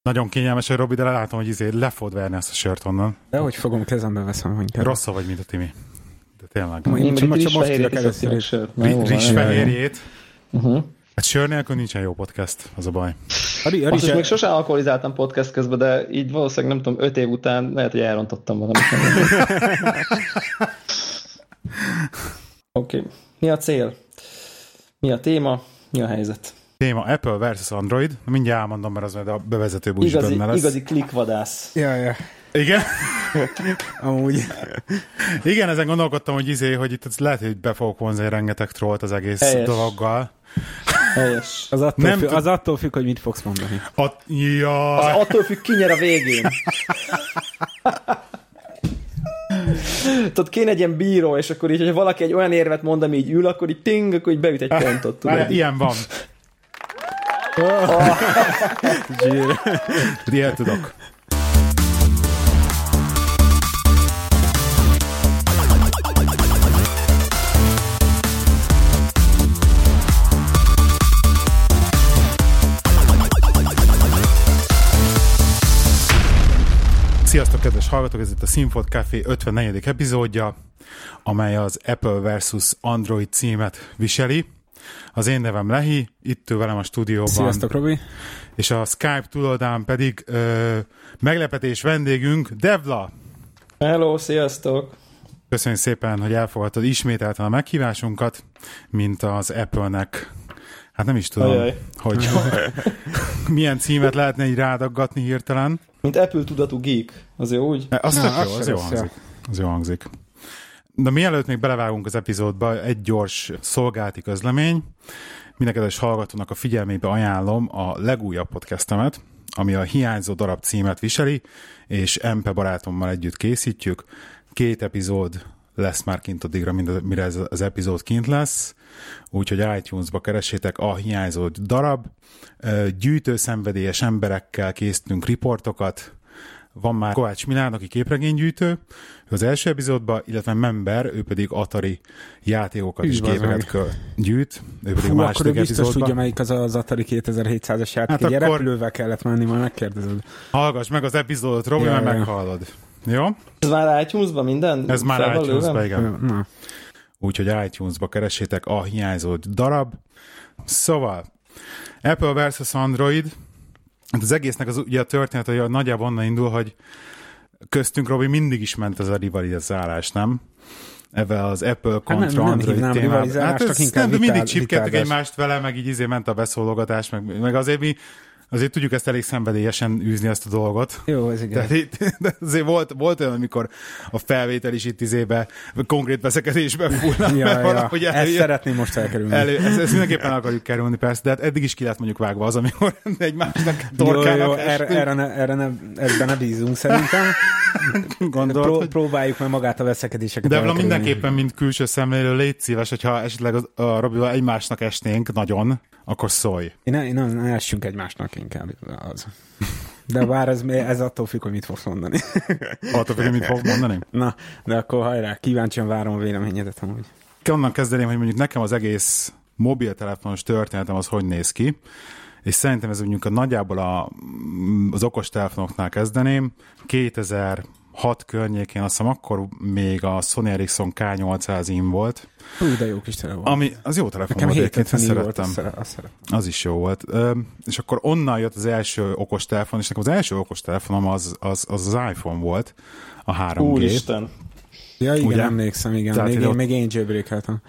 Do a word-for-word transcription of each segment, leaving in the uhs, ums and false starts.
Nagyon kényelmes, hogy Robi, de látom, hogy izé le fogod verni ezt a sört onnan. De hogy fogom, kezembe veszem, hogy kell. Rosszabb vagy, mint a Timi. De tényleg. Én csak most tudok először is. Rizsfehérjét. Uh-huh. Hát sör nélkül nincsen jó podcast, az a baj. A, a Azt is még sosem alkoholizáltam podcast közben, de így valószínűleg nem tudom, öt év után lehet, hogy elrontottam valamit. Oké. Okay. Mi a cél? Mi a téma? Mi a helyzet? Téma Apple versus Android. Mindjárt elmondom, mert az majd a bevezető búzs benne lesz. Igazi klikvadász. Ja, ja. Igen? Amúgy. Igen, ezen gondolkodtam, hogy izé, hogy itt lehet, hogy be fogok vonzni rengeteg trollt az egész Helyes. dologgal. Helyes. Az attól, nem függ, t- az attól függ, hogy mit fogsz mondani. At- ja. Az attól függ, ki nyer a végén. Tudod, kéne egy ilyen bíró, és akkor így, hogyha valaki egy olyan érvet mond, ami így ül, akkor így ting, akkor így beüt egy pontot. Tudod? Ilyen van. Oh. Ilyet tudok. Sziasztok, kedves hallgatók! Ez itt a Színfolt Café ötvennegyedik epizódja, amely az Apple versus Android címet viseli. Az én nevem Lehi, itt ül velem a stúdióban. Sziasztok, Robi! És a Skype túloldán pedig ö, meglepetés vendégünk, Devla! Hello, sziasztok! Köszönjük szépen, hogy elfogadtad ismételten a meghívásunkat, mint az Apple-nek. Hát nem is tudom, Ajaj. hogy milyen címet lehetne így rádaggatni hirtelen. Mint Apple tudatú geek, az jó úgy? Az Na, jó, az jó hangzik. Az jó hangzik. De mielőtt még belevágunk az epizódba, egy gyors szolgálati közlemény. Minden kedves hallgatónak a figyelmébe ajánlom a legújabb podcastemet, ami a Hiányzó darab címet viseli, és Empe barátommal együtt készítjük. Két epizód lesz már kint addigra, mire ez az epizód kint lesz. Úgyhogy iTunes-ba keressétek a Hiányzó darab. Gyűjtőszenvedélyes emberekkel készítünk riportokat. Van már Kovács Milán, aki képregénygyűjtő, ő az első epizódban, illetve Member, ő pedig Atari játékokat és képeket gyűjt. Ő pedig Fú, a második akkor biztos epizódban. Tudja, melyik az az Atari kétezer-hétszázas játék. Hát egy akkor... repülővel kellett menni, majd megkérdezed. Hallgass meg az epizódot, Robi, ja, mert ja. meghallod. Jó? Ez már iTunes-ban minden? Ez már iTunes-ban, igen. Na. Úgyhogy iTunes-ba keressétek a Hiányzó darab. Szóval, Apple versus Android. Az egésznek az, ugye a történet, hogy nagyjából onnan indul, hogy köztünk, Robi, mindig is ment ez a rivalizálás, nem? Ebben az Apple kontra hát nem, Android nem témában. Hát ez nem, de mindig csipkedtük egymást vele, meg így izé ment a beszólogatás, meg, meg azért mi azért tudjuk ezt elég szenvedélyesen űzni ezt a dolgot. Jó, ez igen. De, de azért volt, volt olyan, amikor a felvétel is itt izébe, konkrét veszekedésbe fúrna. Ja, ja. Elő, ezt szeretném most elkerülni. Elő, ezt, ezt mindenképpen akarjuk kerülni, persze, de hát eddig is ki lett mondjuk vágva az, amikor egymásnak torkának. Jó, jó, erre, erre, ne, erre ne, ebben ne bízunk szerintem. Gondolt, Pró, hogy... Próbáljuk meg magát a veszekedéseket. De elkerülni. Mindenképpen, mint külső szemlélő, légy szíves, hogyha esetleg a, a Robival egymásnak esnénk nagyon, akkor szólj. Én ne, ne, ne essünk egymásnak inkább az. De bár ez, ez attól függ, hogy mit fogsz mondani. Attól függ, hogy mit fogok mondani? Na, de akkor hajrá, kíváncsian várom a véleményedet amúgy. Onnan kezdeném, hogy mondjuk nekem az egész mobiltelefonos történetem az hogy néz ki, és szerintem ez mondjuk a nagyjából a, az okostelefonoknál kezdeném. kétezer-hat környékén, azt hiszem akkor még a Sony Ericsson ká nyolcszáz-im volt. Hú, de jó kis telefon. Ami, az jó telefon nekem volt, egyébként szerettem. Volt, azt szeret, azt szeret. Az is jó volt. Ö, és akkor onnan jött az első okostelefon, és nekem az első okostelefonom az az, az, az iPhone volt, a három G. Úristen. Ja, igen, ugye? Emlékszem, igen. Tehát még, én, ott... még én jailbreakeltem.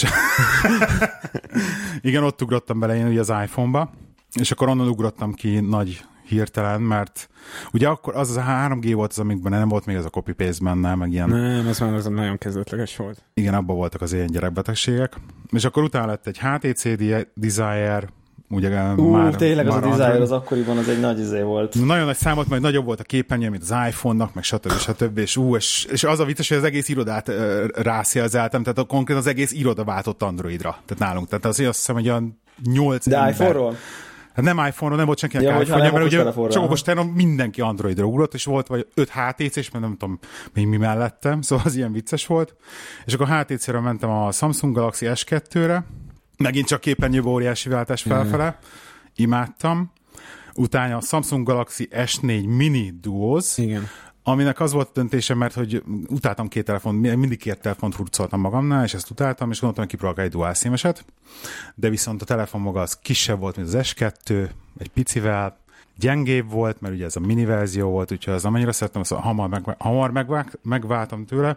Igen, ott ugrottam bele én ugye az iPhone-ba, és akkor onnan ugrottam ki nagy hirtelen, mert ugye akkor az az a három G volt az, amikben nem volt még ez a copy-paste benne, meg ilyen... Nem, ez már az nagyon kezdetleges volt. Igen, abban voltak az ilyen gyerekbetegségek. És akkor utána lett egy há té cé Desire, ugye Ú, már... tényleg már az a Desire Android. Az akkoriban az egy nagy izé volt. Nagyon nagy számot, majd nagyobb volt a képernyő, mint az iPhone-nak, meg stb. stb. És, ú, és, és az a vicces, hogy az egész irodát uh, rászélzeltem, tehát a, konkrét az egész iroda váltott Androidra. Tehát nálunk. Tehát azért azt hiszem, hogy olyan nyolc De ember... iPhone-ról? Hát nem iPhone-ról, nem volt senkinek ja, iPhone-ja, mert ugye csak okos telefonon ha? mindenki Androidra ugrott, és volt vagy öt há té cés, mert nem tudom még mi mellettem, szóval az ilyen vicces volt. És akkor há té céről mentem a Samsung Galaxy es kettőre, megint csak képernyőbe óriási váltás felfele, imádtam. Utána a Samsung Galaxy es négy Mini Duos, Igen. aminek az volt a döntésem, mert hogy utáltam két telefon, mindig két telefont hurcoltam magamnál, és ezt utáltam, és gondoltam, hogy kipróbálok egy dual SIM-eset, de viszont a telefon maga az kisebb volt, mint az es kettő, egy picivel, gyengébb volt, mert ugye ez a mini verzió volt, úgyhogy az amennyire szerettem, azt hamar, meg, hamar megvá- megváltam tőle,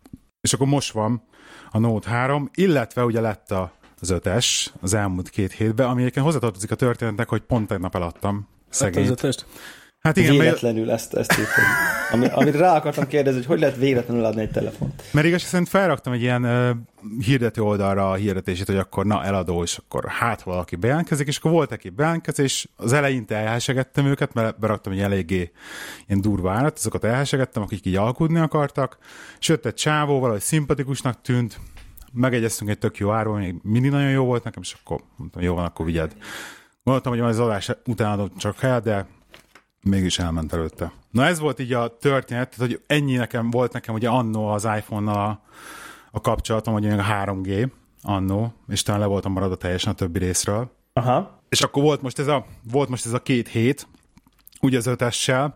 és akkor most van a Note három, illetve ugye lett a az ötös az elmúlt két hétben, ami egyébként hozzátartozik a történetnek, hogy pont tegnap eladtam szegényt. Hát igen, véletlenül mert... ezt, ezt írtam. Ami, amit rá akartam kérdezni, hogy hogy lehet véletlenül adni egy telefont. Mert igaz, szerint felraktam egy ilyen uh, hirdető oldalra a hirdetését, hogy akkor na, eladó, és akkor hát valaki bejelentkezik, és akkor volt egy bejelentkezés, az eleinte elhásegettem őket, mert beraktam egy eléggé ilyen durva árat, azokat elhásegettem, akik így alkudni akartak, és jött egy csávó, valahogy szimpatikusnak tűnt, megegyeztünk egy tök jó áron, még mindig nagyon jó volt nekem, és akkor mondtam, jó van, akkor vigyed. Gondoltam, hogy az adás után adott csak el, de mégis elment előtte. Na ez volt így a történet, tehát, hogy ennyi nekem volt nekem ugye annó az iPhone-nal a, a kapcsolatom, hogy a három G annó, és talán le voltam maradva teljesen a többi részről. Aha. És akkor volt most ez a, volt most ez a két hét, ugye az ötessel,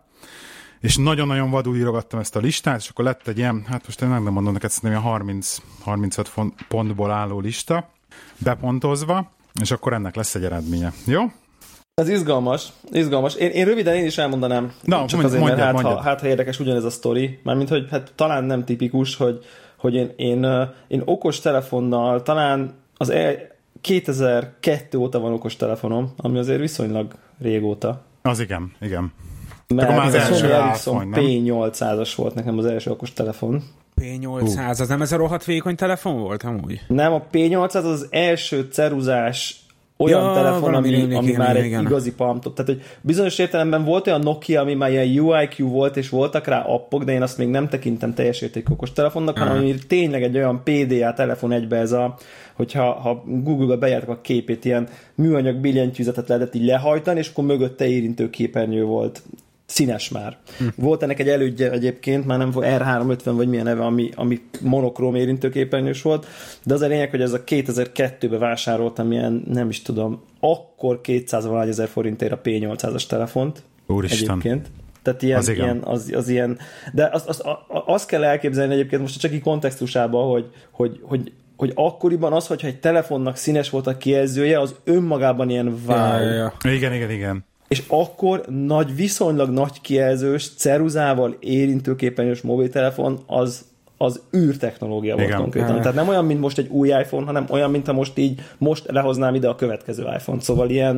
és nagyon-nagyon vadul írogattam ezt a listát, és akkor lett egy ilyen, hát most én nem mondom neked, szerintem ilyen harminc-harmincöt pontból álló lista, bepontozva, és akkor ennek lesz egy eredménye. Jó? Ez izgalmas, izgalmas. Én, én röviden én is elmondanám, Na, csak mondjad, azért, mert mondjad, hát, mondjad. Ha, hát ha érdekes ugyanez a sztori, mármint, hogy hát talán nem tipikus, hogy, hogy én, én, én okos telefonnal, talán az el, kétezer-kettő óta van okos telefonom, ami azért viszonylag régóta. Az igen, igen. Mert Akkor már az a első Sony Ericsson iPhone, nem? P nyolcszázas volt nekem az első okos telefon. P nyolcszáz, az nem ez a rohadt vékony telefon volt amúgy? Nem, a P nyolcszáz az az első ceruzás olyan Ja, telefon, ami, rémlik, ami igen, már igen, egy igen. igazi palmtop. Tehát, hogy bizonyos értelemben volt olyan Nokia, ami már ilyen U I Q volt, és voltak rá appok, de én azt még nem tekintem teljes értékű okos telefonnak, hanem ami tényleg egy olyan P D A telefon egybe ez a, hogyha ha Google-ba bejártak a képét, ilyen műanyag billentyűzetet lehetett így lehajtani, és akkor mögötte érintő képernyő volt. Színes már. Hm. Volt ennek egy elődje egyébként, már nem volt R háromszázötven vagy milyen neve, ami, ami monokróm érintőképernyős volt, de az a lényeg, hogy ez a kétezer-kettőben vásároltam ilyen, nem is tudom, akkor kétszáz ezer forintért a P nyolcszázas telefont. Úristen. Egyébként. Tehát ilyen, az, ilyen, az, az ilyen, de azt az, az, az kell elképzelni egyébként most csak így kontextusában, hogy, hogy, hogy hogy akkoriban az, hogyha egy telefonnak színes volt a kijelzője, az önmagában ilyen wow. Ja, ja, ja. Igen, igen, igen. És akkor nagy, viszonylag nagy kijelzős, ceruzával érintőképernyős mobiltelefon az, az űrtechnológia volt konkrétan. Tehát nem olyan, mint most egy új iPhone, hanem olyan, mint ha most így, most lehoznám ide a következő iPhone-t. Szóval ilyen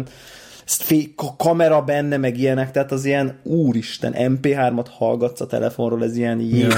kamera benne, meg ilyenek, tehát az ilyen úristen, em pé hármat hallgatsz a telefonról, ez ilyen jég.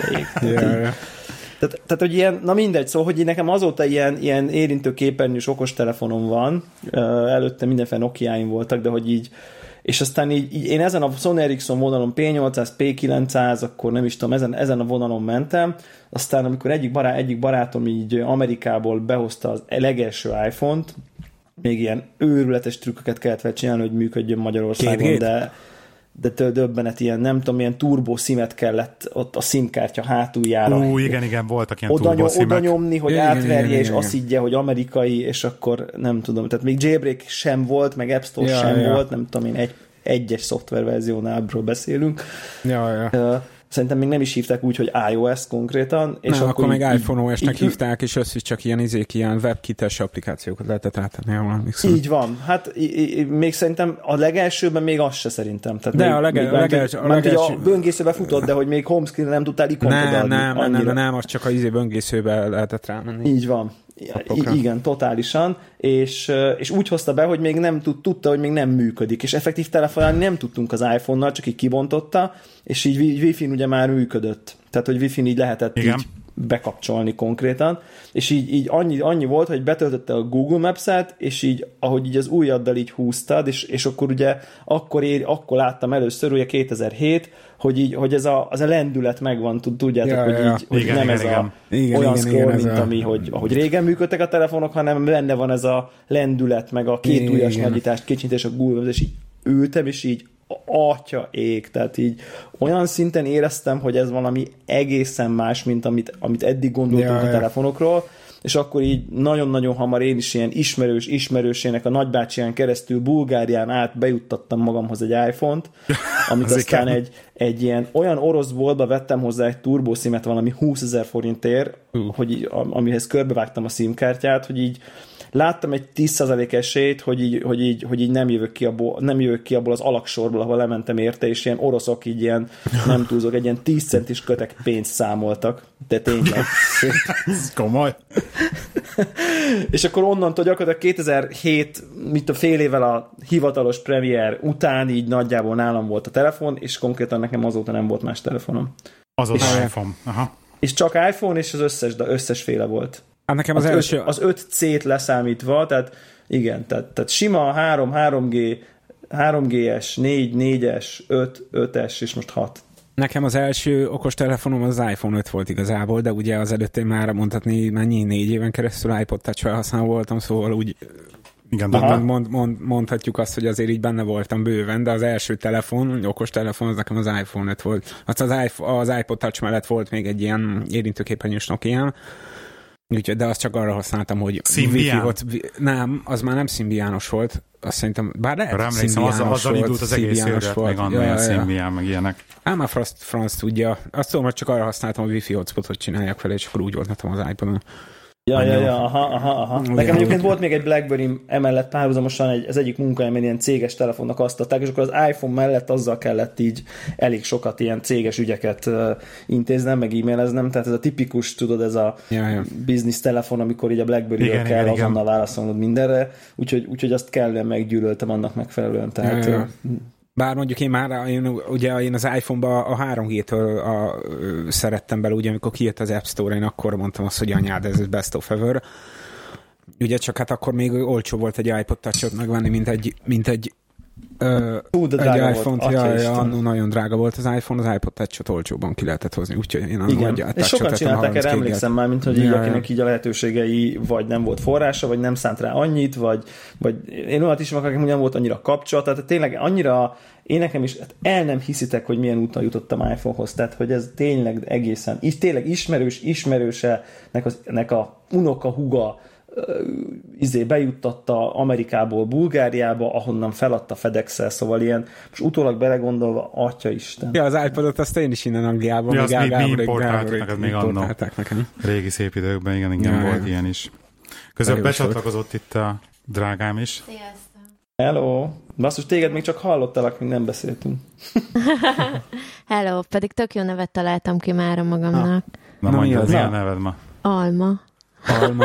Tehát, tehát, hogy ilyen, na mindegy, szóval, hogy nekem azóta ilyen, ilyen érintő képernyős okostelefonom van, előtte mindenféle Nokiáim voltak, de hogy így, és aztán így, így én ezen a Sony Ericsson vonalon P nyolcszáz, P kilencszáz, akkor nem is tudom, ezen, ezen a vonalon mentem, aztán amikor egyik, bará, egyik barátom így Amerikából behozta az legelső iPhone-t, még ilyen őrületes trükköket kellett vele csinálni, hogy működjön Magyarországon, de de döbbenet, ilyen, nem tudom, ilyen turbo szimet kellett ott a szimkártya hátuljára. Ú, igen, igen, voltak ilyen oda, turbo szimek. Oda nyomni, hogy igen, átverje, igen, igen, és igen. azt higgye, hogy amerikai, és akkor nem tudom, tehát még jailbreak sem volt, meg App Store ja, sem ja. volt, nem tudom én, egy, egyes szoftververziónál beszélünk. Ja, ja. Szerintem még nem is hívták úgy, hogy iOS konkrétan. És nem, akkor, akkor még iPhone O S-nek így, hívták, és összes csak ilyen izék, ilyen webkites applikációkat lehetett átadni, ahol emlékszem. Így van. Hát í- í- még szerintem a legelsőben még az se szerintem. Tehát de még, a, lege, még, a, legelső, a, legelső... legelső... a böngészőbe futott, de hogy még homescreen nem tudtál ikont nem, odaadni. nem, nem, annyira. nem, nem, az csak a izé böngészőbe lehetett rámenni. Így van. I- igen, totálisan, és, és úgy hozta be, hogy még nem tud, tudta, hogy még nem működik, és effektív telefonálni nem tudtunk az iPhone-nal, csak így kibontotta, és így Wi-Fi-n ugye már működött. Tehát, hogy Wi-Fi-n így lehetett igen. így bekapcsolni konkrétan, és így, így annyi, annyi volt, hogy betöltötte a Google Maps-et, és így, ahogy így az ujjaddal így húztad, és, és akkor ugye akkor, ér, akkor láttam először, ugye kétezer-hét, hogy, így, hogy ez a, az a lendület megvan, tudjátok, ja, hogy, ja. így, hogy igen, nem igen, ez igen. a igen, olyan igen, scroll, igen, mint a... ami, hogy, ahogy régen működtek a telefonok, hanem benne van ez a lendület, meg a két ujjas nagyítás, kicsintés a Google, és így ültem, és így atya ég, tehát így olyan szinten éreztem, hogy ez valami egészen más, mint amit, amit eddig gondoltunk ja, a telefonokról, és akkor így nagyon-nagyon hamar én is ilyen ismerős ismerősének a nagybácsián keresztül Bulgárián át bejuttattam magamhoz egy iPhone-t, amit aztán egy, egy ilyen olyan orosz boltba vettem hozzá egy turbószimet valami húszezer forintért, uh. hogy így, amihez körbevágtam a szimkártyát, hogy így láttam egy tíz százalék esélyt, hogy így, hogy így, hogy így nem, jövök ki abból, nem jövök ki abból az alaksorból, ahol lementem érte, és ilyen oroszok így ilyen, nem túlzok, egy ilyen tíz centis kötek pénzt számoltak. De tényleg. Ez komoly. És akkor onnantól gyakorlatilag kétezer-hét, mit a fél évvel a hivatalos premier után így nagyjából nálam volt a telefon, és konkrétan nekem azóta nem volt más telefonom. Azóta iPhone. Aha. És csak iPhone, és az összes, de összes féle volt. Hát nekem az, az első... Öt, az öt cét leszámítva, tehát igen, tehát, tehát sima három, három G, három G-es, négy, négyes, öt, ötes, és most hat. Nekem az első okostelefonom az iPhone öt volt igazából, de ugye az előtt én már mondhatni mennyi, négy éven keresztül iPod Touch felhasználó voltam, szóval úgy igen, mond, mond, mond, mondhatjuk azt, hogy azért így benne voltam bőven, de az első telefon, okostelefon, az nekem az iPhone öt volt. Azt az, iPhone, az iPod Touch mellett volt még egy ilyen érintőképernyős Nokia, úgyhogy, de azt csak arra használtam, hogy Symbian. Volt, nem, az már nem szimbiános volt, azt szerintem, bár lehet szimbiános volt. Azzal indult az egész élet, meg annál ja, Symbian, meg ilyenek. Ám már franc, franc tudja. Azt tudom, hogy csak arra használtam, hogy Wi-Fi hotspotot csináljak vele, és akkor úgy volt nekem az iPodon. Ja, ja, ja, aha, aha, aha. Nekem egyébként volt még egy BlackBerry emellett párhuzamosan egy, az egyik munkahelyen ilyen céges telefonnak azt adták, és akkor az iPhone mellett azzal kellett így elég sokat ilyen céges ügyeket uh, intéznem, meg e-maileznem, tehát ez a tipikus, tudod, ez a ja, ja. business telefon, amikor így a BlackBerry-ről kell igen, azonnal igen. válaszolnod mindenre, úgyhogy, úgyhogy azt kellően meggyűlöltem annak megfelelően, tehát... Ja, ja. Bár mondjuk én már, én, ugye én az iPhone-ba a három G-től a, ö, szerettem bele, ugye amikor kijött az App Store, én akkor mondtam azt, hogy anyád, ez best of ever. Ugye csak hát akkor még olcsó volt egy iPod Touch-ot megvenni, mint egy, mint egy, ö, Hú, egy iPhone-t. Ja, ja, nagyon drága volt az iPhone, az iPod Touch-ot olcsóban ki lehetett hozni, úgyhogy én igen. És sokan csinálták erre, emlékszem már, mint hogy ja, így, ja. akinek így a lehetőségei vagy nem volt forrása, vagy nem szánt rá annyit, vagy, vagy én olyat is akinek nem volt annyira kapcsolat, tehát tényleg annyira én nekem is, hát el nem hiszitek, hogy milyen úton jutottam iPhone-hoz, tehát hogy ez tényleg egészen, is, tényleg ismerős, ismerőse nek, az, nek a unoka huga izé bejuttatta Amerikából Bulgáriába, ahonnan feladta FedEx-el, szóval ilyen, most utólag belegondolva, atyaisten. Ja, az iPodot azt én is innen Angliában. Ja, azt még mi importáltuk neked még annó. Régi szép időkben, igen, igen, ja, volt ja. ilyen is. Közben becsatlakozott itt a drágám is. Sziasztok! Hello! Basszus, téged még csak hallottalak, még nem beszéltünk. Hello, pedig tök jó nevet találtam ki mára magamnak. Na, na mondja, mi a neved ma? Alma. Alma.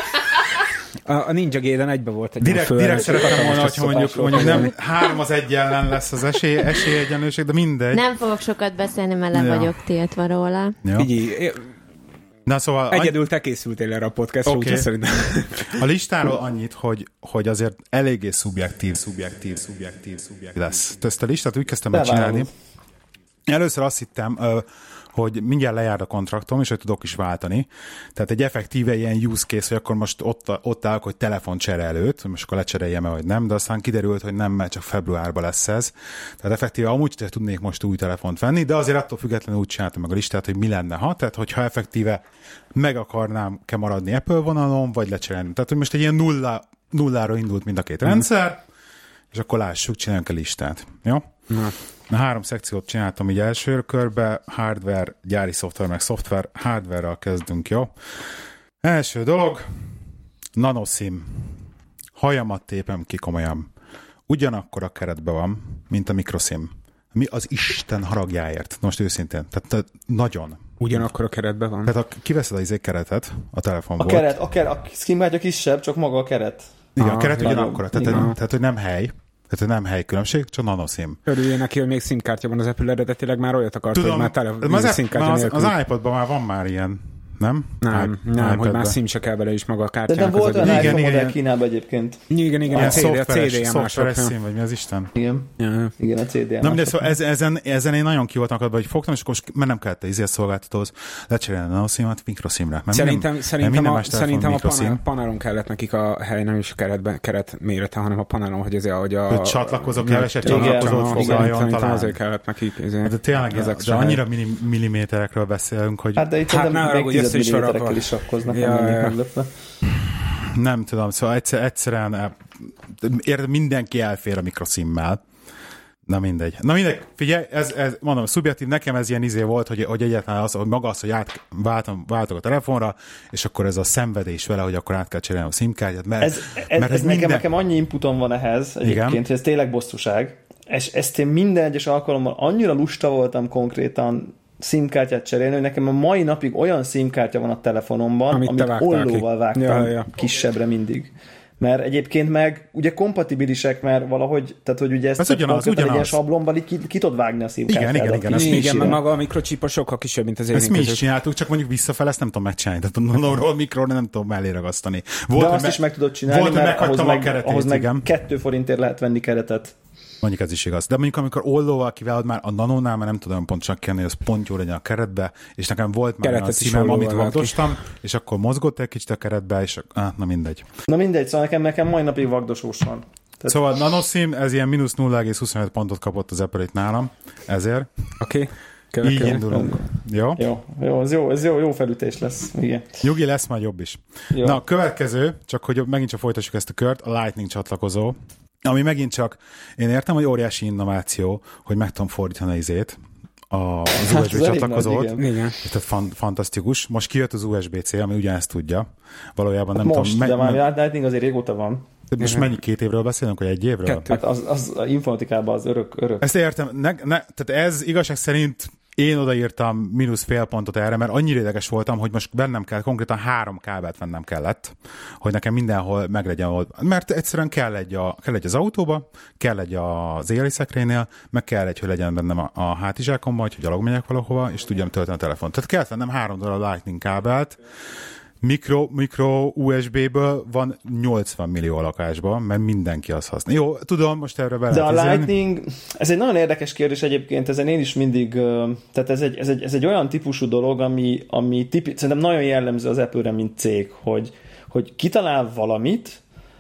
A, a Ninja Gaiden egybe volt egy direkt, direkt szeretem volna, hogy mondjuk, mondjuk nem három az egy ellen lesz az esély, esélyegyenlőség, de mindegy. Nem fogok sokat beszélni, mert le ja. vagyok tiltva róla. Ja. Figyelj, na, szóval egyedül te készültél erre a podcastra, okay. úgyhogy szerintem. A listáról annyit, hogy, hogy azért eléggé szubjektív, szubjektív, szubjektív, szubjektív lesz. Ezt a listát úgy kezdtem el csinálni. Először azt hittem, hogy mindjárt lejár a kontraktom, és hogy tudok is váltani. Tehát egy effektíve ilyen use case, hogy akkor most ott, ott állok, hogy telefoncsere előtt, hogy most akkor lecseréljem-e, vagy nem, de aztán kiderült, hogy nem, mert csak februárban lesz ez. Tehát effektíve amúgy tudnék most új telefont venni, de azért attól függetlenül úgy csináltam meg a listát, hogy mi lenne, ha. Tehát, hogyha effektíve meg akarnám-e maradni Apple vonalon, vagy lecserélni. Tehát, hogy most egy ilyen nulla, nullára indult mind a két mm. rendszer, és akkor lássuk, csináljunk a listát. Jó? Mm. Na, három szekciót csináltam így első körbe, hardware, gyári szoftver, meg szoftver, hardware-ral kezdünk, jó? Első dolog, nanoSIM. Hajamat tépem ki komolyan. Ugyanakkor a keretben van, mint a microSIM. Mi az Isten haragjáért? Most őszintén. Tehát, tehát nagyon. Ugyanakkor a keretben van? Tehát ha kiveszed az izé keretet a telefonból. A keret, a, keret, a SIM-kártya kisebb, csak maga a keret. Igen, ah, a keret ugyanakkor. Tehát, tehát, tehát, hogy nem hely. Tehát nem helykülönbség, csak nanoSIM. Örüljél neki, hogy még SIM-kártya van az Apple, eredetileg már olyat akart, tudom, hogy már tele az, SIM-kártya nélkül. Az, az iPodban már van már ilyen, nem? Nem, I- nem, hogy már SIM se kell vele is maga a kártyának. De nem volt olyan iPhone modell Kínában egyébként. Igen, igen, a, a cé dé, a cé dé szoftveres SIM, vagy mi az Isten? Igen, ja. igen a cé dé. Nem, de szóval ez, ezen, ezen én nagyon ki voltam akadva, hogy fogtam, és akkor most mert nem kellett izért szolgáltatóhoz lecserélni a nanoSIM-et mikroSIM-re. Szerintem, szerintem, a, szerintem a panel, panelon kellett nekik a hely, nem is a keretben, keret mérete, hanem a panelon, hogy azért, hogy a... Hogy csatlakozok, keveset csatlakozót foglaljon talán. Azért kellett nekik. De tényleg, de annyira milliméterekről beszélünk, hogy... Hát de itt nem egy milliméterekkel is sakkoznak, ja, nem ja. meglepve. Nem tudom, szóval egyszer, egyszerűen érted, mindenki elfér a mikroszímmel. Na mindegy. Na mindegy, figyelj, ez, ez mondom, szubjektív, nekem ez ilyen izé volt, hogy, hogy egyáltalán az, hogy maga az, hogy átváltom, váltok a telefonra, és akkor ez a szenvedés vele, hogy akkor át kell cserélni a SIM-kártyát, mert ez, ez, mert ez, ez minden... nekem, nekem annyi inputom van ehhez egyébként, igen, hogy ez tényleg bosszúság, és ezt én minden egyes alkalommal annyira lusta voltam konkrétan SIM-kártyát cserélni, hogy nekem a mai napig olyan SIM-kártya van a telefonomban, amit, amit ollóval vágtam ja, ja. kisebbre mindig. Mert egyébként meg ugye kompatibilisek, mert valahogy, tehát hogy ugye ezt ez ugyanaz, ugyanaz. egy ilyen sablonban ki, ki tudod vágni a SIM-kártyát. Igen, igen, igen. Igen, mert maga a mikrocsípa sokkal kisebb, mint az érinkezők. Ezt mi is csináltuk, csak mondjuk visszafele ezt nem tudom megcsinálni. Tehát a normál mikro nem tudom mellé ragasztani. Volt, de azt me- is meg tudod csinálni, volt, mert ahhoz meg, keretét, ahhoz meg kettő forintért lehet venni keretet. Mondjuk ez is igaz. De mondjuk amikor ollóval kiválod már a nanónál, már nem tudom pontosan kérni, hogy az pont jó legyen a keretbe, és nekem volt már keretet a szívem, amit vagdostam, és akkor mozgott egy kicsit a keretbe, és ah, na mindegy. Na mindegy, szóval nekem, nekem mai napig vagdosós van. Tehát... Szóval nanoszím, ez ilyen mínusz nulla egész huszonöt pontot kapott az Apple itt nálam, ezért. Oké. Okay. Így indulunk. Jó? Jó, jó, ez jó, ez jó, jó felütés lesz. Igen. Nyugi, lesz majd jobb is. Jó. Na, következő, csak hogy megint csak folytassuk ezt a kört, a Lightning csatlakozó. Ami megint csak, én értem, hogy óriási innováció, hogy meg tudom fordítani izét, az u es bé hát, csatlakozót. Igen. Igen. Tehát fan, fantasztikus. Most kijött az u es bé-C, ami ugyanezt tudja. Valójában nem most, tudom. Most, de már Lightning azért régóta van. De most mennyi, két évről beszélünk, vagy egy évről? Kettő. Hát az, az informatikában az örök, örök. Ezt értem. Ne, ne, tehát ez igazság szerint én odaírtam mínusz fél pontot erre, mert annyira ideges voltam, hogy most bennem kell, konkrétan három kábelt vennem kellett, hogy nekem mindenhol meglegyen, mert egyszerűen kell egy, a, kell egy az autóba, kell egy az éjjeli szekrénynél, meg kell egy, hogy legyen bennem a, a hátizsákomban, hogy gyalog megyek valahova, és tudjam tölteni a telefont. Tehát kellett vennem három darab Lightning kábelt, Mikro, mikro u es bé-ből van nyolcvan millió lakásban, mert mindenki azt használ. Jó, tudom, most erre bele. De a Lightning, ez egy nagyon érdekes kérdés egyébként, ezen én is mindig, tehát ez egy, ez egy, ez egy olyan típusú dolog, ami, ami tipi, szerintem nagyon jellemző az Apple-re, mint cég, hogy, hogy kitalál valamit,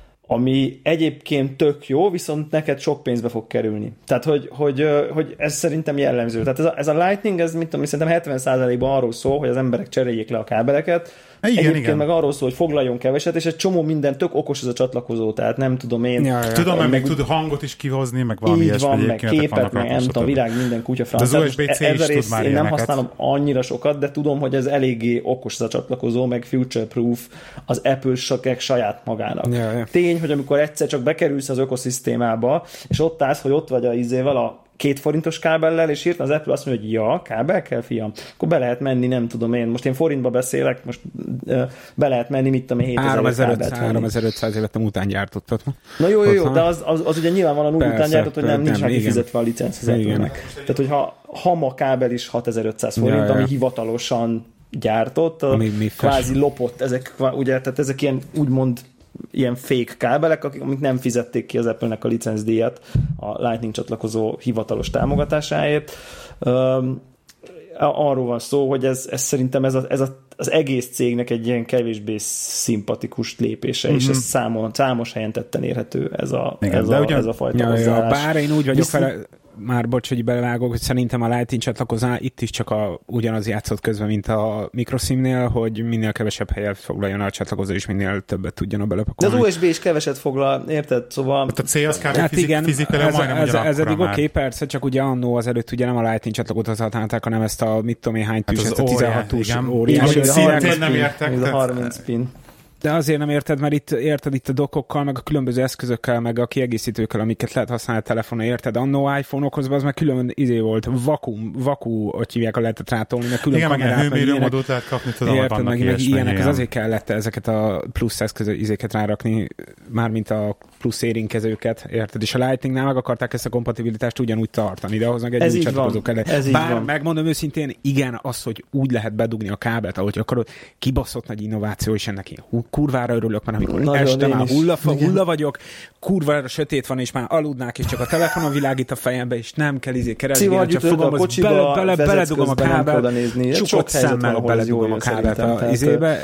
ami egyébként tök jó, viszont neked sok pénzbe fog kerülni. Tehát, hogy, hogy, hogy ez szerintem jellemző. Tehát ez a, ez a Lightning, ez mit tudom, szerintem hetven százalékban arról szól, hogy az emberek cseréljék le a kábeleket, igen, egyébként igen. meg arról szól, hogy foglaljon keveset, és egy csomó minden tök okos ez a csatlakozó, tehát nem tudom én. Ja, ja. Tudom, meg, meg tud hangot is kihozni, meg valami ilyesmi. Így van, meg képet, meg nem tudom, világ minden kutya franc. De az u es bé-C is tud már én ilyeneket. Nem használom annyira sokat, de tudom, hogy ez eléggé okos ez a csatlakozó, meg future-proof az Apple saját magának. Ja, ja. Tény, hogy amikor egyszer csak bekerülsz az ökoszisztémába, és ott állsz, hogy ott vagy a izével a két forintos kábellel, és hirtelen az Apple azt mondja, hogy ja, kábel kell, fiam. Akkor be lehet menni, nem tudom én. Most én forintba beszélek, most uh, be lehet menni, mit tudom én, háromezer-ötszáz évet nem után gyártottat. Na jó, jó, jó, de az, az, az ugye nyilvánvalóan úgy után gyártott, hogy nem, nincs már kifizetve a licenc az Apple-nek. Tehát, hogyha ha ma kábel is hatezer-ötszáz forint, ja, ja. ami hivatalosan gyártott, a, kvázi lopott, ezek, ugye, tehát ezek ilyen úgymond ilyen fake kábelek, amik nem fizették ki az Apple-nek a licencdíjat a Lightning csatlakozó hivatalos támogatásáért. Um, arról van szó, hogy ez, ez szerintem ez, a, ez a, az egész cégnek egy ilyen kevésbé szimpatikus lépése, mm-hmm. és ez számon, számos helyen tetten érhető ez a, ez a, ugyan, ez a fajta ja, ja, bár én úgy vagyok Visz... vele, már bocs, hogy belevágok, hogy szerintem a Lightning csatlakozónál itt is csak a, ugyanaz játszott közben, mint a microSIM-nél, hogy minél kevesebb helyet foglaljon a csatlakozó, és minél többet tudjanak belepakolni. De az u es bé is keveset foglal, érted? Szóval... Hát a cél az kb. Hát fizik, igen, fizikailag ez, majdnem ez, ez eddig oké, okay, persze, csak ugye annó az előtt ugye nem a Lightning csatlakozót használták, hanem ezt a mit tudom én hány tűs, hát ezt a tizenhat tús óriási. Szintén nem értek. Ez a harminc pin. De azért nem érted, mert itt érted itt a dokokkal, meg a különböző eszközökkel, meg a kiegészítőkkel, amiket lehet használni a telefonon, érted? Annó iPhone-okhoz az meg külön izé volt, vakuum, vakú, hogy hívják, a lehetett rátolni, meg külön igen, kamerát, meg hőmérőmódot lehet kapni, tudom, érted, vannak meg, meg ilyenek, az azért kellett ezeket a plusz eszközök, izéket rárakni, mármint a plusz érinkezőket, érted? És a Lightningnál meg akarták ezt a kompatibilitást ugyanúgy tartani, de ahhoz meg egy új csatlakozó kellett. Bár megmondom őszintén, igen, az, hogy úgy lehet bedugni a kábelt, ahogy akarod, kibaszott nagy innováció, és ennek én kurvára örülök, mert amikor nagyon este már hulla, hulla vagyok, kurvára sötét van, és már aludnák, és csak a telefonon világít a fejembe, és nem kell izé keresgélni, csak fogom, hogy bele, bele, beledugom a kábelt, csukott szemmel beledugom a kábelt a izébe.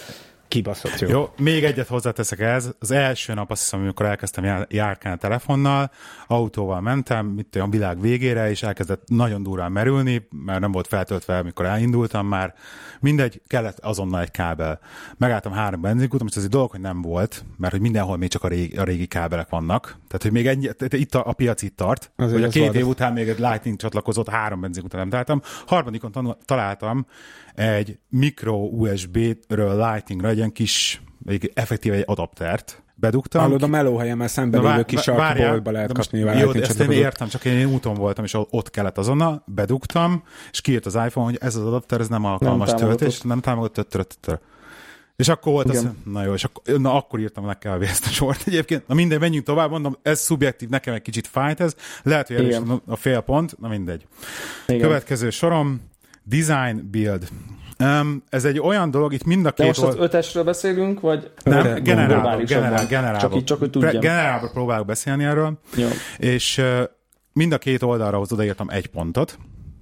Kibaszott jó. Jó, még egyet hozzáteszek ez. Az első nap azt hiszem, amikor elkezdtem jár, járkálni telefonnal, autóval mentem, mit a világ végére, és elkezdett nagyon durván merülni, mert nem volt feltöltve, amikor elindultam már. Mindegy, kellett azonnal egy kábel. Megálltam három benzinkúton, most ez egy dolog, hogy nem volt, mert hogy mindenhol még csak a régi, a régi kábelek vannak. Tehát, hogy még ennyi, itt a, a piac itt tart, azért hogy a két év után még egy Lightning csatlakozott, három benzinkúton nem találtam. Harmadikon tanul, találtam egy micro u es bé-ről Lightningra egy ilyen kis, egy effektíve egy adaptert. Bedugtam. Hallod, a melóhelyemmel szemben lévő kis sarkboltba lehet kapni. Jó, ezt én értem, csak én úton voltam, és ott kellett azonnal, bedugtam, és kiírt az iPhone, hogy ez az adapter, ez nem alkalmas töltés, nem támogatott. És akkor volt igen. Az, na jó, és akkor, na akkor írtam le kb. Ezt a sort egyébként. Na mindegy, menjünk tovább, mondom, ez szubjektív, nekem egy kicsit fájt ez, lehet, hogy erős a fél pont, na mindegy. Igen. Következő sorom, design build. Um, ez egy olyan dolog, itt mind a két... De most old... az ötesről beszélünk, vagy... Nem, generálban, generál, generálban. Csak így, csak hogy tudjam. Generálban próbálok beszélni erről, jó. És uh, mind a két oldalra odaírtam egy pontot,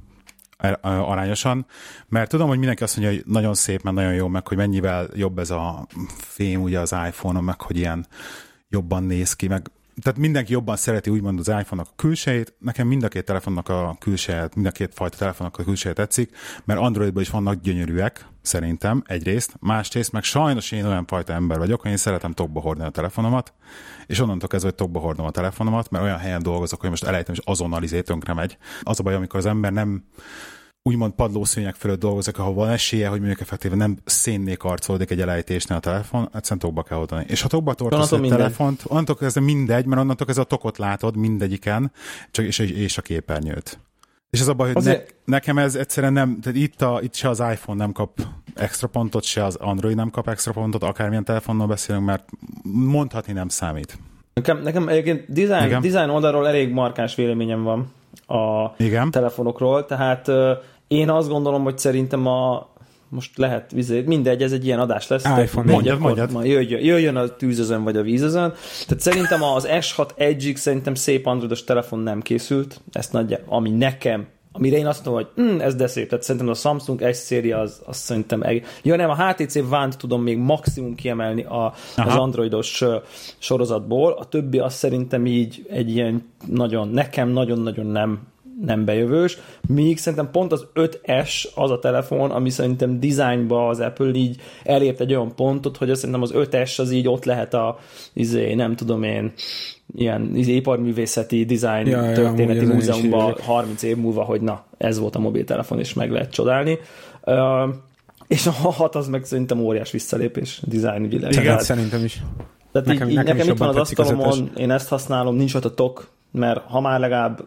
arányosan, mert tudom, hogy mindenki azt mondja, hogy nagyon szép, mert nagyon jó, meg hogy mennyivel jobb ez a fém ugye az iPhone-on, meg hogy ilyen jobban néz ki, meg tehát mindenki jobban szereti úgymond az iPhone-nak a külsejét, nekem mind a két telefonnak a külseje, mind a két fajta telefonnak a külseje tetszik, mert Androidban is vannak gyönyörűek, szerintem, egyrészt, másrészt, meg sajnos én olyan fajta ember vagyok, hogy én szeretem tokba hordani a telefonomat, és onnantól kezdve, hogy tokba hordom a telefonomat, mert olyan helyen dolgozok, hogy most elejtem, és azonnal izé tönkre megy. Az a baj, amikor az ember nem úgymond padlószőnyek fölött dolgozok, ahol van esélye, hogy mondjuk effektíven nem szénné karcolódik egy elejtésnél a telefon, egyszerűen tokba kell oldani. És ha tokba tartasz a telefont, onnantól kezdve mindegy, mert onnantól kezdve a tokot látod mindegyiken, csak és, és a képernyőt. És az a baj, hogy ne, nekem ez egyszerűen nem, tehát itt, a, itt se az iPhone nem kap extra pontot, se az Android nem kap extra pontot, akármilyen telefonnal beszélünk, mert mondhatni nem számít. Nekem, nekem egyébként design, design oldalról elég markáns véleményem van a igen. telefonokról, tehát uh, én azt gondolom, hogy szerintem a most lehet, mindegy, ez egy ilyen adás lesz. iPhone, mondjad, mondjad. Ma jöjjön, jöjjön a tűzözön vagy a vízözön. Tehát szerintem az es hat Edge-ig szerintem szép androidos telefon nem készült, ezt nagyja, ami nekem, amire én azt mondom, hogy hm, ez de szép. Tehát szerintem a Samsung S széria az, az szerintem egy... Ja nem, a há té cé One-t tudom még maximum kiemelni a, az androidos sorozatból, a többi az szerintem így egy ilyen nagyon, nekem nagyon-nagyon nem nem bejövős, míg szerintem pont az öt es az a telefon, ami szerintem designba az Apple így elért egy olyan pontot, hogy azt szerintem az öt es az így ott lehet a izé, nem tudom én, ilyen izé, iparművészeti design ja, történeti ja, múzeumban harminc év múlva, hogy na, ez volt a mobiltelefon, és meg lehet csodálni. Uh, és a hat az meg szerintem óriás visszalépés design ügyileg. Igen, tehát, szerintem is. Tehát nekem, így, nekem, nekem itt van az asztalomon, én ezt használom, nincs ott a tok, mert ha már legalább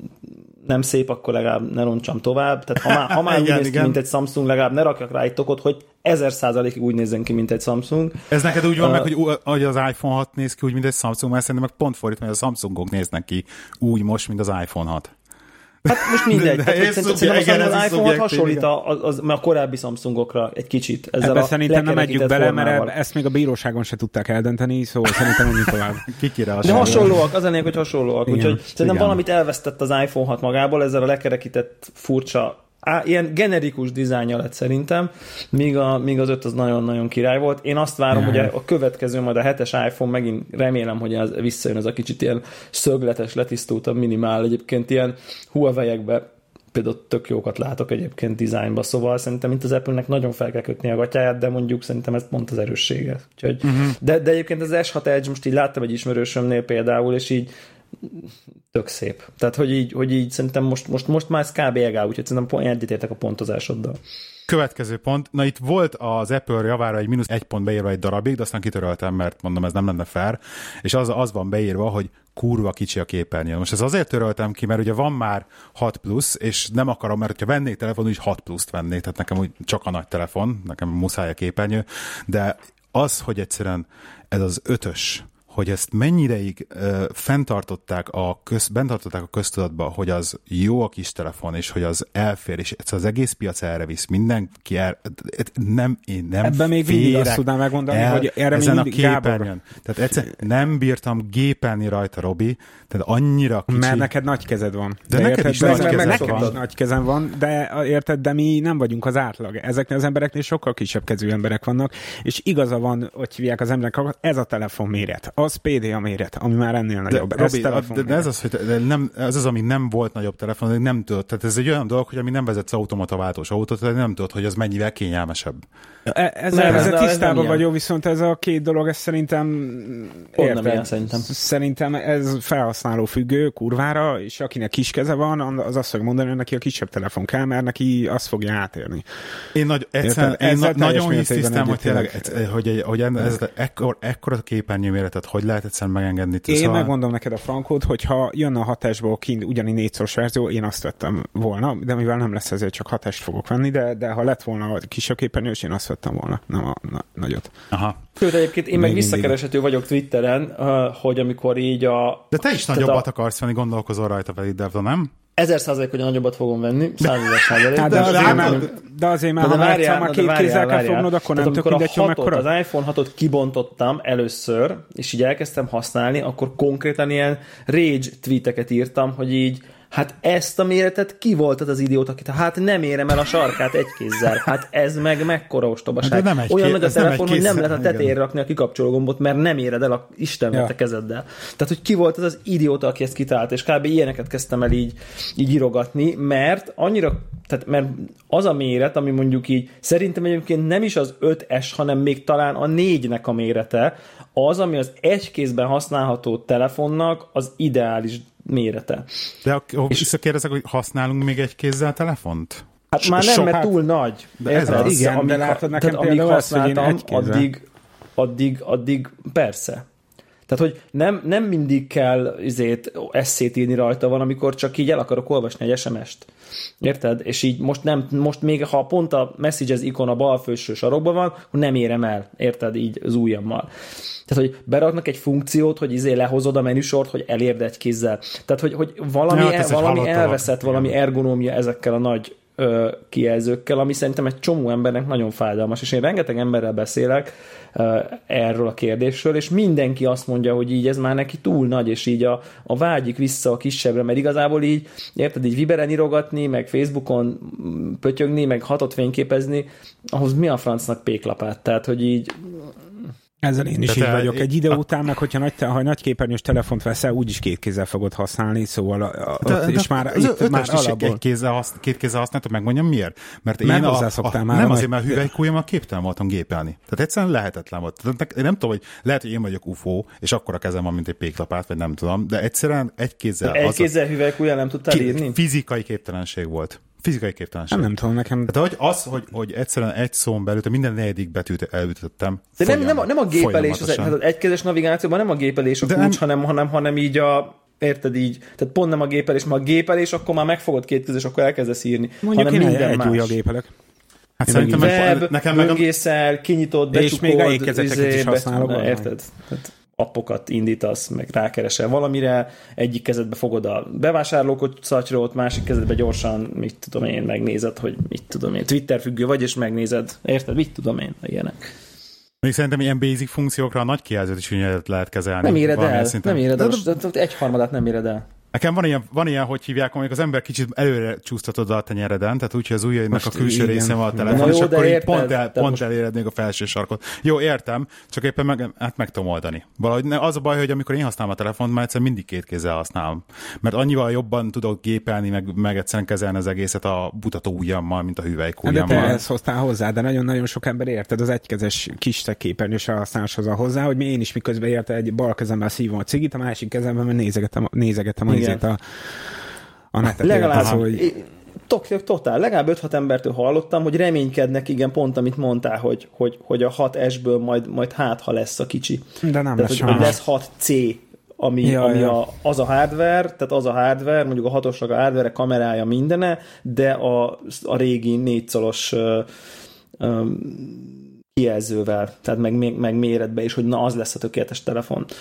nem szép, akkor legalább ne roncsam tovább. Tehát ha már, ha már igen, úgy néz ki, mint egy Samsung, legalább ne rakjak rá egy tokot, hogy ezer százalékig úgy nézzen ki, mint egy Samsung. Ez neked úgy van uh, meg, hogy, hogy az iPhone hat néz ki úgy, mint egy Samsung, mert szerintem meg pont fordítva, hogy a Samsungok néznek ki úgy most, mint az iPhone hat. Hát most mindegy. Tehát, szerintem az iPhone hat hasonlít a, a, a, a korábbi Samsungokra egy kicsit. Ebben szerintem nem megyünk bele, mert ezt még a bíróságon se tudták eldönteni, szóval szerintem ennyi tovább. Kikire De hasonlóak, az ennél, hogy hasonlóak. Igen. Úgyhogy szerintem igen. Valamit elvesztett az iPhone hat magából, ezzel a lekerekített furcsa, á, ilyen generikus dizájnja lett szerintem, míg, a, míg az öt az nagyon-nagyon király volt. Én azt várom, ja. hogy a következő, majd a hetes iPhone megint remélem, hogy ez visszajön ez a kicsit ilyen szögletes, letisztultabb, minimál, egyébként ilyen Huawei-ekbe például tök jókat látok egyébként dizájnba, szóval szerintem mint az Apple-nek nagyon fel kell kötni a gatyáját, de mondjuk szerintem ez pont az erőssége. Úgyhogy, uh-huh. de, de egyébként az es hat Edge most így láttam egy ismerősömnél például, és így tök szép. Tehát, hogy így, hogy így szerintem most, most, most már ez kb. Egál, úgyhogy szerintem egyetértek a pontozásoddal. Következő pont. Na itt volt az Apple javára egy mínusz egy pont beírva egy darabig, de aztán kitöröltem, mert mondom, ez nem lenne fair, és az, az van beírva, hogy kurva kicsi a képernyő. Most ez azért töröltem ki, mert ugye van már hat plusz, és nem akarom, mert ha vennék telefon, úgy hat pluszt vennék, tehát nekem úgy csak a nagy telefon, nekem muszáj a képernyő, de az, hogy egyszerűen ez az ötös, hogy ezt mennyireig uh, fenntartották a köz, bentartották a köztudatba, hogy az jó a kis telefon, és hogy az elfér, és az egész piac erre visz, mindenki el, nem, én nem ebben még mindig azt tudnám megmondani, hogy erre még mindig Gábor. Tehát egyszer nem bírtam gépelni rajta, Robi, tehát annyira kicsi. Mert neked nagy kezed van. De, de neked is nagy kezed nekem van. is nagy kezem van, de érted, de mi nem vagyunk az átlag. Ezeknél az embereknél sokkal kisebb kezű emberek vannak, és igaza van, hogy hívják az emberek, ez a telefon méret, az pé dé á méret, ami már ennél nagyobb. De, Robi, a, de, de ez az, hogy de nem, ez az, ami nem volt nagyobb telefon, de nem tudod. Tehát ez egy olyan dolog, hogy ami nem vezetsz automata váltós autót, tehát nem tudod, hogy az mennyivel kényelmesebb. E, ezzel ez ezzel tisztában vagyok, viszont ez a két dolog, ez szerintem érted, ilyen, szerintem. Szerintem ez felhasználó függő, kurvára, és akinek kis keze van, az azt fogja mondani, hogy neki a kisebb telefon kell, mert neki azt fogja átérni. Én, nagy, egyszerűen, én na, nagyon hisztisztem, hogy tényleg, hogy, egy, hogy ez ekkor, ekkora képernyő méretet, hogy lehet egyszerűen megengedni. Én szóval... megmondom neked a frankót, hogyha jönne a hatásból kint ugyanígy négyszoros verzió, én azt vettem volna, de mivel nem lesz, ezért csak hatást fogok venni, de, de ha lett volna a kisebb képernyős, én azt vettem volna, nem a na, nagyot. Aha. Sőt, egyébként én Még meg visszakereshető vagyok Twitteren, hogy amikor így a... De te is nagyobbat a... akarsz venni, gondolkozol rajta pedig, de nem? Ezer százalék, hogy a nagyobbat fogom venni, százezer százalék. Hát de, de, azért már, de azért már, ha várjál, már két kézzel kell fognod, akkor nem tök mindegy, hogy mekkora. Az iPhone hatot kibontottam először, és így elkezdtem használni, akkor konkrétan ilyen rage tweeteket írtam, hogy így hát ezt a méretet ki volt az az idióta, akit hát nem érem el a sarkát egy kézzel. Hát ez meg mekkora ostobaság. Hát olyan ké- nagy a telefon, hogy nem lehet a tetejére igen. rakni a kikapcsoló gombot, mert nem éred el a Isten ja. a kezeddel. Tehát, hogy ki volt az az idióta, aki ezt kitalált, és kb. Ilyeneket kezdtem el így, így írogatni, mert annyira, tehát mert az a méret, ami mondjuk így, szerintem egyébként nem is az öt es, hanem még talán a négynek a mérete, az, ami az egy kézben használható telefonnak az ideális mérete. De akkor visszakérdezek, hogy használunk még egy kézzel telefont? Hát már nem, mert túl nagy. De ez az. Igen, amíg, de látod nekem amíg használtam, azt, hogy addig, addig, addig persze. Tehát, hogy nem, nem mindig kell izét, eszét írni rajta, van, amikor csak így el akarok olvasni egy es em est. Érted? És így most, nem, most még, ha pont a messages ikon a bal felső sarokban van, akkor nem érem el. Érted? Így az ujjammal. Tehát, hogy beraknak egy funkciót, hogy izé lehozod a menüsort, hogy elérd egy kézzel. Tehát, hogy, hogy valami, ja, el, valami elveszett, valami ergonómia ezekkel a nagy ö, kijelzőkkel, ami szerintem egy csomó embernek nagyon fájdalmas. És én rengeteg emberrel beszélek ö, erről a kérdésről, és mindenki azt mondja, hogy így ez már neki túl nagy, és így a, a vágyik vissza a kisebbre, mert igazából így, érted, így Viberen írogatni, meg Facebookon pötyögni, meg hatot fényképezni, ahhoz mi a francnak péklapát? Tehát, hogy így ezzel én is de így te, vagyok. Egy idő a... után meg, hogyha nagy, ha nagy képernyős telefont veszel, úgyis két kézzel fogod használni, szóval a, de, ott, de, és már az itt már alapból. Egy kézzel hasz, két kézzel használtam, megmondjam miért? Mert Mert én a, a, már nem azért, mert hüvelykujjammal képtelen voltam gépelni. Tehát egyszerűen lehetetlen volt. Én nem tudom, hogy lehet, hogy én vagyok ufó, és akkor a kezem van, mint egy péklapát, vagy nem tudom, de egyszerűen egy kézzel... Egy kézzel hüvelykujjal nem tudtál ki, írni? Fizikai képtelenség volt. Fizikai képtelenség. Nem, nem tudom, nekem... Tehát hogy az, hogy, hogy egyszerűen egy szón belül, minden negyedik betűt elütöttem. De nem, nem, a, nem a gépelés, az, hát az egykezes navigációban nem a gépelés a kulcs, nem... hanem, hanem, hanem így a... Érted így? Tehát pont nem a gépelés, mert a gépelés, akkor már megfogod kétkezes, akkor elkezdesz írni. Mondjuk hanem én minden egy más. újra gépelek. Hát szerintem web, nekem mögészel, kinyitod, becsukod, és még egykezeteket is használok. Érted? Tehát appokat indítasz, meg rákeresel valamire, egyik kezedbe fogod a bevásárlókockacsot, másik kezedbe gyorsan, mit tudom én, megnézed, hogy mit tudom én, Twitter függő vagy, és megnézed, érted? Mit tudom én, ilyenek. Még szerintem ilyen basic funkciókra a nagy kijelzőt is lehet kezelni. Nem éred el, nem éred el, most egyharmadát nem éred el. Nekem van ilyen, van ilyen, hogy hívják, amikor az ember kicsit előre csúsztatod a tenyereden, tehát úgy, hogy az ujjainak most a külső része van a telefon, és akkor így pont, el, pont most... eléred még a felső sarkot. Jó, értem, csak éppen meg, hát meg tudom oldani. Valahogy ne, az a baj, hogy amikor én használom a telefont, már egyszer mindig két kézzel használom. Mert annyival jobban tudok gépelni, meg, meg egyszerűen kezelni az egészet a butató ujjammal, mint a hüvelykujjammal. De te ezt hoztál hozzá, de nagyon-nagyon sok ember érted az egykezes kis képernyős használás hozzá hozzá, hogy én is miközben érte egy bal kezemmel szívom a cigit, a másik kezemben mert nézegetem, nézegetem a a netet. Legalább, hogy... totál, legalább öt-hat embertől hallottam, hogy reménykednek, igen, pont amit mondtál, hogy, hogy, hogy a hat esből majd, majd hát, ha lesz a kicsi. De nem tehát, lesz hogy, hogy lesz hat cé, ami, ja, ami ja. A, az a hardware, tehát az a hardware, mondjuk a hatosnak a hardware, kamerája mindene, de a, a régi négyszoros uh, um, kijelzővel, tehát meg, meg méretbe is, hogy na az lesz a tökéletes telefon.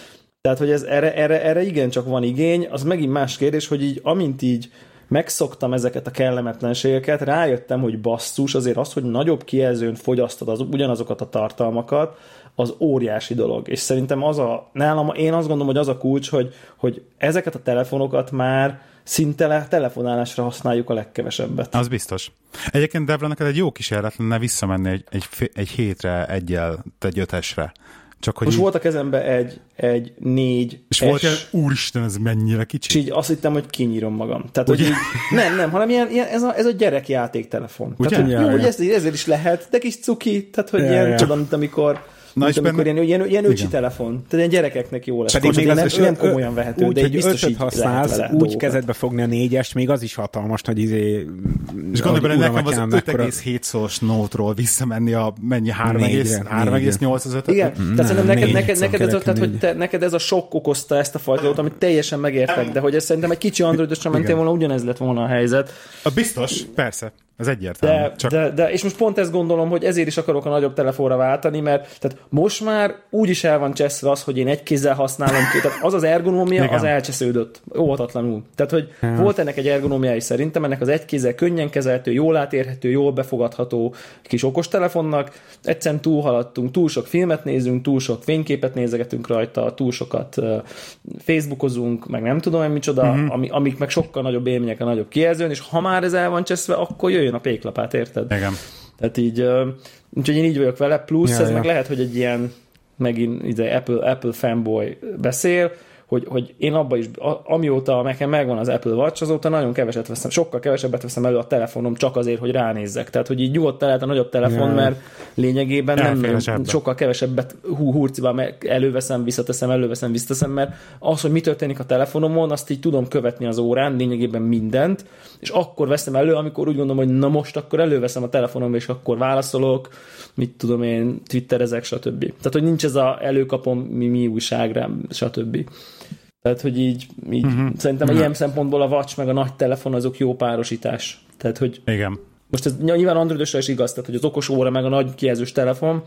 Tehát, hogy ez erre, erre, erre igencsak van igény, az megint más kérdés, hogy így, amint így megszoktam ezeket a kellemetlenségeket, rájöttem, hogy basszus, azért az, hogy nagyobb kijelzőn fogyasztod az, ugyanazokat a tartalmakat, az óriási dolog. És szerintem az a, nálam, én azt gondolom, hogy az a kulcs, hogy, hogy ezeket a telefonokat már szinte le, telefonálásra használjuk a legkevesebbet. Az biztos. Egyébként, Debra, neked egy jó kísérlet lenne visszamenni egy, egy, egy hétre egyel, egy ötesre. Csak, hogy most így... volt a kezembe egy, egy négy és es, volt ilyen, úristen, ez mennyire kicsi. És így azt hittem, hogy kinyírom magam. Tehát, hogy így, nem, nem, hanem ilyen, ilyen, ez, a, ez a gyerekjátéktelefon. Tehát, hogy, jó, hogy ez, ezért is lehet, de kis cuki, tehát, hogy ja, ilyen, ja. tudom, amikor Na és amikor benne... ilyen, ilyen öcsi telefon. Tehát ilyen gyerekeknek jó lesz. Pedig még nem, az nem komolyan vehető, úgy, de így biztos így használsz, úgy dolgokat. Kezedbe fogni a négyest, még az is hatalmas nagy izé... És gondolj bele, nekem az öt egész hét szoros Note-ról visszamenni a mennyi három egész nyolc az ötöt. Igen, tehát szerintem neked, neked, neked, ez, tehát, hogy te, neked ez a sok okozta ezt a fajta, amit teljesen megértek, de hogy ez szerintem egy kicsi androidosra mentél volna, ugyanez lett volna a helyzet. A biztos, persze. Ez egyértelmű. De, Csak... de, de, és most pont ezt gondolom, hogy ezért is akarok a nagyobb telefonra váltani, mert tehát most már úgy is el van cseszve az, hogy én egy kézzel használom ki. Tehát az az ergonómia, az elcsesződött. Óvatatlanul. Tehát, hogy ja. volt ennek egy ergonómiái szerintem, ennek az egy kézzel könnyen kezelhető, jól átérhető, jól befogadható kis okostelefonnak. Egyszerűen túlhaladtunk, túl sok filmet nézünk, túl sok fényképet nézegetünk rajta, túl sokat uh, Facebookozunk, meg nem tudom, hogy micsoda, uh-huh. ami, amik meg sokkal nagyobb élmények, a nagyobb kijelzőn, és ha már ez el van cseszve, akkor jöjjön a péklapát, érted? Igen. Tehát így, uh, úgyhogy én így vagyok vele, plusz ja, ez ja. meg lehet, hogy egy ilyen megint ide Apple, Apple fanboy beszél, hogy, hogy én abba is, amióta nekem megvan az Apple Watch, azóta nagyon keveset veszem, sokkal kevesebbet veszem elő a telefonom csak azért, hogy ránézzek. Tehát, hogy így nyugodtan lehet a nagyobb telefon, ja. mert lényegében nem, nem sokkal kevesebbet hú, hurcival előveszem, visszateszem, előveszem, visszateszem, mert az, hogy mi történik a telefonomon, azt így tudom követni az órán, lényegében mindent, és akkor veszem elő, amikor úgy gondolom, hogy na most akkor előveszem a telefonom, és akkor válaszolok, mit tudom én, twitterezek, stb. Tehát, hogy nincs ez a előkapom mi, mi újságra, stb. Tehát, hogy így, így uh-huh. szerintem uh-huh. ilyen szempontból a Watch meg a nagy telefon azok jó párosítás. Tehát, hogy igen. Most ez nyilván androidosra is igaz, tehát, hogy az okos óra meg a nagy kijelzős telefon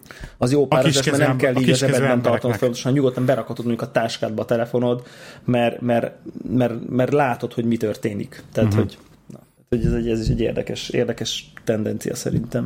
az jó párosítás, mert nem kell így a zsebedben tartanod folyamatosan, nyugodtan berakhatod mondjuk a táskádba a telefonod, mert, mert, mert, mert látod, hogy mi történik. Tehát, uh-huh. hogy, na, hogy ez, egy, ez is egy érdekes, érdekes tendencia szerintem.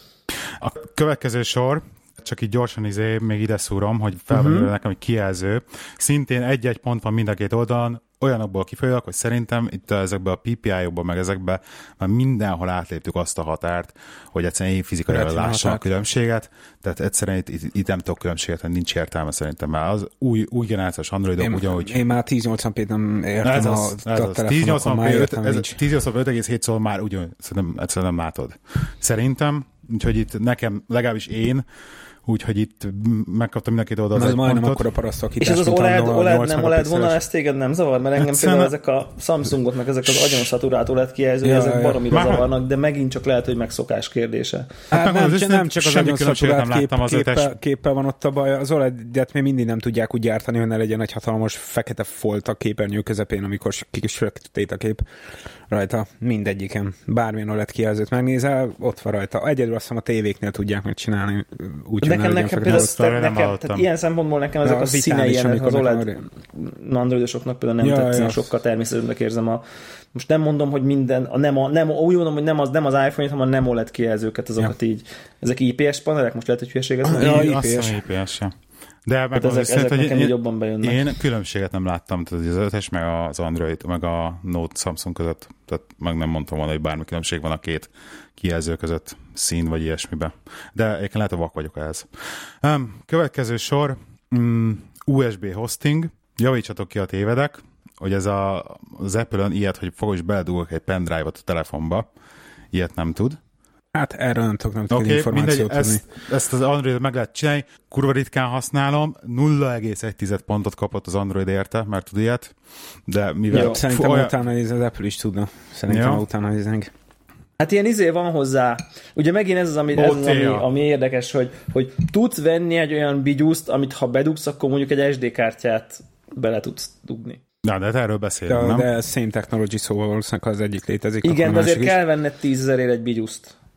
A következő sor, csak így gyorsan izé, még ide szúrom, hogy felvenni uh-huh. nekem egy kijelző. Szintén egy-egy pont van mind a két oldalon, olyanokból kifolyólag, hogy szerintem itt ezekben a pé pé í-okban, meg ezekben már mindenhol átléptük azt a határt, hogy egyszerűen én fizikailag lássam a különbséget, tehát egyszerűen itt, itt, itt nem tudok különbséget, nincs értelme szerintem már. Az új, új generációs Androidok én, ugyanúgy... Én már tíz nyolcvan pét nem értem ez a, az, a, ez a telefonokon, már értem nincs. tíz nyolcvan öt egész hét szól már ugyan, szerintem egyszerűen nem látod. Szerintem, úgyhogy itt nekem, legalábbis én, úgyhogy itt megkaptam mindenkit oda az egy majdnem pontot. akkor a parasztokítás. És ez az OLED, OLED nem OLED vonal, ezt téged nem zavar? Mert engem például ezek a Samsungoknak, ezek az agyon szaturált OLED kijelzői, ezek ja, baromira ja. zavarnak, de megint csak lehet, hogy megszokás kérdése. Hát, hát nem, nem, nem csak az agyon szaturált kép, képpel, képpel van ott a baj. Az OLED-et még mindig nem tudják úgy gyártani, hogy ne legyen egy hatalmas fekete folt a képernyő közepén, amikor kisrögtét a kép rajta. Mindegyiken. Bármilyen OLED kijelzőt megnézel, ott van rajta. Egyedül azt hiszem a tévéknél tudják megcsinálni. Úgy, nekem, nekem például te, nekem, tehát ilyen szempontból nekem ezek a, a színei ilyen, az OLED androidosoknak például nem ja, tetszenek, ja. sokkal természetesnek érzem a... Most nem mondom, hogy minden, a nem a, nem, úgy mondom, hogy nem az, nem az iPhone-t, hanem a nem OLED kijelzőket, azokat ja. így, ezek I P S panelek, most lehet, hogy hülyeséget mondani. Ja, I P S. I P S, ja. De meg ezek, ezek nekem így jobban bejönnek. Én különbséget nem láttam, tehát az ötös, meg az Android, meg a Note Samsung között, tehát meg nem mondtam volna, hogy bármi különbség van a két kijelző között, szín vagy ilyesmiben. De egyébként lehet, hogy vak vagyok ehhez. Következő sor, um, U S B hosting, javítsatok ki a tévedek, hogy ez a, az Apple-ön ilyet, hogy fogok és beledugok egy pendrive-ot a telefonba, ilyet nem tud. Hát erről nem tudok, nem tudok okay, információt tudni. Ezt, ezt az Android meg lehet csinálni, kurva ritkán használom, nulla egész egy pontot kapott az Android érte, mert tud ilyet, de mivel... Jó, szerintem olyan... utána nézni, az Apple is tudna. Szerintem ja. utána néznénk. Hát ilyen izé van hozzá. Ugye megint ez az, ami, ez az, ami, ami érdekes, hogy, hogy tudsz venni egy olyan bigyúzt, amit ha bedugsz, akkor mondjuk egy es dé kártyát bele tudsz dugni. Na, de hát erről beszélünk, de, nem? De same technology, szóval valószínűleg az egyik létezik. Igen, de azért kell venned tízezerért egy bigyúzt.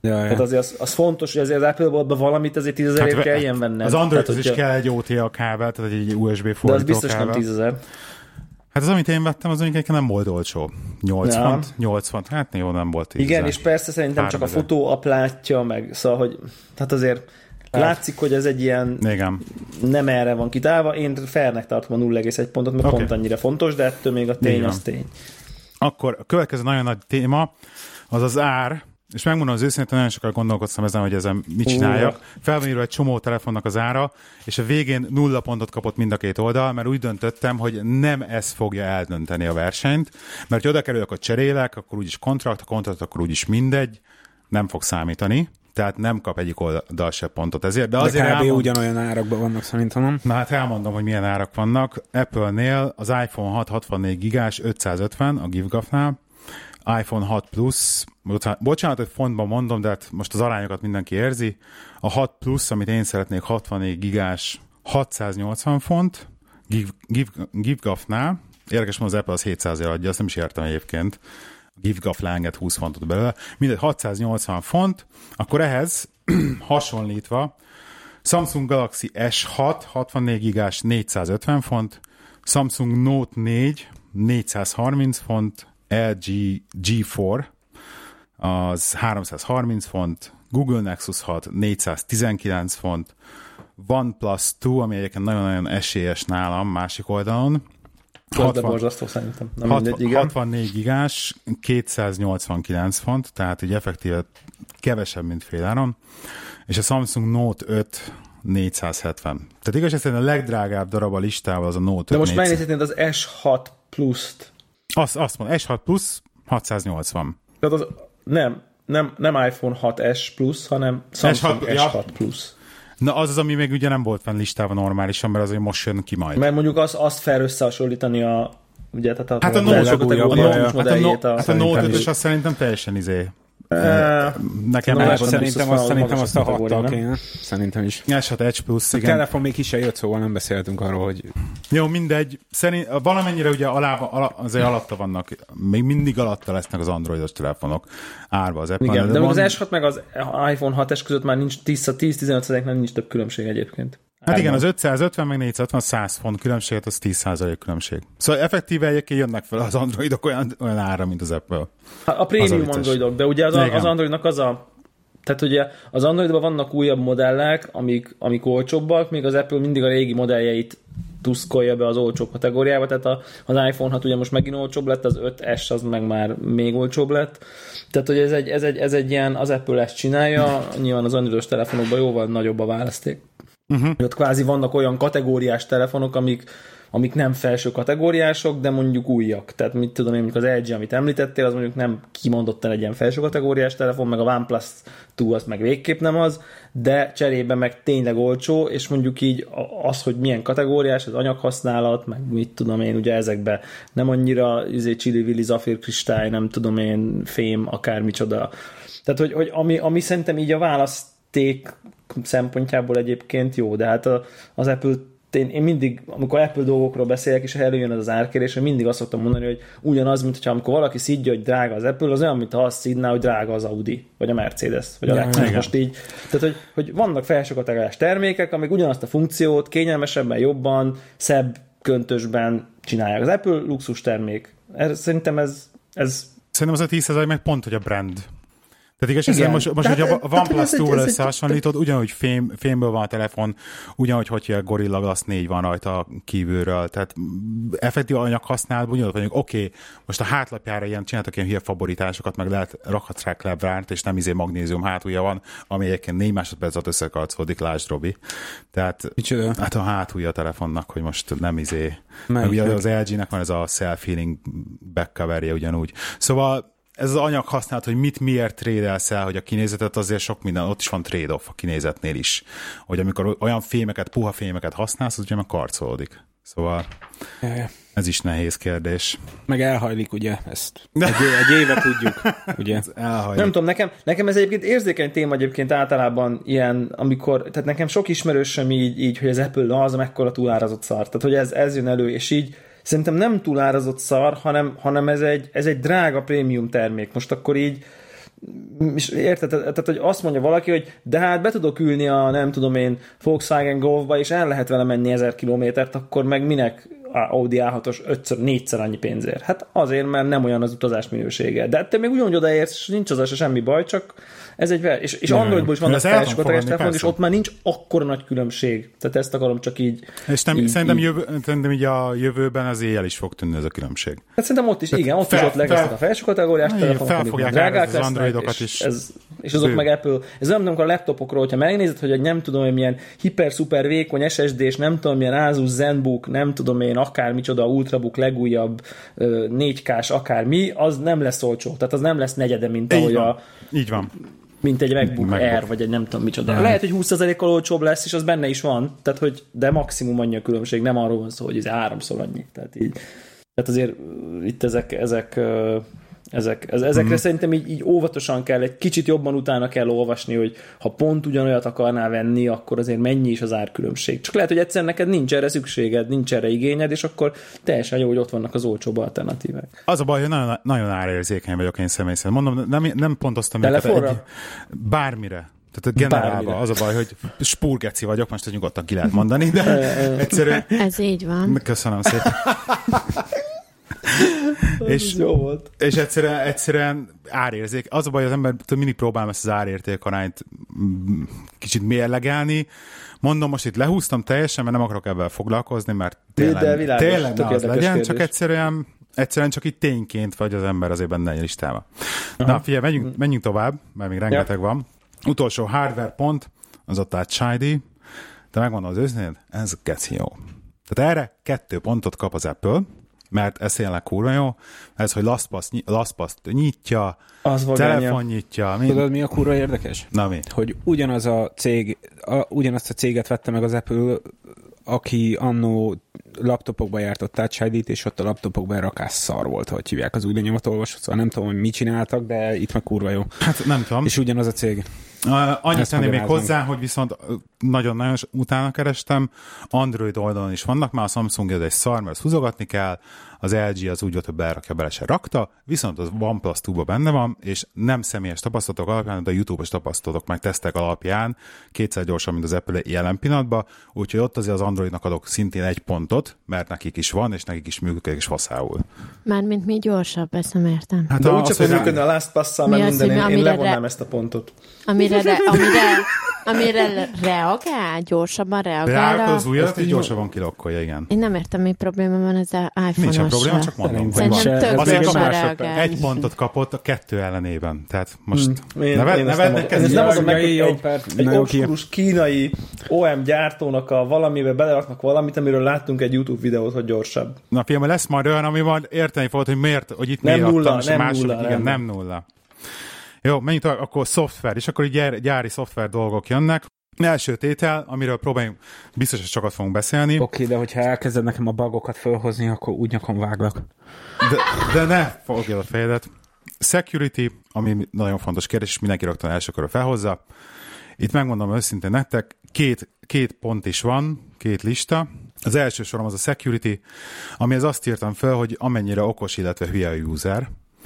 Ja, ja. Tehát azért az, az fontos, hogy azért az Apple-boltban valamit azért tízezerért hát, kelljen vennem. Az Androidhoz is kell egy o té a kábel, tehát egy u es bé fordító kábel. De az biztos kábel. Nem tízezer. Hát az, amit én vettem, az mondjuk nem volt olcsó. nyolc ja. font, nyolc font, hát jó, nem volt tízezer. Igen, és persze szerintem csak a fotó app látja, meg szóval, hogy hát azért látszik, hogy ez egy ilyen igen. nem erre van kitálva. Én fairnek tartom a nulla egész egy pontot, mert okay. pont annyira fontos, de ettől még a tény igen. az tény. Akkor a következő nagyon nagy téma az az ár, és megmondom az őszintén, nagyon sokat gondolkodtam ezen, hogy ezen mit csináljak. Felmérül egy csomó telefonnak az ára, és a végén nulla pontot kapott mind a két oldal, mert úgy döntöttem, hogy nem ez fogja eldönteni a versenyt, mert ha oda kerülök, a cserélek, akkor úgyis kontrakt, a kontrakt, akkor úgyis mindegy, nem fog számítani. Tehát nem kap egyik oldal se pontot ezért. De, de azért kb. elmond... ugyanolyan árakban vannak szerintem, nem? Na hát elmondom, hogy milyen árak vannak. Apple-nél az iPhone hat hatvannégy gigás ötszázötven, a GiveGuff-nál, iPhone hat Plus, bocsánat, hogy fontban mondom, de hát most az arányokat mindenki érzi. A hat Plus, amit én szeretnék, hatvannégy gigás, hatszáznyolcvan font, GiveGuff-nál, érdekes, hogy az Apple az hétszázért adja, azt nem is értem egyébként. GiveGuff leenged húsz fontot belőle, mindegy hatszáznyolcvan font, akkor ehhez hasonlítva Samsung Galaxy es hat hatvannégy gigás négyszázötven font, Samsung Note négy négyszázharminc font, el gé gé négy az háromszázharminc font, Google Nexus hat négyszáztizenkilenc font, OnePlus kettő, ami egyébként nagyon-nagyon esélyes nálam másik oldalon, hatvan, borzasztó szerintem. Nem hatvan, mindegy, igen. hatvannégy gigás, kétszáznyolcvankilenc font, tehát így effektíve kevesebb, mint féláron, és a Samsung Note öt négyszázhetven. Tehát igaz, hogy a legdrágább darab a listával az a Note öt. De most megnézhetnéd az es hat Plus-t. Azt, azt mondom, es hat Plus hatszáznyolcvan. Tehát az nem, nem, nem iPhone hat S Plus, hanem Samsung es hat, es hat Plus. Na az az, ami még ugye nem volt fenn listában normálisan, mert az, hogy most jön ki majd. Mert mondjuk azt, azt fel összehasonlítani a ugye, tehát a, hát a Note modelljét. Hát a Note öt, és azt szerintem teljesen izé. Uh, Nekem no, szerintem azt, szerintem azt a hattal kéne. Szerintem is. es hat Edge Plus, igen. A telefon még ki se jött, szóval nem beszéltünk arról, hogy... Jó, mindegy. Szerint, valamennyire ugye alá, alá, azért alatta vannak, még mindig alatta lesznek az androidos telefonok árva az Apple. Igen, de, de az es hat meg az iPhone hat es között már nincs tíz-tizenöt százaléknál nincs több különbség egyébként. Hát igen, az ötszázötven meg négyszázötven, száz font különbséget, az tíz százalék különbség. Szóval effektíve egyébként jönnek fel az androidok olyan, olyan ára, mint az Apple. Hát a prémium androidok, de ugye az, a, az androidnak az a... Tehát ugye az androidban vannak újabb modellek, amik, amik olcsóbbak, még az Apple mindig a régi modelljeit tuszkolja be az olcsó kategóriába, tehát a, az iPhone hat ugye most megint olcsóbb lett, az öt S az meg már még olcsóbb lett. Tehát, hogy ez egy, ez egy, ez egy ilyen, az Apple ezt csinálja, nyilván az androidos telefonokban jóval nagyobb a választék. Uh-huh. Ott kvázi vannak olyan kategóriás telefonok, amik, amik nem felső kategóriások, de mondjuk újak. Tehát mit tudom én, mondjuk az el gé, amit említettél, az mondjuk nem kimondottan egy ilyen felső kategóriás telefon, meg a OnePlus kettő az meg végképp nem az, de cserébe meg tényleg olcsó, és mondjuk így az, hogy milyen kategóriás, az anyaghasználat, meg mit tudom én, ugye ezekben nem annyira izé, csili-vili, zafírkristály, nem tudom én, fém, akármicsoda. Tehát, hogy, hogy ami, ami szerintem így a választék szempontjából egyébként jó, de hát az Apple, én, én mindig, amikor Apple dolgokról beszélek, és előjön ez az árkérés, én mindig azt szoktam mondani, hogy ugyanaz, mint hogyha amikor valaki szidja, hogy drága az Apple, az olyan, mint ha azt szidná, hogy drága az Audi, vagy a Mercedes, vagy a Lexus. Ja, most így. Tehát, hogy, hogy vannak felső kategóriás termékek, amik ugyanazt a funkciót kényelmesebben, jobban, szebb köntösben csinálják. Az Apple luxus termék. Ez, szerintem ez, ez... Szerintem az a tíz százalék meg pont, hogy a brand. Tehát igaz, hogy most, most hogy a OnePlus kettővel összehasonlítod, ugyanúgy fém, fémből van a telefon, ugyanúgy, hogy a Gorilla Glass négy van rajta kívülről, tehát effektív anyaghasználatban ugyanúgy vagyunk, oké, okay, most a hátlapjára ilyen csináltak ilyen hülye favoritásokat, meg lehet rakhatsz rá klebránt, és nem izé magnézium hátulja van, ami egyébként négy másodperc alatt összekarcolódik, lásd, Robi. Tehát Micsoda? Hát a hátulja a telefonnak, hogy most nem izé. Ugye az el gé-nek van ez a self-healing back coverje ugyanúgy. Szóval ez az anyag használat, hogy mit miért trédelsz el, hogy a kinézetet azért sok minden, ott is van trade-off a kinézetnél is. Hogy amikor olyan fémeket, puha fémeket használsz, az ugye meg karcolódik. Szóval ez is nehéz kérdés. Meg elhajlik, ugye, ezt egy, egy éve tudjuk, ugye. Nem tudom, nekem, nekem ez egyébként érzékeny téma egyébként általában ilyen, amikor, tehát nekem sok ismerősöm így, így hogy az Apple az mekkora túlárazott szar. Tehát, hogy ez, ez jön elő, és így szerintem nem túlárazott szar, hanem, hanem ez, egy, ez egy drága prémium termék. Most akkor így És érted? Tehát, hogy azt mondja valaki, hogy de hát be tudok ülni a, nem tudom én, Volkswagen Golfba, és el lehet vele menni ezer kilométert, akkor meg minek Audi á hatos ötször, négyszer annyi pénzért? Hát azért, mert nem olyan az utazás minősége. De te még ugyanúgy odaérsz, és nincs az se semmi baj, csak ez egy... És, és Androidból is vannak felsőkategóriás telefonok, és ott már nincs akkora nagy különbség. Tehát ezt akarom csak így... És nem, így, szerintem, így. Jövő, szerintem így a jövőben az éjjel is fog tűnni ez a különbség. Hát szerintem ott is, igen, ott fel, is ott legesznek a felsőkategóriás telefonok, felfogják drágák az lesznek, androidokat és, is. ez, és azok meg Apple. Ez olyan, amikor a laptopokról, hogyha megnézed, hogy egy nem tudom én milyen hiper-szuper vékony es es dés, nem tudom milyen Asus ZenBook, nem tudom én akármicsoda Ultrabook legújabb négy kás akármi, az nem lesz olcsó. Tehát az nem lesz negyede, mint ahogy a... Így van. Mint egy MacBook, MacBook Air, vagy egy nem tudom micsoda. Ja. Lehet, hogy húsz százalékkal olcsóbb lesz, és az benne is van, tehát hogy, de maximum annyi a különbség, nem arról van szó, hogy ez háromszor annyi. Tehát így. Tehát azért itt ezek, ezek, ezek, ezekre mm-hmm. szerintem így, így óvatosan kell, egy kicsit jobban utána kell olvasni, hogy ha pont ugyanolyat akarnál venni, akkor azért mennyi is az árkülönbség. Csak lehet, hogy egyszer neked nincs erre szükséged, nincs erre igényed, és akkor teljesen jó, hogy ott vannak az olcsóbb alternatívák. Az a baj, hogy nagyon, nagyon árérzékeny vagyok én személy szerint. Mondom, nem, nem pontoztam őket egy, bármire. Tehát generálva az a baj, hogy spurgeci vagyok, most hogy nyugodtan ki lehet mondani, de egyszerűen... Ez így van. Köszönöm szépen. és, jó volt. és egyszerűen, egyszerűen árérzék. Az a baj, az ember mindig próbálom ezt az árérték arányt kicsit mérlegelni. Mondom, most itt lehúztam teljesen, mert nem akarok ebben foglalkozni, mert tényleg, világos, tényleg ne az legyen, kérdés. csak egyszerűen, egyszerűen csak itt tényként vagy az ember azért benne egy listában. Na figyelj, menjünk, menjünk tovább, mert még rengeteg ja. van. Utolsó hardware pont, az a Touch áj dy. De megmondom az őszintén, ez geci jó. Tehát erre kettő pontot kap az Apple, mert ez tényleg kurva jó. Ez, hogy LastPass nyitja, telefon nyitja. Mind... Tudod, mi a kurva érdekes? Na mi? Hogy ugyanaz a cég, a, ugyanazt a céget vette meg az Apple, aki annó laptopokba jártott Touch áj dy-t, és ott a laptopokban rakás szar volt, hogy hívják az új lenyomatolvasót. Szóval nem tudom, hogy mit csináltak, de itt meg kurva jó. Hát nem tudom. És ugyanaz a cég. Uh, annyit tenném még hozzá, hogy viszont nagyon-nagyon utána kerestem, Android oldalon is vannak, már a Samsung ez egy szar, mert ezt húzogatni kell, az el gé az úgy volt, hogy berakja, bele se rakta, viszont az OnePlus two-ba benne van, és nem személyes tapasztalatok alapján, de a YouTube-os tapasztalatok meg tesztek alapján kétszer gyorsabb, mint az Apple jelen pillanatban, úgyhogy ott azért az Androidnak adok szintén egy pontot, mert nekik is van, és nekik is működik, és faszául. Mármint mi gyorsabb, ezt nem értem. Hát de úgyse fog működni a LastPass-szal, mert minden, én, én levonnám ezt a pontot. Amire, re, amire, amire reagál, gyorsabban reagál. Reagál az újat, és gyorsabban kilokkolja, igen. Én nem értem, mi probléma van ezzel iPhone-ossal. Nincs a probléma, csak mondom. Szerintem tök gyorsan reagál. Egy pontot kapott a kettő ellenében. Tehát most hmm. én, neved, én nevednek ez. Ez nem az a meg, hogy egy, egy obskurus kínai o em gyártónak a valamibe beleraknak valamit, amiről láttunk egy YouTube videót, hogy gyorsabb. Na fiam, lesz majd olyan, ami majd érteni fogod, hogy miért, hogy itt nem miért nulla, adtam, nem második, nulla, igen, nem nulla. Jó, menjünk tovább, akkor szoftver, és akkor így gyári, gyári szoftver dolgok jönnek. Első tétel, amiről próbáljunk, biztos, hogy sokat fogunk beszélni. Oké, okay, de hogyha elkezded nekem a bugokat fölhozni, akkor úgy nyakon váglak. De, de ne fogjad a fejedet. Security, ami nagyon fontos kérdés, és mindenki rögtön első körül felhozza. Itt megmondom őszintén nektek, két, két pont is van, két lista. Az első sorom az a security, ami az azt írtam fel, hogy amennyire okos, illetve hülye a user,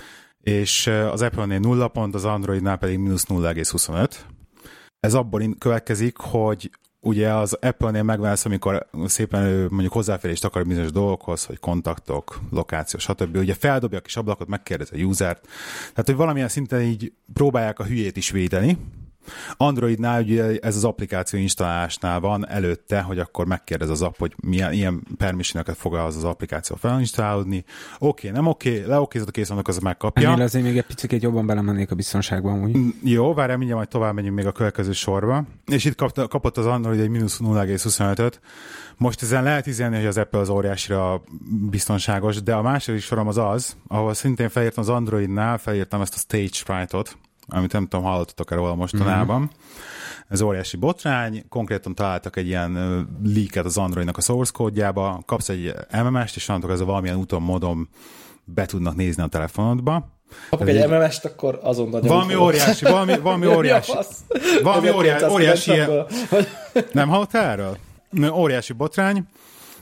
és az Apple-nél nulla pont, az Androidnál pedig mínusz nulla egész huszonöt. Ez abból következik, hogy ugye az Apple-nél megválsz, amikor szépen ő mondjuk hozzáférést akar bizonyos dolgokhoz, hogy kontaktok, lokáció, stb. Ugye feldobja a kis ablakot, megkérdez a usert. Tehát, hogy valamilyen szinten így próbálják a hülyét is védeni. Androidnál ugye ez az applikáció installálásnál van előtte, hogy akkor megkérdez az app, hogy milyen ilyen permissionokat fog az az applikáció felinstallálódni. Oké, okay, nem oké, okay, leokézod a kész, annak az megkapja. Ennél azért még egy picit jobban belemennék a biztonságban. Úgy. Jó, várjál, mindjárt majd tovább megyünk még a következő sorba. És itt kapta, kapott az Android egy mínusz nulla egész huszonötöt. Most ezen lehet ízelni, hogy az Apple az óriásira biztonságos, de a második sorom az az, ahol szintén felírtam az Androidnál, felírtam ezt a Stage Fright-ot, amit nem tudom, hallottatok-e róla mostanában. Mm-hmm. Ez óriási botrány, konkrétan találtak egy ilyen leaket az Androidnak a source kódjába, kapsz egy em em est, és annak ez a valamilyen úton, módon be tudnak nézni a telefonodba. Kapok egy em em est, akkor azon nagyon valami óriási, valami, valami óriási, valami óriási, óriási, nem hallottál erről? Óriási botrány,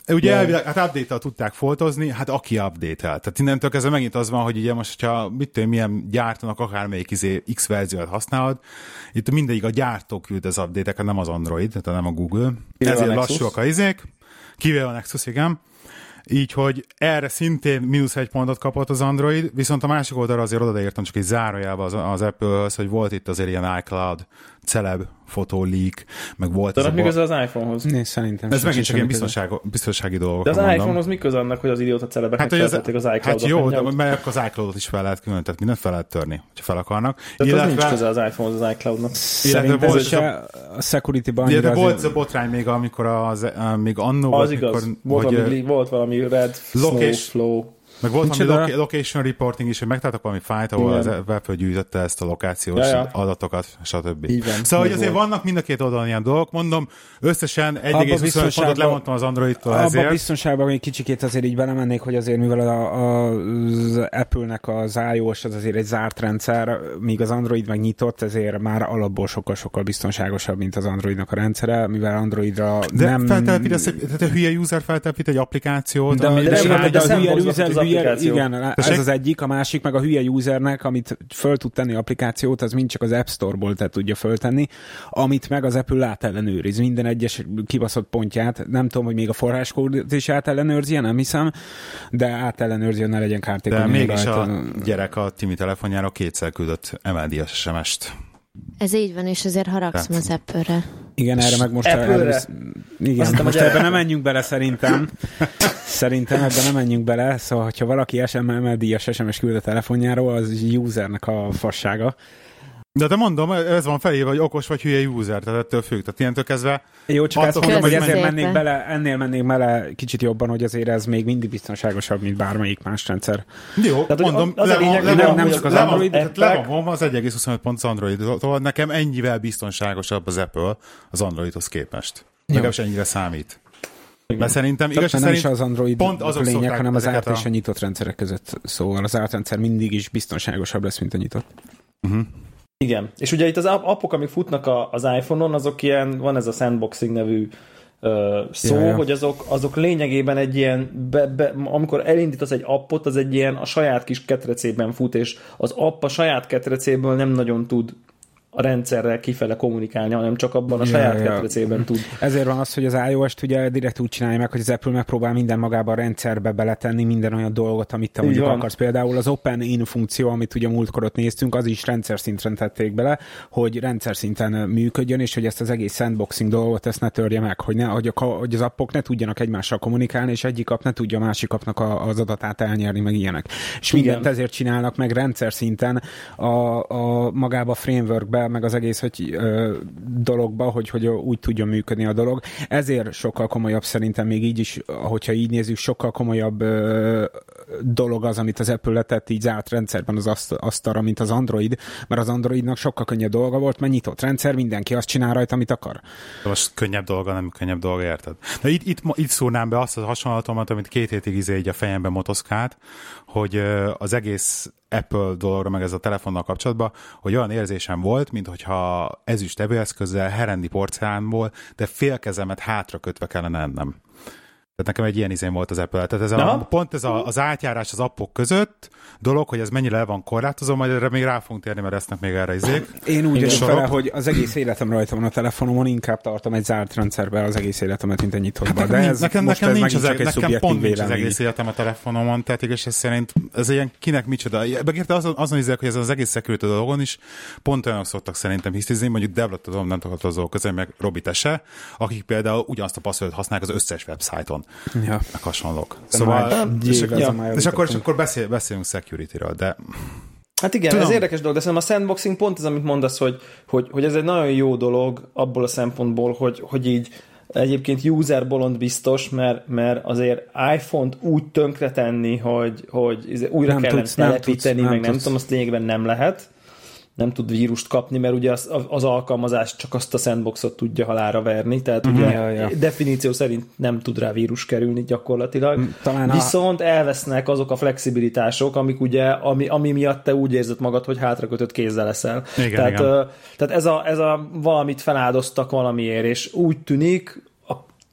ugye yeah. elvileg, hát update-tel tudták foltozni, hát aki update-el. Tehát innentől kezdve megint az van, hogy ugye most, hogyha mit tudom, milyen gyártónak akármelyik izé X verziót használod, itt mindegyik a gyártó küld az update-eket, nem az Android, tehát nem a Google. Kivel ezért lassúak a izék. Kivéve a Nexus, igen. Így, hogy erre szintén mínusz egy pontot kapott az Android, viszont a másik oldalra azért odaértem csak egy zárójelbe az, az Apple-höz, hogy volt itt azért ilyen iCloud celeb fotó leak, meg volt... De mi köze az iPhone-hoz? Né, szerintem. Ez megint csak ilyen biztonság, biztonsági dolgok. De az mondom. iPhone-hoz mi köze annak, hogy az idióta celebek hát, megfeltették az iCloud-ot? Hát jó, de mert az iCloud-ot is fel lehet külön, tehát mindent fel lehet törni, ha fel akarnak. Tehát illetve, az nincs köze az iPhone-hoz az iCloud-nak. Szerintem ez se a security-ban annyira... De volt a botrány még, amikor az, még annó volt, az igaz. Volt valami red snowflow. Meg volt valami loca- location reporting is, hogy megtaláltak valami fájt, ahol igen. az Apple gyűjtötte ezt a lokációs ja, ja. adatokat, stb. Szóval, hogy azért volt. Vannak mind a két oldalon ilyen dolgok, mondom, összesen egy egész huszonöt pontot lemondtam az Androidtól ezért. Abba biztonságban még kicsikét azért így belemennék, hogy azért mivel a, a, az Apple-nek az iOS az azért egy zárt rendszer, míg az Android meg nyitott, ezért már alapból sokkal-sokkal biztonságosabb, mint az Androidnak a rendszere, mivel Androidra de nem... feltelepítesz, tehát a hülye user feltelepít egy applikációt, de, ami... De, de, de, de a hülye user, hülye, igen, Tessék? ez az egyik, a másik meg a hülye usernek, amit föl tud tenni applikációt, az mind csak az App Store-ból te tudja föltenni, amit meg az Apple átellenőriz, minden egyes kibaszott pontját, nem tudom, hogy még a forráskódot is átellenőrzi, nem hiszem, de átellenőrzi, hogy ne legyen kártékony. De mégis a gyerek a Timi telefonjára kétszer küldött em el dé-es es em es-t. Ez így van, és azért haragszom az Apple-re. Igen, erre meg most... Erre, igen, Aztán most ebben nem menjünk bele szerintem. Szerintem ebben nem menjünk bele, szóval ha valaki em el dé-es es em es küld a telefonjáról, az usernek a fassága. De te mondom, ez van felé, vagy okos vagy hülye user, tehát ettől függ. Tehát ilyentől kezdve... Jó, csak ezt mondom, hogy ezért mennék bele, ennél mennék bele kicsit jobban, hogy azért ez még mindig biztonságosabb, mint bármelyik más rendszer. Jó, tehát, mondom, az le, lényeg, le, nem, nem csak az Android. Le van az egy egész huszonöt pont az Android-tól, nekem ennyivel biztonságosabb az Apple az Androidhoz képest. Legalábbis ennyire számít. Mert szerintem igaz, nem szerint is az Android pont azok lényeg, hanem az árt a... és a nyitott rendszerek között. Szóval az árt rendszer mindig is biztonságosabb lesz, mint a nyitott. Uh-huh. Igen. És ugye itt az appok, amik futnak a, az iPhone-on, azok ilyen, van ez a sandboxing nevű ö, szó, ja, ja. hogy azok, azok lényegében egy ilyen, be, be, amikor elindítasz egy appot, az egy ilyen a saját kis ketrecében fut, és az app a saját ketrecéből nem nagyon tud a rendszerrel kifele kommunikálni, hanem csak abban a saját ja, ketrecében ja. tud. Ezért van az, hogy az iOS-t ugye direkt úgy csinálja meg, hogy az Apple megpróbál minden magába a rendszerbe beletenni, minden olyan dolgot, amit te így mondjuk van. Akarsz. Például az Open-in funkció, amit ugye múltkor ott néztünk, az is rendszer szinten tették bele, hogy rendszer szinten működjön, és hogy ezt az egész sandboxing dolgot ezt ne törje meg, hogy, ne, hogy, a, hogy az appok ne tudjanak egymással kommunikálni, és egyik app ne tudja a másik appnak a, az adatát elnyerni, meg ilyenek. És igen. mindent ezért csinálnak meg rendszer szinten a, a magába a frameworkbe, meg az egész hogy, ö, dologba, hogy, hogy úgy tudjon működni a dolog. Ezért sokkal komolyabb szerintem még így is, hogyha így nézzük, sokkal komolyabb ö, dolog az, amit az Apple letett így zárt rendszerben az aszt- asztalra, mint az Android, mert az Androidnak sokkal könnyebb dolga volt, mert nyitott rendszer, mindenki azt csinál rajta, amit akar. De most könnyebb dolga, nem könnyebb dolga, érted? De itt, itt, itt szúrnám be azt a hasonlatomat, amit két hétig izé így a fejemben motoszkált, hogy az egész Apple dologra, meg ez a telefonnal kapcsolatban, hogy olyan érzésem volt, mintha ezüst evőeszközzel, herendi porcelánból, de félkezemet hátra kötve kellene ennem. Tehát nekem egy ilyen izén volt az Apple. Tehát ez a, pont ez a, az átjárás az appok között dolog, hogy ez mennyire el van korlátozó, majd erre még rá fogunk térni, mert lesznek még erre izék. Én úgy vagyok vele, hogy az egész életem rajta van a telefonomon, inkább tartom egy zárt rendszerbe az egész életemet, mint egy nyitottba. Hát de ez nekem, most nekem ez nincs az, csak egy nekem pont nincs az egész vélemény. életem a telefonomon, tehát igaz, ez szerint ez ilyen kinek micsoda. Megérte azon, azon izélek, hogy ez az egész security dolgon is pont olyanok szoktak szerintem hisztizni, mondjuk Devla tudom, nem tartozó közön, meg Robi Tese, akik például ugyanazt a passzolót használják az összes websájton. Ja. Hasonlók. Szóval, és, ja, és akkor, és akkor beszél, beszélünk security-ről, de... Hát igen, tudom. Ez érdekes dolog, de szerintem a sandboxing pont az, amit mondasz, hogy, hogy, hogy ez egy nagyon jó dolog abból a szempontból, hogy, hogy így egyébként user bolond biztos, mert, mert azért iPhone-t úgy tönkretenni, hogy, hogy újra nem kellene telepíteni, nem meg nem tudsz. tudom, azt lényegben nem lehet. Nem tud vírust kapni, mert ugye az, az alkalmazás csak azt a sandboxot tudja halálra verni, tehát uh-huh. ugye ja, ja. definíció szerint nem tud rá vírus kerülni gyakorlatilag. Talán Viszont a... elvesznek azok a flexibilitások, amik ugye, ami, ami miatt te úgy érzed magad, hogy hátrakötött kézzel leszel. Igen, tehát igen. Uh, tehát ez, a, ez a valamit feláldoztak valamiért, és úgy tűnik, a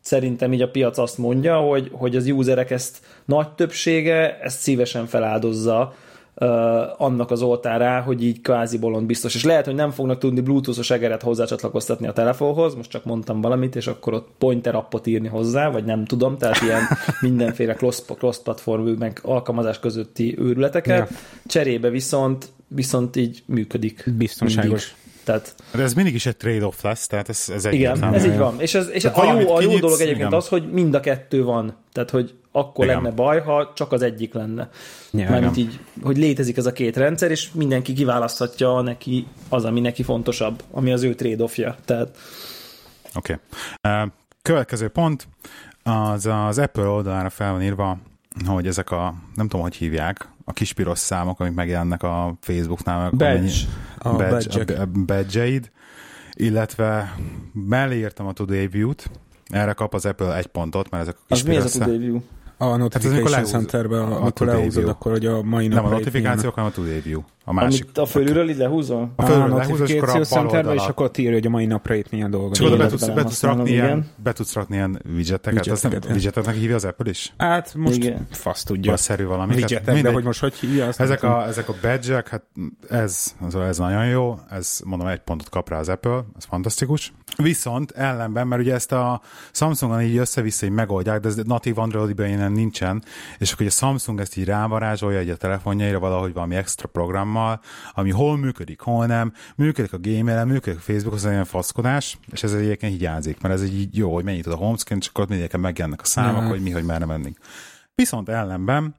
szerintem így a piac azt mondja, hogy, hogy az userek ezt nagy többsége ezt szívesen feláldozza uh, annak az oltárá, hogy így kvázi bolond biztos. És lehet, hogy nem fognak tudni bluetooth-os egeret hozzácsatlakoztatni a telefonhoz, most csak mondtam valamit, és akkor ott pointer appot írni hozzá, vagy nem tudom, tehát ilyen mindenféle cross-platform meg alkalmazás közötti őrületeket. Ja. Cserébe viszont, viszont így működik. Biztonságos. Mindig. Tehát, de ez mindig is egy trade-off lesz, tehát ez, ez egy igen, ez így van. És, ez, és a, jó, a jó dolog egyébként igen. az, hogy mind a kettő van. Tehát, hogy akkor igen. lenne baj, ha csak az egyik lenne. Ja, mármint így, hogy létezik ez a két rendszer, és mindenki kiválaszthatja neki az, ami neki fontosabb, ami az ő trade-offja. Tehát... Oké. Okay. Uh, következő pont, az az Apple oldalára fel van írva, hogy ezek a, nem tudom, hogy hívják, a kis piros számok, amik megjelennek a Facebooknál. Badge. A badge, badge-eid, illetve mellé írtam a Today View-t, erre kap az Apple egy pontot, mert ezek a kis az piros szám. Az mi ez a Today View? A Notification hát Centerben, amikor lehúzod, akkor hogy a mai nap... Nem a notifikációk, hanem a Today View. A másik. Amit a fölülről így lehúzol? A fölülről lehúzol, és akkor a bal Centerben, és akkor írja, hogy a mai napra itt milyen dolgok. Csak oda be tudsz, be tudsz rakni ilyen, be tudsz rakni ilyen widgeteket. Azt nem widgeteknek hívja az Apple is? Hát most igen. fasz tudja. Basszerű valami. Widgetek, de hogy most hogy hívja? Ezek a, ezek a badge-ek, hát ez, ez nagyon jó. Ez, mondom, egy pontot kap rá az Apple. Ez fantasztikus. Viszont ellenben, mert ugye ezt a Samsungon így össze-vissza így megoldják, de ez natív Android-ben nincsen, és akkor a Samsung ezt így rávarázsolja egy a telefonjaira valahogy valami extra programmal, ami hol működik, hol nem, működik a Gmail-en, működik a Facebook, az olyan faszkodás, és ez egyébként hiányzik, mert ez így jó, hogy mennyit a homescreen, csak ott mindegyeken megjelennek a számok, hogy mi, hogy merre mennénk. Viszont ellenben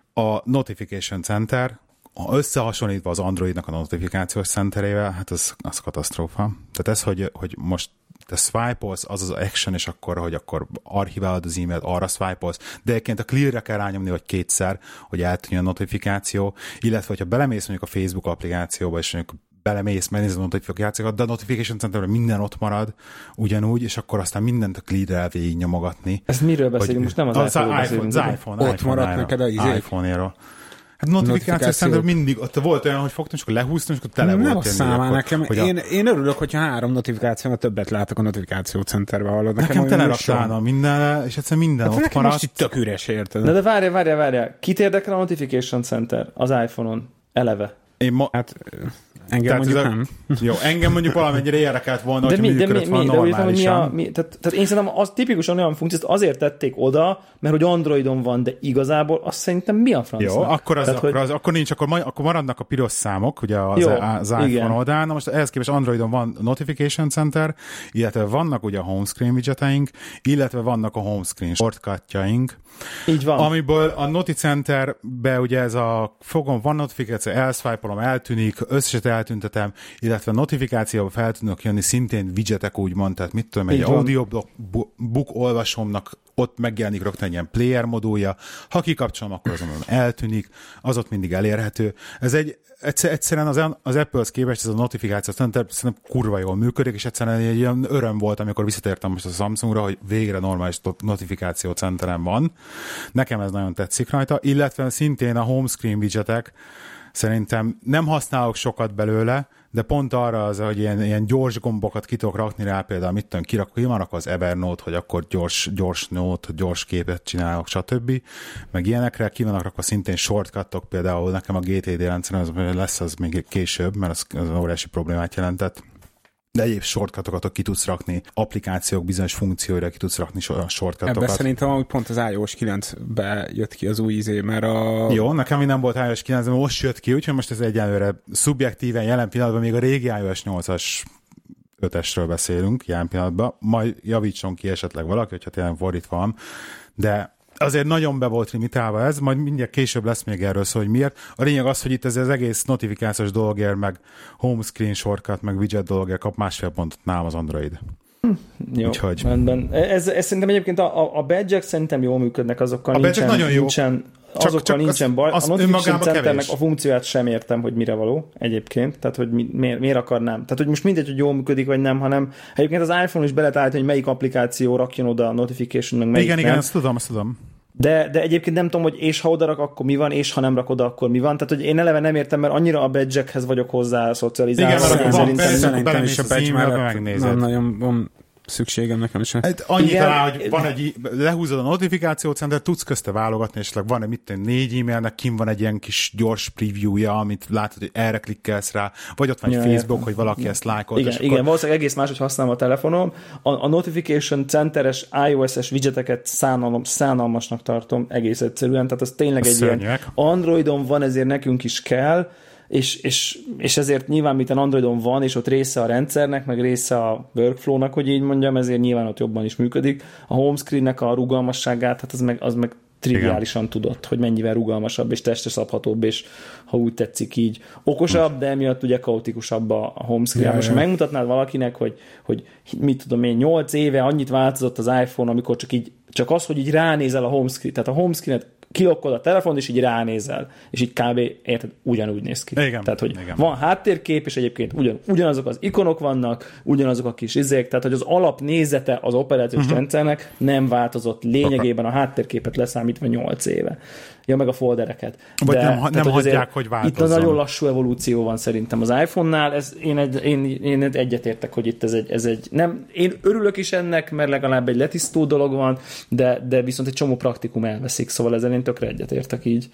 a Notification Center, összehasonlítva az Androidnak a notifikációs centerével, hát az, az katasztrófa. Tehát ez, hogy, hogy most te swipe-olsz, az az action, és akkor, hogy akkor archiválod az e-mailt, arra swipe-olsz, de egyébként a clear-re kell rányomni, vagy kétszer, hogy eltűnjön a notifikáció, illetve, hogyha belemész mondjuk a Facebook applikációba, és mondjuk belemész, megnézed a notifikációkat, de a Notification Centerben minden ott marad ugyanúgy, és akkor aztán mindent a clear-rel végig nyomogatni. Ezt miről beszélünk? Most nem az, az iPhone-ról beszélünk. Az iPhone, ott maradt neked az izé. iPhone-éről. Hát notifikáció szerintem mindig, ott volt olyan, hogy fogtam, és akkor lehúztam, és akkor tele nem volt. Nem számál nekem. A... Én, én örülök, hogyha három notifikációnak többet látok a notifikáció centerben, hallod. Nekem, nekem tele raktálna mindenre, és egyszerűen minden hát ott maradt. Most itt tök üres, érted? De, de várjál, várjál, várjál. Kit érdekel a Notification Center az iPhone-on? Eleve. Én ma... Hát... Engem tehát mondjuk a, nem. Jó, engem mondjuk valamennyire érdekelt volna, de hogyha mi, működött volna normálisan. Mi, tehát, tehát én szerintem az tipikusan olyan funkciót azért tették oda, mert hogy Androidon van, de igazából azt szerintem mi a francnak? Jó, akkor, az, tehát, akkor, hogy... az, akkor nincs, akkor, akkor maradnak a piros számok, ugye az, jó, az iPhone oldalán. Na most ehhez képest Androidon van Notification Center, illetve vannak ugye a home screen widgeteink, illetve vannak a home screen shortcutjaink. Így van. Amiből a Noti Centerbe ugye ez a fogom, van notifikáció, elswipe-olom, eltűnik, összeset eltüntetem, illetve notifikációba fel tudnak jönni szintén widgetek úgymond, tehát mit tudom, egy audiobook book olvasomnak ott megjelenik rögtön egy ilyen player modulja, ha kikapcsolom, akkor azon eltűnik, az ott mindig elérhető. Ez egy egyszerűen az, az Apple-hez képest ez a notifikáció center szerintem kurva jól működik, és egyszerűen egy ilyen öröm volt, amikor visszatértem most a Samsungra, hogy végre normális notifikáció centerem van. Nekem ez nagyon tetszik rajta, illetve szintén a home screen widgetek szerintem nem használok sokat belőle, de pont arra az, hogy ilyen, ilyen gyors gombokat ki tudok rakni rá, például mit tudom, kirak, kimarak az Evernote, hogy akkor gyors, gyors note, gyors képet csinálok, stb. Meg ilyenekre ki vannak rakva szintén shortcutok, például nekem a gé té dé rendszerem az lesz az még később, mert az, az óriási problémát jelentett. De egyéb shortcutokat ki tudsz rakni, applikációk bizonyos funkcióira ki tudsz rakni shortcutokat. Ebben szerintem amúgy pont az iOS kilencbe jött ki az új izé, mert a... Jó, nekem még nem volt iOS kilenc, de most jött ki, úgyhogy most ez egyelőre szubjektíven jelen pillanatban még a régi iOS nyolcas ötesről beszélünk jelen pillanatban. Majd javítson ki esetleg valaki, hogyha tényleg fordítva van, de azért nagyon be volt limitálva ez, majd mindjárt később lesz még erről szó, hogy miért. A lényeg az, hogy itt ez az egész notifikációs dologért, meg home screen shortcut, meg widget dologért kap másfél pontot nálam az Android. Hm, jó, Úgyhogy... rendben. Ez, ez szerintem egyébként a, a badge-ek szerintem jól működnek, azokkal a nincsen, nagyon jó. nincsen, csak, azokkal csak nincsen az, baj. Az a Notification Centernek a funkcióját sem értem, hogy mire való egyébként, tehát hogy mi, miért, miért akarnám. Tehát hogy most mindegy, hogy jól működik, vagy nem, hanem egyébként az iPhone is be lehet állítani, hogy melyik applikáció rakjon oda a notification, meg melyik igen, nem. Igen, ezt tudom, ezt tudom. De, de egyébként nem tudom, hogy és ha oda rak, akkor mi van, és ha nem rak oda, akkor mi van. Tehát, hogy én eleve nem értem, mert annyira a badge-ekhez vagyok hozzá szocializálva. Igen, mert szerintem, van, szerintem is a badge mellett megnézed. Nem nagyon van szükségem nekem is. Hát annyi talán, hogy van egy, lehúzod a notifikációcenter, tudsz közte válogatni, és van egy mit négy e-mailnek, kim van egy ilyen kis gyors preview-ja, amit látod, hogy erre klikkelsz rá, vagy ott van egy ja, Facebook, értem. Hogy valaki ezt lájkolt. Igen, igen, akkor... valószínűleg egész máshogy használom a telefonom. A, a notification centeres iOS-es widgeteket szánalom, szánalmasnak tartom egész egyszerűen, tehát az tényleg a egy szörnyek. Ilyen Androidon van, ezért nekünk is kell, És, és, és ezért nyilván, miten Androidon van, és ott része a rendszernek, meg része a workflow-nak, hogy így mondjam, ezért nyilván ott jobban is működik. A homescreen-nek a rugalmasságát, hát az meg, az meg triviálisan igen. tudott, hogy mennyivel rugalmasabb, és testre szabhatóbb, és ha úgy tetszik így okosabb, de emiatt ugye kaotikusabb a homescreen. Ja, most ja. ha megmutatnád valakinek, hogy, hogy mit tudom én, nyolc éve annyit változott az iPhone, amikor csak így, csak az, hogy így ránézel a homescreen, tehát a homescreen-et kilokkod a telefon, és így ránézel, és így kb. Érted, ugyanúgy néz ki. Igen, tehát, hogy igen. van háttérkép, és egyébként ugyan, ugyanazok az ikonok vannak, ugyanazok a kis izék, tehát hogy az alapnézete az operációs uh-huh. rendszernek nem változott lényegében a háttérképet leszámítva nyolc éve. Ja, meg a foldereket. Vagy de, nem, nem tehát, hagyják, hogy változzon. Itt a nagyon lassú evolúció van szerintem az iPhone-nál. Ez, én, egy, én, én egyetértek, hogy itt ez egy, ez egy nem, én örülök is ennek, mert legalább egy letisztó dolog van, de, de viszont egy csomó praktikum elveszik, szóval ezzel én tökre egyetértek így.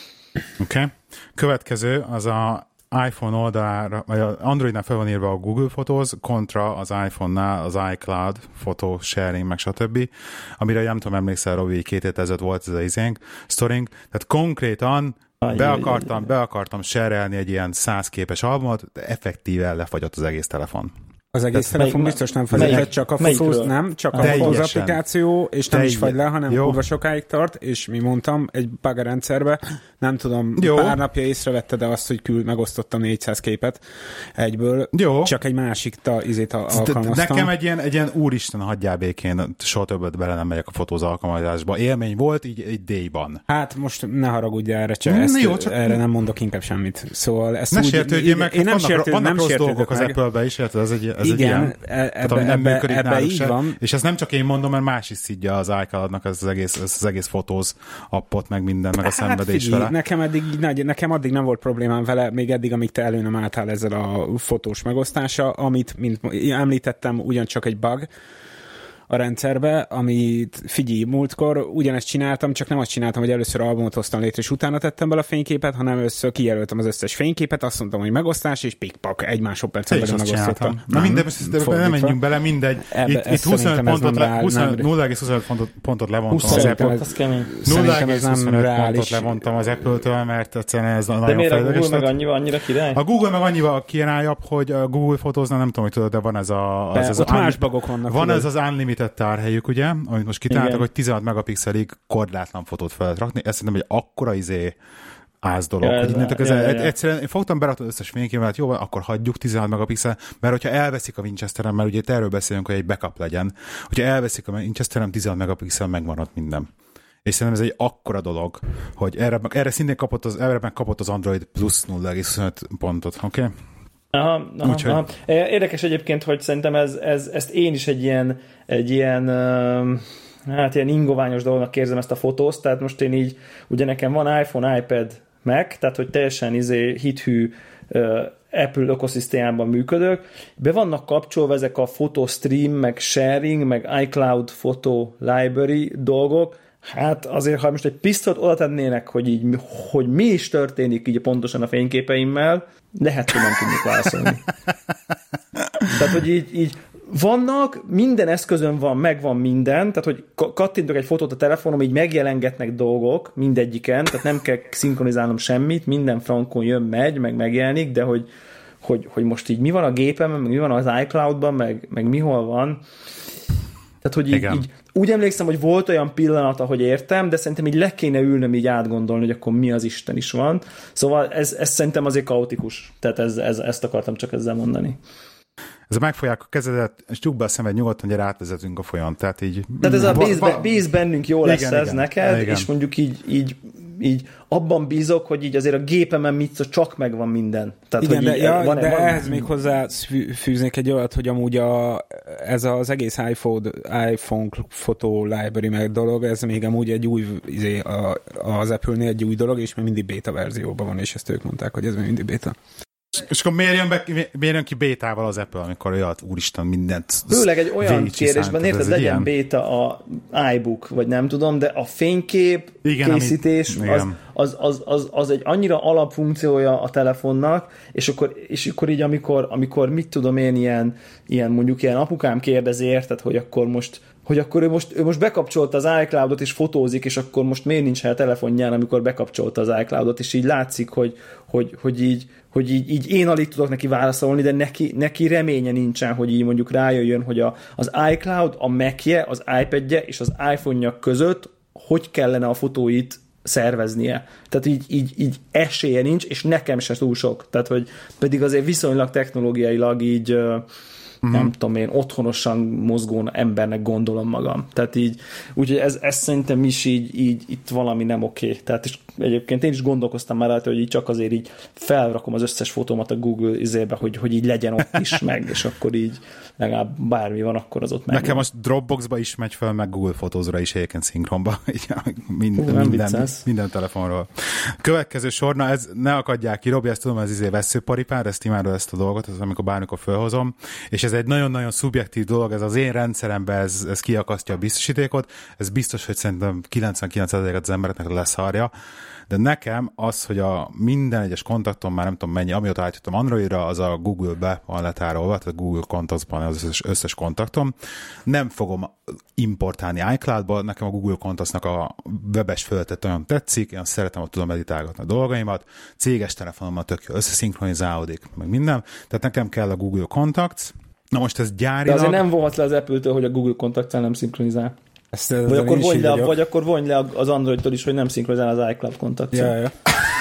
Oké. Okay. Következő az a iPhone oldalára, vagy az Androidnál fel van írva a Google Photos, kontra az iPhone-nál az iCloud, photo sharing, meg stb. Amire nem tudom, emlékszel, Robi, két héttel ezelőtt volt ez az izénk, sztoring, tehát konkrétan Ajj, be akartam, jaj, be akartam share-elni egy ilyen száz képes albumot, de effektíven lefagyott az egész telefon. Az egész telefon melyik, biztos nem fagyott, csak a fotós, nem, csak a fotós applikáció, és nem is fagy le, hanem kurva sokáig tart, és mi mondtam, egy bug rendszerbe, nem tudom, jó. pár napja észrevette, de azt, hogy küld, megosztottam négyszáz képet egyből, jó. csak egy másik ta, izét alkalmaztam. Nekem egy ilyen, egy ilyen úristen, hagyjál békén, soha többet bele nem megyek a fotóz alkalmazásba. Élmény volt, így egy day-ban. Hát most ne haragudj erre, csak, ezt, jó, csak erre nem mondok inkább semmit. Szóval ezt ne úgy, sértődjél meg, én nem vannak, sértőd, vannak nem rossz dolgok meg. az Apple-be is, ez egy, ez igen, egy ilyen, ebbe, tehát, nem ebbe, ebbe így se. van. És ezt nem csak én mondom, mert más is szidja az iCloud-nak ez az egész, ez az egész fotóz appot, meg minden, meg a hát szenvedés figyelj, vele. Nekem, eddig, nekem addig nem volt problémám vele, még eddig, amíg te elő nem álltál ezzel a fotós megosztása, amit, mint említettem, ugyancsak egy bug a rendszerbe, amit figyelj, múltkor ugyanezt csináltam, csak nem azt csináltam, hogy először albumot hoztam létre, és utána tettem bele a fényképet, hanem először kijelöltem az összes fényképet, azt mondtam, hogy megosztás, és pikpak, egy másodpercen belül megosztottam. Na minden, nem menjünk bele, mindegy. Ebbe, itt itt huszonöt pontot, le, huszonöt, nulla egész huszonöt pontot, pontot levontam az Apple-től. nulla egész huszonöt pontot levontam az Apple-től, mert egyszerűen ez nagyon felelős. De miért a Google meg annyival, annyira király? A Google meg annyival királyabb, hogy a Google fotózna, nem tudom, hogy tudod, de van ez a... Ott más bugok vannak. Van ez az unlimited tárhelyük, ugye, amit most kitaláltak, hogy tizenhat megapixelig korlátlan fotót fel lehet rakni. Ez szerintem egy akkora izé ász dolog, ja, hogy innentől ja, ja, ja. egyszerűen én fogtam, beraktam összes fényképet, jó, akkor hagyjuk tizenhat megapixel, mert hogyha elveszik a Winchesterem, mert ugye itt erről beszélünk, hogy egy backup legyen, hogyha elveszik a Winchesterem, tizenhat megapixel megmaradt minden. És szerintem ez egy akkora dolog, hogy erre, erre szintén kapott az, erre meg kapott az Android plusz nulla egész huszonöt pontot, oké? Okay? Aha, aha, Úgyhogy... aha. Érdekes egyébként, hogy szerintem ez, ez, ezt én is egy ilyen, egy ilyen hát ilyen ingoványos dolognak érzem ezt a fotózt, tehát most én így, ugye nekem van iPhone, iPad, Mac, tehát hogy teljesen izé hithű uh, Apple ökoszisztémában működök. Be vannak kapcsolva ezek a photo stream, meg sharing, meg iCloud photo library dolgok. Hát azért, ha most egy pisztolyt oda tennének, hogy így, hogy mi is történik így pontosan a fényképeimmel, lehet, hogy nem tudnék válaszolni. Tehát, hogy így, így vannak, minden eszközön van, megvan minden, tehát, hogy kattintok egy fotót a telefonom, így megjelengetnek dolgok mindegyiken, tehát nem kell szinkronizálnom semmit, minden frankon jön, megy, meg megjelenik, de hogy, hogy, hogy most így mi van a gépemen, meg mi van az iCloud-ban, meg, meg mi hol van. Tehát, hogy így, így úgy emlékszem, hogy volt olyan pillanat, ahogy értem, de szerintem így le kéne ülnöm így átgondolni, hogy akkor mi az Isten is van. Szóval ez, ez szerintem azért kaotikus. Tehát ez, ez, ezt akartam csak ezzel mondani. Ez megfogják a kezedet, és csukd be a szemed, nyugodtan gyere, átvezetünk a folyam. Tehát így... Tehát ez a bíz, be, bíz bennünk, jó lesz igen, ez igen, neked, igen. És mondjuk így, így, így abban bízok, hogy így azért a gépemen mit csak megvan minden. Tehát, igen, hogy de, így, ja, van, de van, ehhez még hozzá fűznék egy olyat, hogy amúgy a, ez az egész iPhone, iPhone Photo Library meg dolog, ez még amúgy egy új, izé, a, az Apple-nél egy új dolog, és még mindig beta verzióban van, és ezt ők mondták, hogy ez még mindig beta. És akkor miért jön, be, miért jön ki bétával az Apple, amikor olyat, úristen, mindent... Főleg egy olyan kérdésben, érted, legyen ilyen... béta a iBook, vagy nem tudom, de a fénykép igen, készítés amit, az, az, az, az, az egy annyira alapfunkciója a telefonnak, és akkor, és akkor így amikor, amikor mit tudom én, ilyen, ilyen mondjuk ilyen apukám kérdezi, érted, hogy akkor most hogy akkor ő most, ő most bekapcsolta az iCloudot és fotózik, és akkor most miért nincs hely a telefonján, amikor bekapcsolta az iCloudot, és így látszik, hogy, hogy, hogy, így, hogy így, így én alig tudok neki válaszolni, de neki, neki reménye nincsen, hogy így mondjuk rájöjjön, hogy a, az iCloud, a Mac-je, az iPad-je és az iPhone-ja között hogy kellene a fotóit szerveznie. Tehát így, így, így esélye nincs, és nekem se túl sok. Tehát, hogy pedig azért viszonylag technológiailag így Mm-hmm. nem tudom én, otthonosan mozgó embernek gondolom magam. Tehát így, úgyhogy ez, ez szerintem is így, így itt valami nem oké. Tehát és egyébként én is gondolkoztam már rajta, hogy így csak azért így felrakom az összes fotómat a Google izébe, hogy, hogy így legyen ott is meg, és akkor így legalább bármi van, akkor az ott meg. Nekem most Dropboxba is megy fel, meg Google Fotózra is egyébként szinkronba. Mind, Hú, minden, minden telefonról. Következő sorna, ez ne akadják ki, Robi, ezt tudom, ez izé veszőparipár, ezt imádom ezt a dolgot, ez amikor bármikor felhozom, és ez egy nagyon-nagyon szubjektív dolog, ez az én rendszeremben, ez, ez kiakasztja a biztosítékot, ez biztos, hogy szerintem kilencvenkilenc százalék az embereknek leszarja, de nekem az, hogy a minden egyes kontaktom, már nem tudom mennyi, amióta átjöttem Androidra, az a Google-be van letárolva, tehát a Google Contacts-ban az összes, összes kontaktom. Nem fogom importálni iCloud-ba, nekem a Google Contacts-nak a webes felület olyan tetszik, én szeretem, hogy tudom editálgatni a dolgaimat, céges telefonommal tök jó összeszinkronizálódik, meg minden, tehát nekem kell a Google Contacts. Na most ez gyárilag... De azért nem vonhatsz le az Apple-től, hogy a Google Contacts-el nem szinkronizál. Ezt, vagy, akkor vonj le, vagy akkor vonj le az Androidtól is, hogy nem szinkronizál az iCloud Contacts. Ja, ja.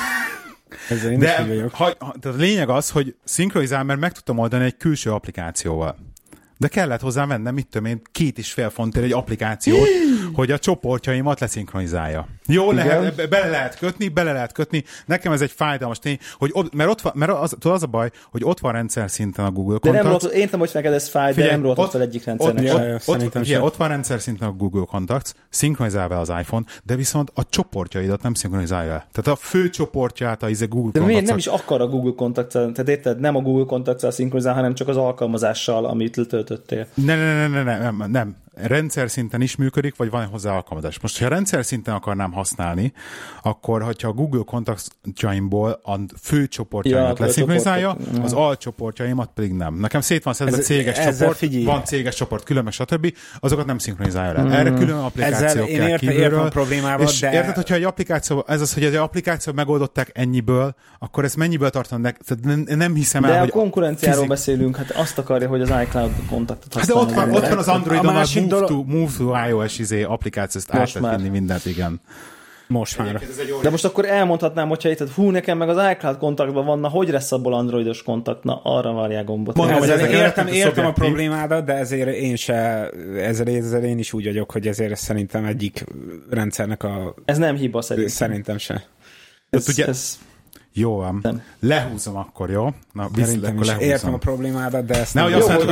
De ha, ha, tehát a lényeg az, hogy szinkronizál, mert meg tudtam oldani egy külső applikációval. De kellett hozzá vennem, mit tudom én, két és fél fontért egy applikációt, hogy a csoportjaimat leszinkronizálja. Jó, lehet, bele lehet kötni, bele lehet kötni. Nekem ez egy fájdalmas tény, hogy ott, mert, ott van, mert az, az a baj, hogy ott van rendszer szinten a Google Contacts. De nem rólt, én nem, hogy neked ez fáj, de nem rólt fel egyik rendszernek. Ott, ott, ott, ott, ott van rendszer szinten a Google Contacts, szinkronizál vele az iPhone, de viszont a csoportjaidat nem szinkronizálja el. Tehát a fő csoportját a Google Contacts. De miért nem is akar a Google Contacts, tehát érted, nem a Google Contacts-al szinkronizál, hanem csak az alkalmazással, amit letöltöttél. Nem, nem, nem, nem, nem, nem. Rendszer szinten is működik, vagy van hozzá alkalmazás. Most, ha rendszer szinten akarnám használni, akkor, hogyha a Google kontaktjaimból a fő csoportjaimat ja, leszinkronizálja, az alcsoportjaimat pedig nem. Nekem szét van szedve céges csoport, figyelj. Van céges csoport, külön, meg stb. Azokat nem szinkronizálja le. Mm. Erre külön applikációk kell érte, kívülről. Problémával, és de... érted, hogyha egy applikáció, ez az, hogy egy applikáció megoldották ennyiből, akkor ezt mennyiből tartanak? Nem, nem hiszem de el, hogy... hogy... De a konkurenciáról fizik... beszélünk, hát azt akarja, hogy az iCloud kontaktot használja. De ott van, ott van az Androidon a Move to, Move to iOS izé applikációt át lehet vinni mindent, igen. Most már. De most akkor elmondhatnám, hogyha itt, hú, nekem meg az iCloud kontaktban van, na hogy lesz abból androidos kontakt? Na, arra várják gombot. Mondom, hogy ezek értem, értem a problémádat, de ezért én se, ezzel, ezzel én is úgy vagyok, hogy ezért szerintem egyik rendszernek a... Ez nem hiba szerintem. Szerintem se. Ez, ugye, ez... Jó van. Nem. Lehúzom akkor, jó? Na, biztos, akkor lehúzom. Értem a problémádat, de ezt nem... Ne, hogy azt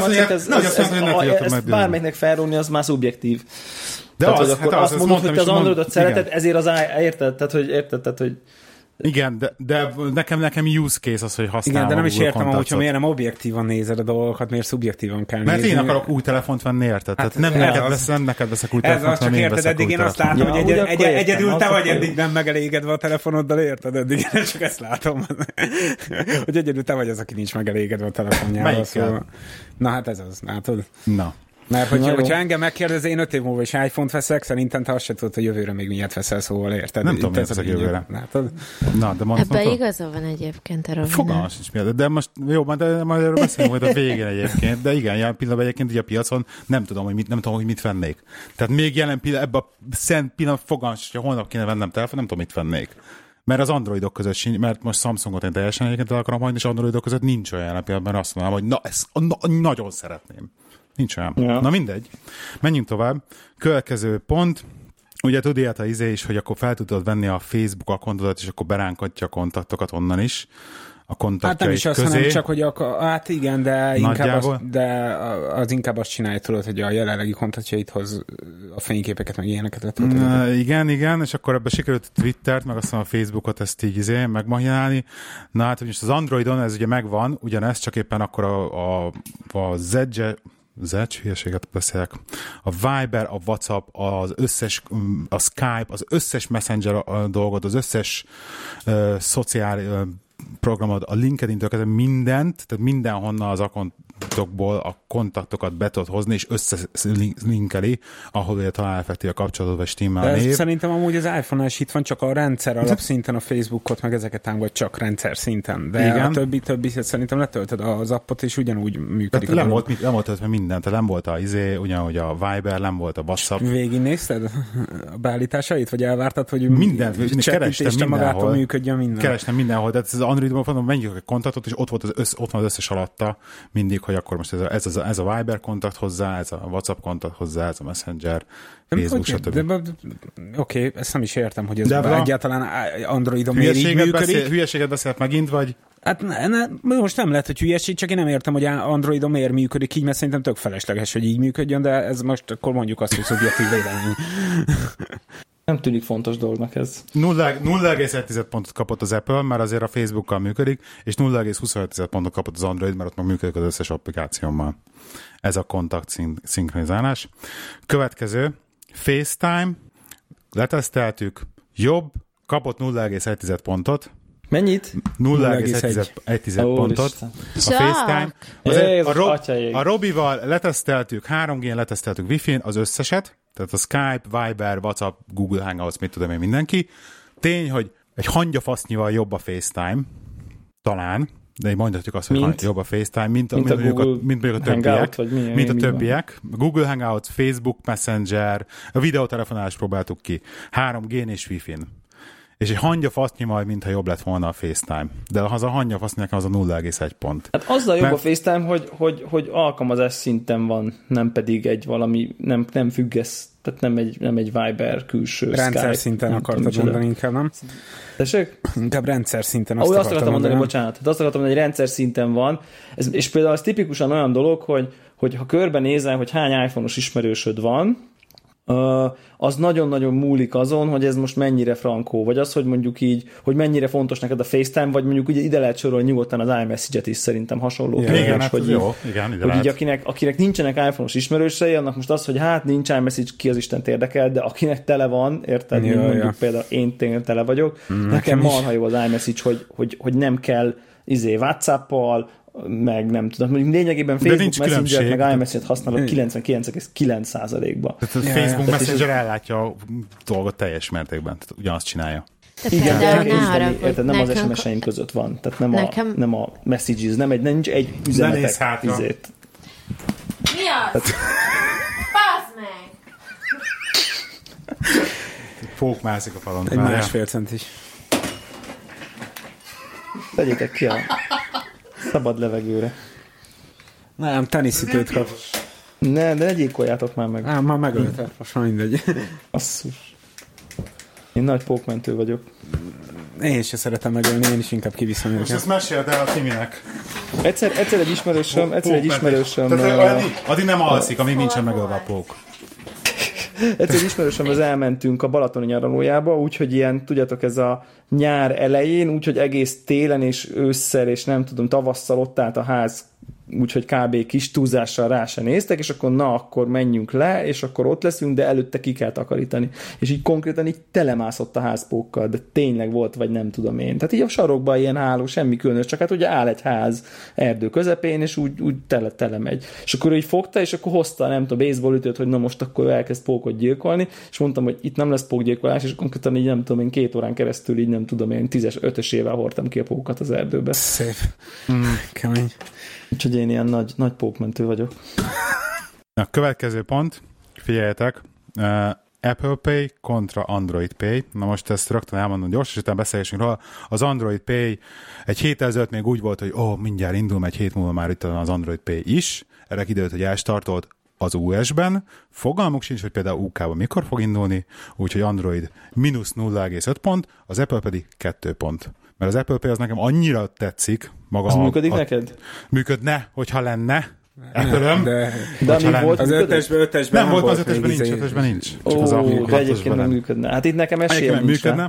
mondod, hogy ezt bármelyiknek felrúlni, az már szubjektív. De tehát, az, hogy akkor hát azt az, mondod, hogy te az Androidot szereted, igen. ezért az i... Érted? Tehát, hogy érted? Tehát, hogy... Igen, de, de nekem, nekem use case az, hogy használom. Igen, de nem is értem, hogyha miért nem objektívan nézed a dolgokat, miért szubjektívan kell Mert nézni. Mert én akarok új telefont venni, érted? Hát tehát nem, neked vesz, nem neked veszek új telefont, hanem én veszek új eddig én azt látom, hogy egy, egy, egyedül te vagy eddig nem megelégedve a telefonoddal, érted? Eddig én csak ezt látom. Hogy egyedül te vagy az, aki nincs megelégedve a telefonjával. Szóval... Na hát ez az, látod? Na. Mert hogyha, hogyha engem megkérdez, én öt év múlva is iPhone-t veszek, szerintem te azt se tudod, hogy jövőre még miért veszel, szóval érted? Nem tudom, miért veszek jövőre. Na, de mondtam, ebben igaza van egyébként a Robinak. Fogalmas is miért, de most jó, de majd erről beszélünk majd a végén egyébként, de igen, jelen pillanatban egyébként így a piacon nem tudom, hogy mit, nem tudom, hogy mit vennék. Tehát még jelen pillanatban, ebben a szent pillanat fogalmas, hogyha holnap kéne vennem telefon, nem tudom, mit vennék. Mert az Androidok között sincs, mert most Samsungot én teljesen egyébként el akarom hagyni, és Androidok között nincs olyan jelen pillanatban, mert azt mondom, hogy na, ezt na, nagyon szeretném. Nincs olyan. Ja. Na mindegy. Menjünk tovább. Következő pont. Ugye tudja a izé is, hogy akkor fel tudod venni a Facebook akkontodat, és akkor beránkatja a kontaktokat onnan is a kontaktjaid hát nem is azt, közé. hanem csak, hogy a, hát igen, de inkább, az, de az inkább azt csinálja, tudod, hogy a jelenlegi kontaktjaidhoz a fényképeket, meg ilyeneket letöltöd. Na, igen, igen, és akkor ebbe sikerült a Twittert, meg aztán a Facebookot ezt így izé megmahinálni. Na hát, hogy most az Androidon ez ugye megvan, ugyanez, csak éppen akkor a, a, a Zedge, Zedge, hülyeséget beszélek, a Viber, a WhatsApp, az összes, a Skype, az összes Messenger dolgod, az összes uh, szociál uh, programod, a LinkedIn-től kezdve mindent, tehát mindenhonnan az akontokból a kontaktokat be tudod hozni, és összelinkeli, ahol ugye talán effektív a kapcsolatod, vagy stimmel a név. Szerintem amúgy az iPhone-nál is itt van, csak a rendszer alapszinten a Facebookot, meg ezeket támogat csak rendszer szinten. De igen. A többi, többi szerintem letöltöd az appot, és ugyanúgy működik. Nem volt, nem volt töltve minden, tehát nem volt a izé, ugyanúgy a Viber, nem volt a WhatsApp. Végignézted a beállításait, vagy elvártad, hogy minden, kerestem magától működjön minden? Kerestem mindenhol, de ez az Androidban mondom, menjük a kontaktot, és ott, volt az össz, ott van az összes alatta mindig, hogy akkor most ez a, ez a, ez a Viber kontakt hozzá, ez a WhatsApp kontakt hozzá, ez a Messenger, Facebook, stb. Oké, okay, ezt nem is értem, hogy ez de egyáltalán Androidon miért így működik. Beszél, hülyeséget beszélt megint, vagy? Hát ne, ne, most nem lehet, hogy hülyeség, csak én nem értem, hogy Androidon miért működik így, mert szerintem tök felesleges, hogy így működjön, de ez most akkor mondjuk azt, hogy szubjektív vélemény. Nem tűnik fontos dolognak ez. nulla egész egy pontot kapott az Apple, mert azért a Facebookkal működik, és nulla egész huszonöt pontot kapott az Android, mert ott meg működik az összes applikációmmal. Ez a kontakt szink- szinkronizálás. Következő, FaceTime, leteszteltük, jobb, kapott nulla egész egy pontot. Mennyit? nulla egész egy pontot. A FaceTime. Azért a, Rob, a Robival leteszteltük, három G-n leteszteltük Wi-Fi-n az összeset, tehát a Skype, Viber, WhatsApp, Google Hangouts, mit tudom én, mindenki. Tény, hogy egy hangyafasznyival jobb a FaceTime, talán, de mondhatjuk azt, hogy mint? jobb a FaceTime, mint, mint, a, mint, a, mint a többiek. Milyen, mint a többiek. Google Hangouts, Facebook Messenger, a videótelefonálást próbáltuk ki. három G-n és Wi-Fi-n. És egy hangyafasznyi majd, mintha jobb lett volna a FaceTime. De az a hangyafasznyi nekem az a nulla egész egy pont. Hát azzal jobb Mert... a FaceTime, hogy, hogy, hogy alkalmazás szinten van, nem pedig egy valami, nem, nem függesz, tehát nem egy, nem egy Viber külső rendszer Skype. Szinten akartad mondani inkább, nem? Tessék? Inkább rendszer szinten azt, Ahogy azt akartam mondani, mondani bocsánat. Hát azt akartam mondani, hogy rendszer szinten van. Ez, és például ez tipikusan olyan dolog, hogy, hogy ha körbenézel, hogy hány iPhone-os ismerősöd van, Uh, az nagyon-nagyon múlik azon, hogy ez most mennyire frankó, vagy az, hogy mondjuk így, hogy mennyire fontos neked a FaceTime, vagy mondjuk ugye ide lehet sorolni nyugodtan az iMessage-et is szerintem hasonló. Igen, kérdés, igen, hát hogy, jó, igen, ide hogy így akinek, akinek nincsenek iPhone-os ismerősei, annak most az, hogy hát nincs iMessage, ki az Istent érdekel, de akinek tele van, érted, ja, mondjuk ja. például én tényleg tele vagyok, mm, nekem marha jó az iMessage, hogy, hogy, hogy nem kell izé WhatsApp-pal, meg nem tudom, mondjuk lényegében Facebook Messenger meg iMessage-et használod kilencvenkilenc egész kilenc százalékban. Tehát a Facebook ja, Messenger is... ellátja a dolgot teljes mértékben, tehát ugyanazt csinálja. Igen, de érteni, érted, nem nekem... az es em es-eim között van, tehát nem, nekem... a, nem a messages, nem egy, nincs egy üzenetek izét. Mi az? Bázd meg! Pók mászik a falon. Egy másfél centis. Tegyétek ki a szabad levegőre. Nem, teniszítőt kap. Ne, de ne gyilkoljátok már meg. Á, már megöltem, most már mindegy. Asszus. Én nagy pókmentő vagyok. Én sem szeretem megölni, én is inkább kiviszem őket. Most ezt meséld el a Timinek. Egyszer, egyszer egy ismerősöm, egyszer egy ismerősöm... Tehát addig nem alszik, amíg nincsen megölve a pók. Egyszer egy ismerősöm, az elmentünk a balatoni nyaralójába, úgyhogy ilyen, tudjátok, ez a nyár elején, úgyhogy egész télen és ősszel, és nem tudom, tavasszal ott állt a ház, úgyhogy kb. Kis túlzással rá se néztek, és akkor na, akkor menjünk le, és akkor ott leszünk, de előtte ki kell takarítani. És így konkrétan így telemászott a házpókkal, de tényleg volt, vagy nem tudom én. Tehát így a sarokban ilyen háló, semmi különös, csak hát ugye áll egy ház erdő közepén, és úgy, úgy tele, tele megy. És akkor így fogta, és akkor hozta, nem tudom, baseballütőt, hogy na most akkor elkezd pókot gyilkolni, és mondtam, hogy itt nem lesz pókgyilkolás, és konkrétan így nem tudom én két órán keresztül így nem tudom én tízes, ötösével hordtam ki a pókat az erdőbe. Szép. Mm, kemény. Úgyhogy én ilyen nagy, nagy pókmentő vagyok. A következő pont, figyeljetek, uh, Apple Pay kontra Android Pay. Na most ezt rögtön elmondom gyorsan, és utána beszélgessünk róla. Az Android Pay egy héttel ezelőtt még úgy volt, hogy ó, oh, mindjárt indul, mert egy hét múlva már itt az Android Pay is. Erre kiderült, hogy elstartolt az u es-ben. Fogalmuk sincs, hogy például u ká-ban mikor fog indulni, úgyhogy Android mínusz nulla egész öt pont, az Apple pedig kettő pont. Mert az Apple Pay az nekem annyira tetszik. Maga az a, működik a, neked? Működne, hogyha lenne. Apple-öm. De, de ami volt, az ötösben, ötösben nem, nem volt, az ötösben nincs, ötösben nincs. Ó, az de egyébként nem működne. Hát itt nekem esélye nincs működne.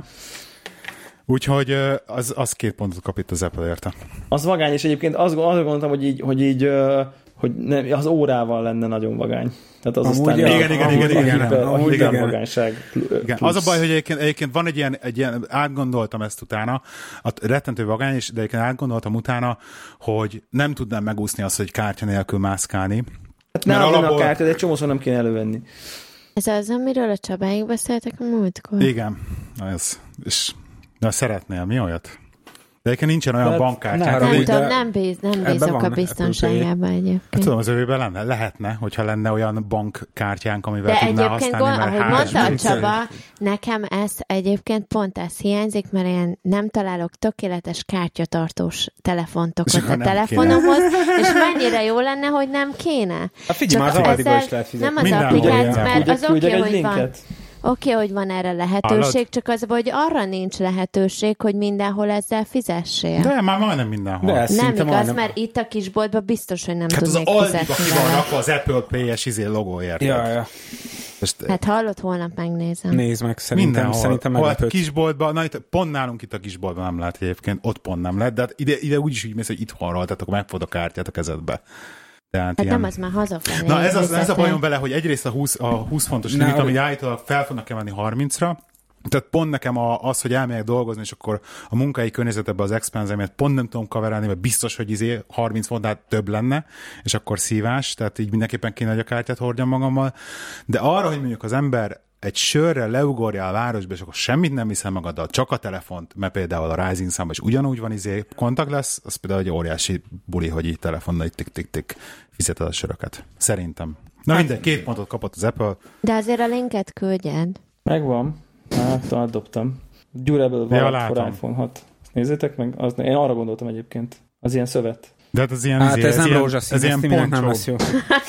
Úgyhogy az, az két pontot kap itt az Apple érte. Az vagány, és egyébként azt, azt gondoltam, hogy így, hogy így hogy nem, az órával lenne nagyon vagány. Tehát az amúgy aztán igen, igen, igen, igen, igen, hiper, igen, a hipervagányság. Igen. Az a baj, hogy egyébként, egyébként van egy ilyen, egy ilyen, átgondoltam ezt utána, a rettentő vagány, és de egyébként átgondoltam utána, hogy nem tudnám megúszni azt, hogy kártya nélkül mászkálni. Hát ne alapból... a kártya, de egy csomószor nem kéne elővenni. Ez az, amiről a Csabáig beszéltek a múltkor? Igen. Ez. És de szeretnél, mi olyat? De egyébként nincsen olyan bankkártyánk. Nem, nem, tudom, nem, bíz, nem bízok a biztonságában egyébként. Hát tudom, az övében lenne, lehetne, hogyha lenne olyan bankkártyánk, amivel de tudná használni. De egyébként, ahogy mondta a Csaba, nekem ez egyébként pont ez hiányzik, mert én nem találok tökéletes kártyatartós telefontokat a telefonomhoz, és mennyire jó lenne, hogy nem kéne. A figyelj, már az Aldiba is lehet fizetni. Nem az applikáció, mert az oké, hogy van. Oké, okay, hogy van erre lehetőség, Hallod? Csak az, hogy arra nincs lehetőség, hogy mindenhol ezzel fizessél. De már majdnem mindenhol. De nem igaz, majdnem. Mert itt a kisboltban biztos, hogy nem hát tudnék fizetni. Hát az Aldiba ki van rakva az Apple Pay-es izé logóért. Ja, ja. Most, hát hallott, holnap megnézem. Nézd meg, szerintem. Mindenhol. Szerintem meglepőd. Kisboltban, na itt, pont nálunk itt a kisboltban nem lehet egyébként, ott pont nem lehet, de hát ide, ide úgyis úgy mész, hogy itthonról, tehát akkor megfogod a kártyát a kezedbe. Tehát hát ilyen... nem, az már hazafelé. Na ez, az, ez a bajom vele, hogy egyrészt a húsz, a húsz fontos limit, ami állítólag fel fognak emelni harmincra, tehát pont nekem az, hogy elmegyek dolgozni, és akkor a munkai környezetben az expensemet pont nem tudom kaverálni, mert biztos, hogy izé harminc fontnál több lenne, és akkor szívás, tehát így mindenképpen kéne, hogy a kártyát hordjam magammal. De arra, hogy mondjuk az ember egy sörrel leugorjál a városba, és akkor semmit nem viszel magaddal, csak a telefont, mert például a Rising számban is ugyanúgy van izé, kontakt lesz, az például egy óriási buli, hogy így telefonnal így tik-tik-tik fizeted a söröket. Szerintem. Na mindegy, két pontot kapott az Apple. De azért a linket küldjed. Megvan. Hát, átdobtam. Durable Wallet for iPhone hat. Nézzétek meg, az, én arra gondoltam egyébként. Az ilyen szövet. De hát az ilyen... Hát izé, ez, ez nem ilyen, rózsaszín, ez ilyen poncsó. Nem lesz jó.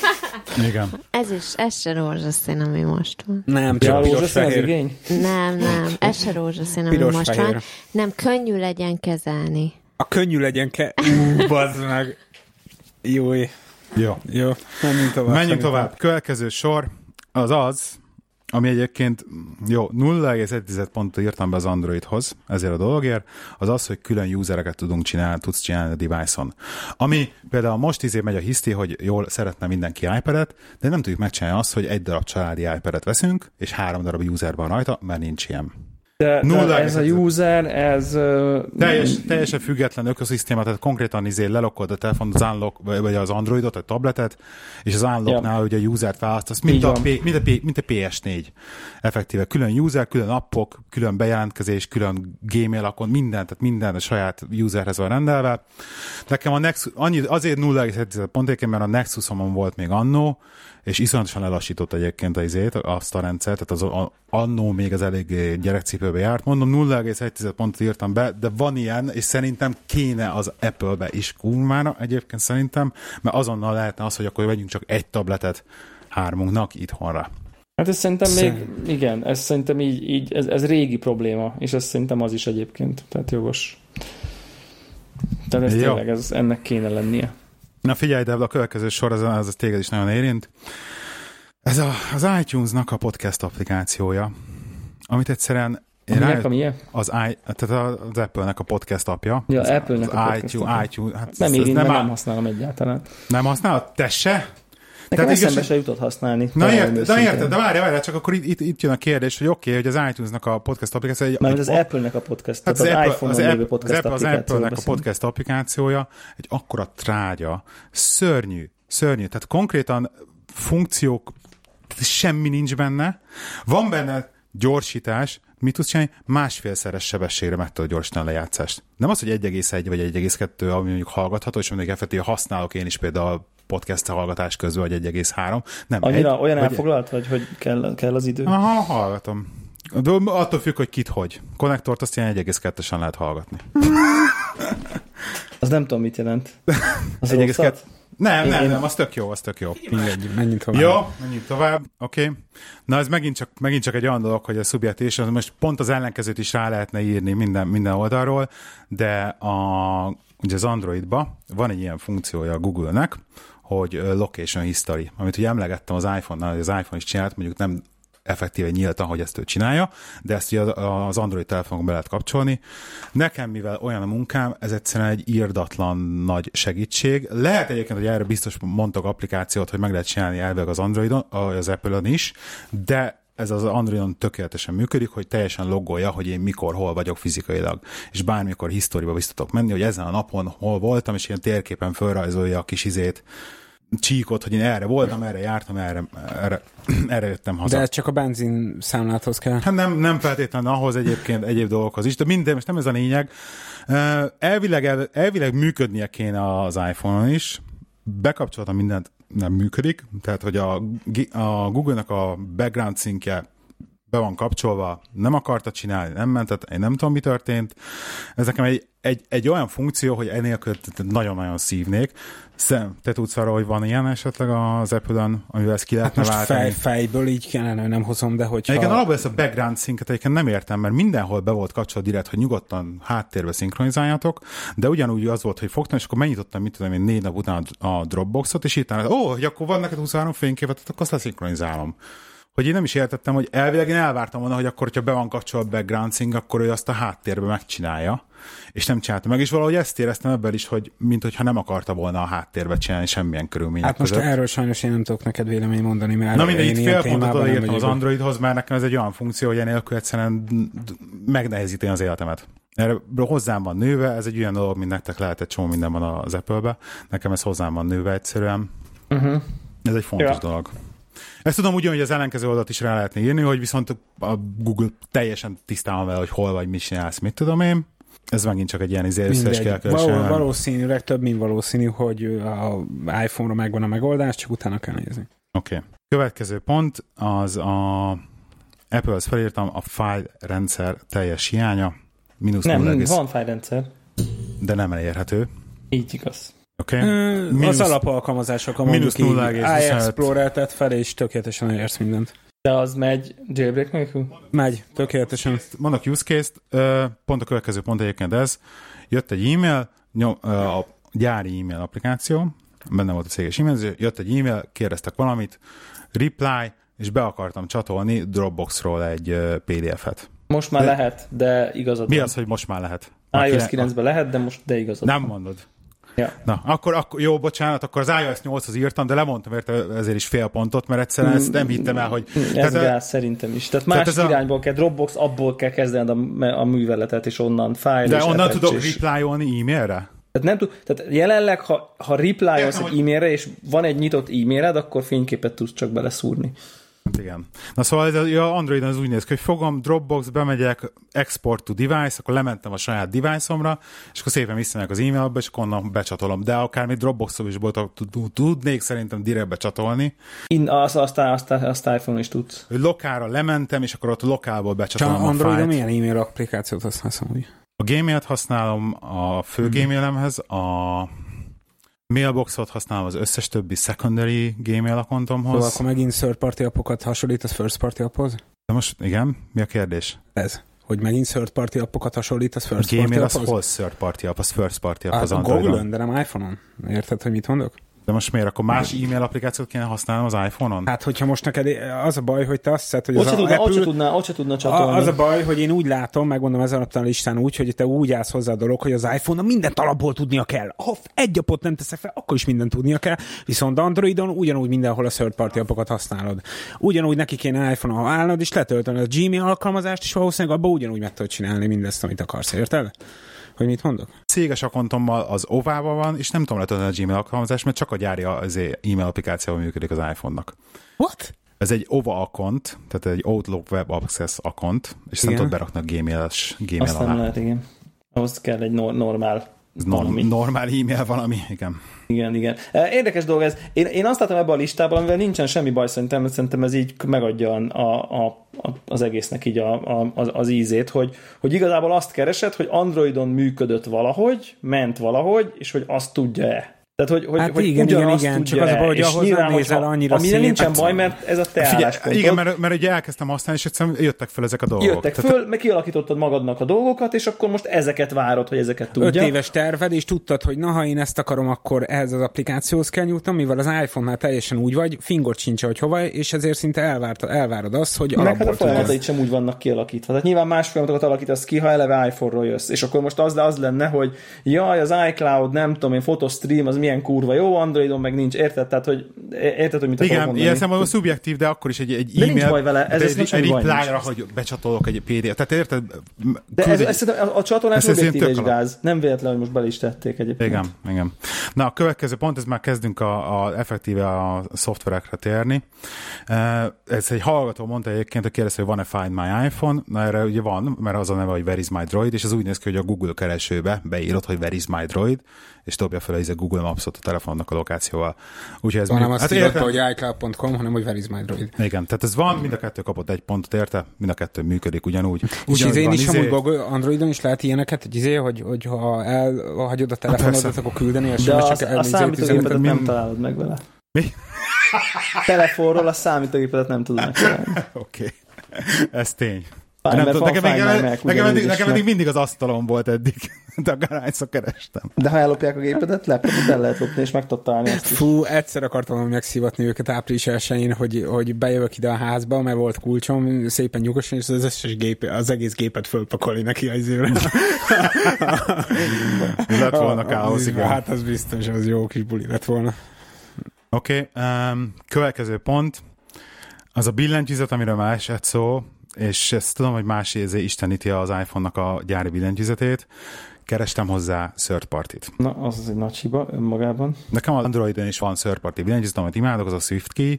Igen. Ez is, ez se rózsaszín, ami most van. Nem, csak ja, piros fehér. Nem, nem, ez se rózsaszín, ami piros most fehér. van. Nem, könnyű legyen kezelni. A könnyű legyen ke... Ú, bazd meg. Jó. Jó. Jó. Menjünk tovább. Menjünk tovább. Következő sor az az, ami egyébként, jó, nulla egész egy pontot írtam be az Androidhoz, ezért a dologért, az az, hogy külön usereket tudunk csinálni, tudsz csinálni a device-on. Ami például most izé megy a hiszti, hogy jól szeretne mindenki iPad-et, de nem tudjuk megcsinálni azt, hogy egy darab családi iPad-et veszünk, és három darab user van rajta, mert nincs ilyen. De, de ez a user, ez... Uh, teljes, teljesen független ökoszisztéma, tehát konkrétan izé lelokod a telefon, az unlock, vagy az Androidot, a tabletet, és az unlocknál ja. ugye a usert választasz, mint a, P, mint, a P, mint a pé es négy. Effektíve külön user, külön appok, külön bejelentkezés, külön Gmail account, minden, tehát minden a saját userhez van rendelve. Nekem a Nexus, annyi, azért nulla egész egy pontéken, mert a Nexusomon volt még annó, és iszonyatosan lelassított egyébként az izét, azt a rendszert, tehát az a, annó még az elég gyerekcipőbe járt. Mondom, nulla egész egy pontot írtam be, de van ilyen, és szerintem kéne az Apple-be is kurvára egyébként szerintem, mert azonnal lehetne az, hogy akkor vegyünk csak egy tabletet hármunknak itthonra. Hát ez szerintem Szerint. még, igen, ez szerintem így, így ez, ez régi probléma, és ez szerintem az is egyébként, tehát jogos. Tehát ez Jó. tényleg, ez, ennek kéne lennie. Na figyelj, de a következő sor, ez, ez téged is nagyon érint. Ez a, az iTunes-nak a podcast applikációja, amit egyszerűen Aminek, amilyen? Az, I, tehát az Apple-nek a podcast apja. Ja, az, Apple-nek az a podcast iTunes, apja. iTunes, hát nem érint, nem, nem használom egyáltalán. Nem használod? Te se? Nekem eszembe igaz... se jutott használni. Na érted, de érted, de várjál, várjál, csak akkor itt, itt, itt jön a kérdés, hogy oké, okay, hogy az iTunes-nak a podcast applikáció... Egy, Mert egy, az Apple-nek a podcast, hát tehát az, az iPhone-on az lévő podcast az applikáció. Az Apple-nek a podcast applikációja egy akkora trágya, szörnyű, szörnyű, tehát konkrétan funkciók, semmi nincs benne, van benne gyorsítás, mit tudsz csinálni? Másfélszeres sebességre meg tudod gyorsítani a lejátszást. Nem az, hogy egy egész egy vagy egy egész kettő, ami mondjuk hallgatható, és mondjuk effektíve használok én is például podcast hallgatás közül, vagy egy egész három. Nem, annyira egy, olyan vagy elfoglalt, vagy hogy kell, kell az idő? Aha, hallgatom. De attól függ, hogy kit hogy. Konnektort azt ilyen egy egész kettősen lehet hallgatni. Az nem tudom, mit jelent. Az egy egész kettő Nem, nem, nem, az tök jó, az tök jó. Mindegy, menjünk tovább. Jó, menjünk tovább, oké. Okay. Na ez megint csak, megint csak egy olyan dolog, hogy a szubjektív, és most pont az ellenkezőt is rá lehetne írni minden, minden oldalról, de a, ugye az Androidba van egy ilyen funkciója a Google-nek, hogy location history, amit ugye emlegettem az iPhone-nál, hogy az iPhone is csinált, mondjuk nem effektíve nyíltan, hogy ezt ő csinálja, de ezt ugye az Android telefonon be lehet kapcsolni. Nekem, mivel olyan a munkám, ez egyszerűen egy irdatlan nagy segítség. Lehet egyébként, hogy erre biztos mondtak applikációt, hogy meg lehet csinálni elvileg az Androidon, az Apple-on is, de ez az Androidon tökéletesen működik, hogy teljesen loggolja, hogy én mikor, hol vagyok fizikailag. És bármikor hisztóriba visszatok menni, hogy ezen a napon hol voltam, és ilyen térképen felrajzolja a kis izét, csíkot, hogy én erre voltam, erre jártam, erre, erre, erre jöttem haza. De ez csak a benzin számláthoz kell. Hát nem, nem feltétlenül ahhoz egyébként egyéb dolgokhoz is, de minden, most nem ez a lényeg. Elvileg, elvileg működnie kéne az iPhone-on is. Bekapcsoltam mindent, nem működik, tehát hogy a, a Google-nak a background szinkje be van kapcsolva, nem akarta csinálni, nem ment, tehát én nem tudom, mi történt. Ez nekem egy, egy, egy olyan funkció, hogy enélkül nagyon-nagyon szívnék. Szem, te tudsz arra, hogy van ilyen esetleg az Apple-on, amivel ezt ki lehetne hát most váltani? Fej, fejből így kellene, nem hozom, de hogyha... Egyébként alapból ezt a background szinket egyébként nem értem, mert mindenhol be volt kapcsolva direkt, hogy nyugodtan háttérbe szinkronizáljatok, de ugyanúgy az volt, hogy fogtam, és akkor megnyitottam, mit tudom én, négy nap után a Dropboxot, és írtam, ó, hogy akkor van neked huszonhárom fényképet, akkor azt leszinkronizálom. Hogy én nem is értettem, hogy elvileg én elvártam volna, hogy akkor, hogyha be van kapcsolva a background sync, akkor ő azt a háttérbe megcsinálja, és nem csinálta meg, és valahogy ezt éreztem ebből is, hogy mint hogyha nem akarta volna a háttérbe csinálni semmilyen körülmények Hát most között. erről sajnos én nem tudok neked vélemény mondani, mert na mindegy, itt fél pontot odaírtam az vagyok. Androidhoz, mert nekem ez egy olyan funkció, hogy enélkül egyszerűen megnehezíti az életemet. Erre hozzám van nőve, ez egy olyan dolog, mint nektek lehet egy csomó minden van az Apple-be, nekem ez hozzám van nőve egyszerűen. Uh-huh. Ez egy fontos ja. dolog. Ezt tudom úgy, hogy az ellenkező oldalt is rá lehetne írni, hogy viszont a Google teljesen tisztában vele, hogy hol vagy, mit csinálsz, mit tudom én. Ez megint csak egy ilyen összes Való, valószínűleg több, mint valószínű, hogy a iPhone-ra megvan a megoldás, csak utána kell nézni. Oké. Okay. Következő pont az a Apple-hez felírtam a file rendszer teljes hiánya. Mínusz nem, nulla, van file rendszer. De nem elérhető. Így igaz. Okay. Ö, minusz, az alapalkalmazások, a mondjuk így iExplorer tett fel, és tökéletesen elérsz mindent. De az megy jailbreak nélkül? Megy, tökéletesen. Mondok use case-t, pont a következő pont egyébként ez. Jött egy e-mail, nyom, a gyári e-mail applikáció, benne volt a céges e-mail, jött egy e-mail, kérdeztek valamit, reply, és be akartam csatolni Dropboxról egy pé dé ef-et. Most már de, lehet, de igazad Mi van. Az, hogy most már lehet? iOS kilencben lehet, de most de igazad Nem van. mondod. Ja. Na, akkor, akkor jó, bocsánat, akkor az iOS nyolchoz írtam, de lemondtam érte ezért is fél pontot, mert egyszerűen ezt nem hittem el, hogy... Ez tehát, gáz szerintem is. Tehát másik tehát irányból a... kell, Dropbox, abból kell kezdened a, a műveletet, és onnan file. De és onnan tudok és... reply-olni e-mailre? Tehát, nem tud, tehát jelenleg, ha, ha reply-olsz egy e-mailre, és van egy nyitott e-mailed, akkor fényképet tudsz csak beleszúrni. Igen. Na szóval ez a Androidon az úgy néz ki, hogy fogom, Dropbox, bemegyek, export to device, akkor lementem a saját device-omra, és akkor szépen visszamegyek az e-mailbe, és akkor onnan becsatolom. De akár még Dropbox-ról is tudnék szerintem direkt becsatolni. In, azt, azt, azt, azt iPhone is tudsz. Lokálra lementem, és akkor ott lokálból becsatolom a fájlt. Androidon milyen e-mail applikációt használsz amúgy? A Gmailt használom a fő hmm. Gmailemhez, a Mailboxot használom az összes többi secondary Gmail accountomhoz. Szóval akkor megint third party appokat hasonlít az first party apphoz? De most igen, mi a kérdés? Ez, hogy megint third party appokat hasonlít az first Gmail party apphoz? Gmail az hol third party app, az first party app ah, az Androidon. Google-on, de nem iPhone-on. Érted, hogy mit mondok? De most miért? Akkor más e-mail applikációt kéne használnom az iPhone-on? Hát, hogyha most neked az a baj, hogy te azt hiszed, hogy ott az se a tudna, Apple... Ott se tudna, ott se tudna csatolni. Az a baj, hogy én úgy látom, megmondom ezen a listán úgy, hogy te úgy állsz hozzá a dolog, hogy az iPhone-on mindent alapból tudnia kell. Ha egy appot nem teszek fel, akkor is mindent tudnia kell. Viszont Androidon ugyanúgy mindenhol a third party appokat használod. Ugyanúgy neki kéne iPhone-on állnod, és letölteni a Gmail alkalmazást, és valószínűleg abban ugyanúgy meg tudod csinálni mindezt, amit akarsz, érted? Hogy mit mondok? Céges accountommal az Ovával van, és nem tudom letölteni a Gmail alkalmazást, mert csak a gyári az e-mail applikációval működik az iPhone-nak. What? Ez egy Ova account, tehát egy Outlook Web Access account, és nem tudod berakni a Gmail-es Gmail Azt alá. nem lehet, igen. Ahhoz kell egy nor- normál valami. Normál e-mail valami, igen. Igen, igen. Érdekes dolog ez. Én, én azt látom ebben a listában, amivel nincsen semmi baj, szerintem, szerintem ez így megadja a, a, a, az egésznek így a, a, az, az ízét, hogy, hogy igazából azt keresed, hogy Androidon működött valahogy, ment valahogy, és hogy azt tudja-e. Tehát, hogy, hogy, hát hogy igen, igen, igen, csak az a baj, hogy ahhoz nem nézel annyira szép. Nincsen baj, mert ez a te álláspontod. Igen, mert, mert ugye elkezdtem használni, és egyszerűen jöttek fel ezek a dolgok. Jöttek Tehát, föl, meg kialakítottad magadnak a dolgokat, és akkor most ezeket várod, hogy ezeket tudja. Öt éves terved, és tudtad, hogy na, ha én ezt akarom, akkor ehhez az applikációhoz kell nyújtam, mivel az iPhone-nál teljesen úgy vagy, fingort sincs, hogy hova, és ezért szinte elvárt, elvárod azt, hogy alapból meg hát a folyamataid sem úgy vannak kialakítva. Tehát nyilván más folyamatokat alakítasz ki, ha eleve iPhone-ról jössz. És akkor most az, az lenne, hogy jaj, az iCloud, nem tudom én, Photostream, az milyen kurva jó, Androidon meg nincs, érted? Tehát, hogy érted, hogy mit akarok mondani? Igen, ilyen szemben szubjektív, de akkor is egy, egy de e-mail, nincs baj vele, ez egy, egy reply-ra, hogy becsatolok egy pé dé ef. Tehát érted? De ez, ez, ez, a csatolás objektív és gáz. Nem véletlen, hogy most bele is tették egyébként. Igen, igen. Na, a következő pont, ez már kezdünk a, a effektíve a szoftverekre térni. Ez egy hallgató mondta egyébként, hogy kérdezte, hogy van-e Find My iPhone. Na, erre ugye van, mert az a neve, hogy Where is my Droid, és az úgy néz ki, hogy a Google keresőbe beírod, hogy Where is my Droid, és dobja fel ez a Google Maps-ot a telefonnak a lokációval. Úgyhogy ez van, nem hát azt írta, hogy iCloud pont com, hanem hogy Where is my Droid. Igen, tehát ez van, mind a kettő kapott egy pontot érte, mind a kettő működik ugyanúgy. És izén is izé... amúgy Google, Androidon is lehet ilyeneket, hogy izé, hogy, hogy ha elhagyod a telefonodat, akkor küldeni, és de az, a számítógépedet nem találod meg vele. Mi? Telefonról a számítógépedet nem tudod megtalálni. Oké. Okay. Ez tény. Fáj, nem tudom, nekem, nekem, nekem, eddig, nekem eddig mindig az asztalon volt eddig, de akárhányszor kerestem. De ha ellopják a gépedet, laptopot el lehet lopni, és meg tudod találni azt is. Fú, egyszer akartam megszivatni őket április elsején, hogy, hogy bejövök ide a házba, mert volt kulcsom, szépen nyugosan, és az összes gép, az egész gépet fölpakolni neki az évre. Lett volna káosz, igen. Hát az biztos, az jó kis buli lett volna. Oké, okay, um, következő pont, az a billentyűzet, amiről már esett szó, és ezt tudom, hogy más érzé isteníti az iPhone-nak a gyári billentyűzetét. Kerestem hozzá third party-t. Na, az az egy nagy hiba önmagában. Nekem az Androidon is van third party billentyűzet, amit imádok, az a SwiftKey.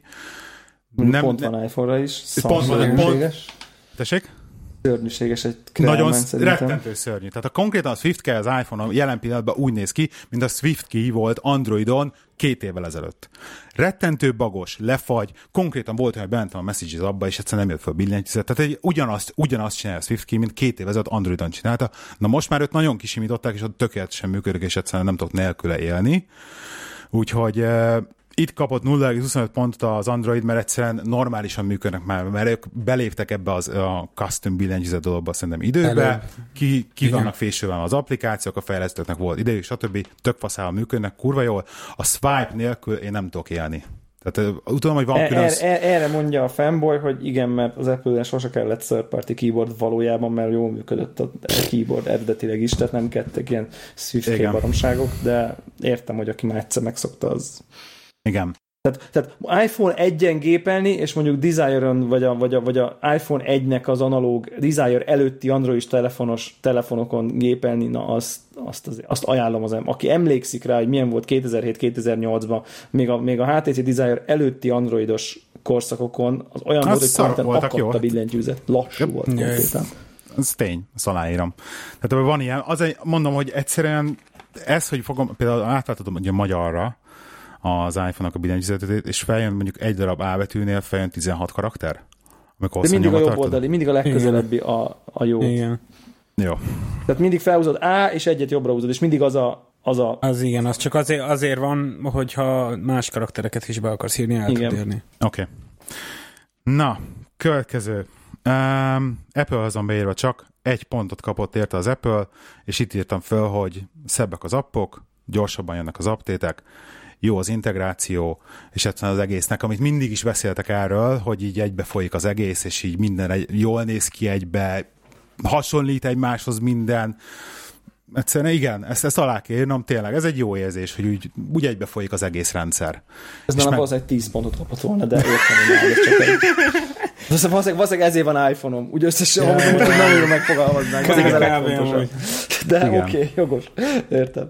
Nem, pont van iPhone-ra is. Pont van, pont. Tessék? Szörnyűséges egy nagyon rettentő szörnyű. Tehát a konkrétan a SwiftKey az iPhone jelen pillanatban úgy néz ki, mint a SwiftKey volt Androidon két évvel ezelőtt. Rettentő bagos, lefagy, konkrétan volt, hogy bementem a Messages abba, és egyszerűen nem jött fel a billentyűzet. Tehát egy, ugyanazt, ugyanazt csinálja a SwiftKey, mint két évvel ezelőtt Androidon csinálta. Na most már őt nagyon kisimították, és ott tökéletesen működik, és egyszerűen nem tudok nélküle élni. Úgyhogy itt kapott nulla egész huszonöt pontot az Android, mert egyszerűen normálisan működnek már, mert ők beléptek ebbe az, a custom billentyűzet dologba szerintem időbe, ki, ki vannak fésülve az applikációk, a fejlesztőknek volt idejük, stb. Tök faszával működnek, kurva jól. A swipe nélkül én nem tudok élni. Tehát tudom, hogy van külön... Er, er, erre mondja a fanboy, hogy igen, mert az Apple-en sose kellett third party keyboard valójában, mert jól működött a keyboard eredetileg is, tehát nem kettek ilyen SwiftKey baromságok, de értem, hogy aki már egyszer megszokta, az... Igen. Tehát, tehát iPhone egyen gépelni, és mondjuk Desire-on, vagy a, vagy, a, vagy a iPhone egynek az analóg Desire előtti Android telefonos telefonokon gépelni, na azt, azt, azért, azt ajánlom az ember. Aki emlékszik rá, hogy milyen volt kétezer-hét kétezer-nyolcban, még a, még a há té cé Desire előtti androidos korszakokon, az olyan volt, hogy konkrétan akadt a billentyűzet. Lassú yep. volt konkrétan. Ez tény, azt aláírom. Tehát van ilyen, azért mondom, hogy egyszerűen ez, hogy fogom, például átváltatom ugye magyarra, az iPhone-nak a billentyűzetét, és feljön mondjuk egy darab A betűnél feljön tizenhat karakter. De mindig a jobb oldali, mindig a legközelebbi a, a jó. Igen. Jó. Tehát mindig felhúzod A, és egyet jobbra húzod, és mindig az a... Az, a... az igen, az csak azért, azért van, hogyha más karaktereket is be akarsz írni, el tud érni. Oké. Okay. Na, következő. Um, Apple azon beírva csak egy pontot kapott érte az Apple, és itt írtam föl, hogy szebbek az appok, gyorsabban jönnek az update-ek, jó az integráció, és egyszerűen az egésznek, amit mindig is beszéltek erről, hogy így egybe folyik az egész, és így minden egy, jól néz ki egybe, hasonlít egymáshoz minden. Egyszerűen igen, ezt, ezt alá kell írnom, tényleg, ez egy jó érzés, hogy úgy, úgy egybe folyik az egész rendszer. Ez nálam meg... valószínűleg tíz pontot kapott volna, de értem, hogy ez csak egy... Valószínűleg, valószínűleg ezért van iPhone-om. Úgy összesen, yeah. hogy nem jól megfogalmaznánk. Ez a legfontosabb. De oké, okay, jogos. Értem.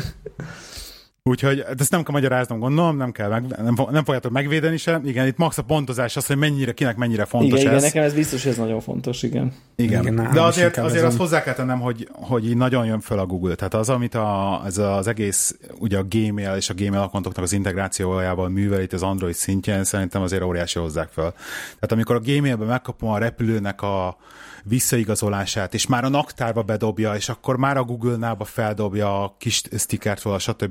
Úgyhogy ezt nem kell magyaráznom, gondolom, nem kell meg, nem, nem fogjátok megvédeni sem. Igen, itt max a pontozás az, hogy mennyire, kinek mennyire fontos igen, ez. Igen, nekem ez biztos, hogy ez nagyon fontos, igen. Igen, igen de azért, azért azt hozzá kell tennem, hogy, hogy így nagyon jön föl a Google. Tehát az, amit a, ez az egész, ugye a Gmail és a Gmail accountoknak az integrációjával művel itt az Android szintjén, szerintem azért óriási hozzák föl. Tehát amikor a Gmailben megkapom a repülőnek a visszaigazolását, és már a naptárba bedobja, és akkor már a Google-nába feldobja a kis stickertől, stb. stb.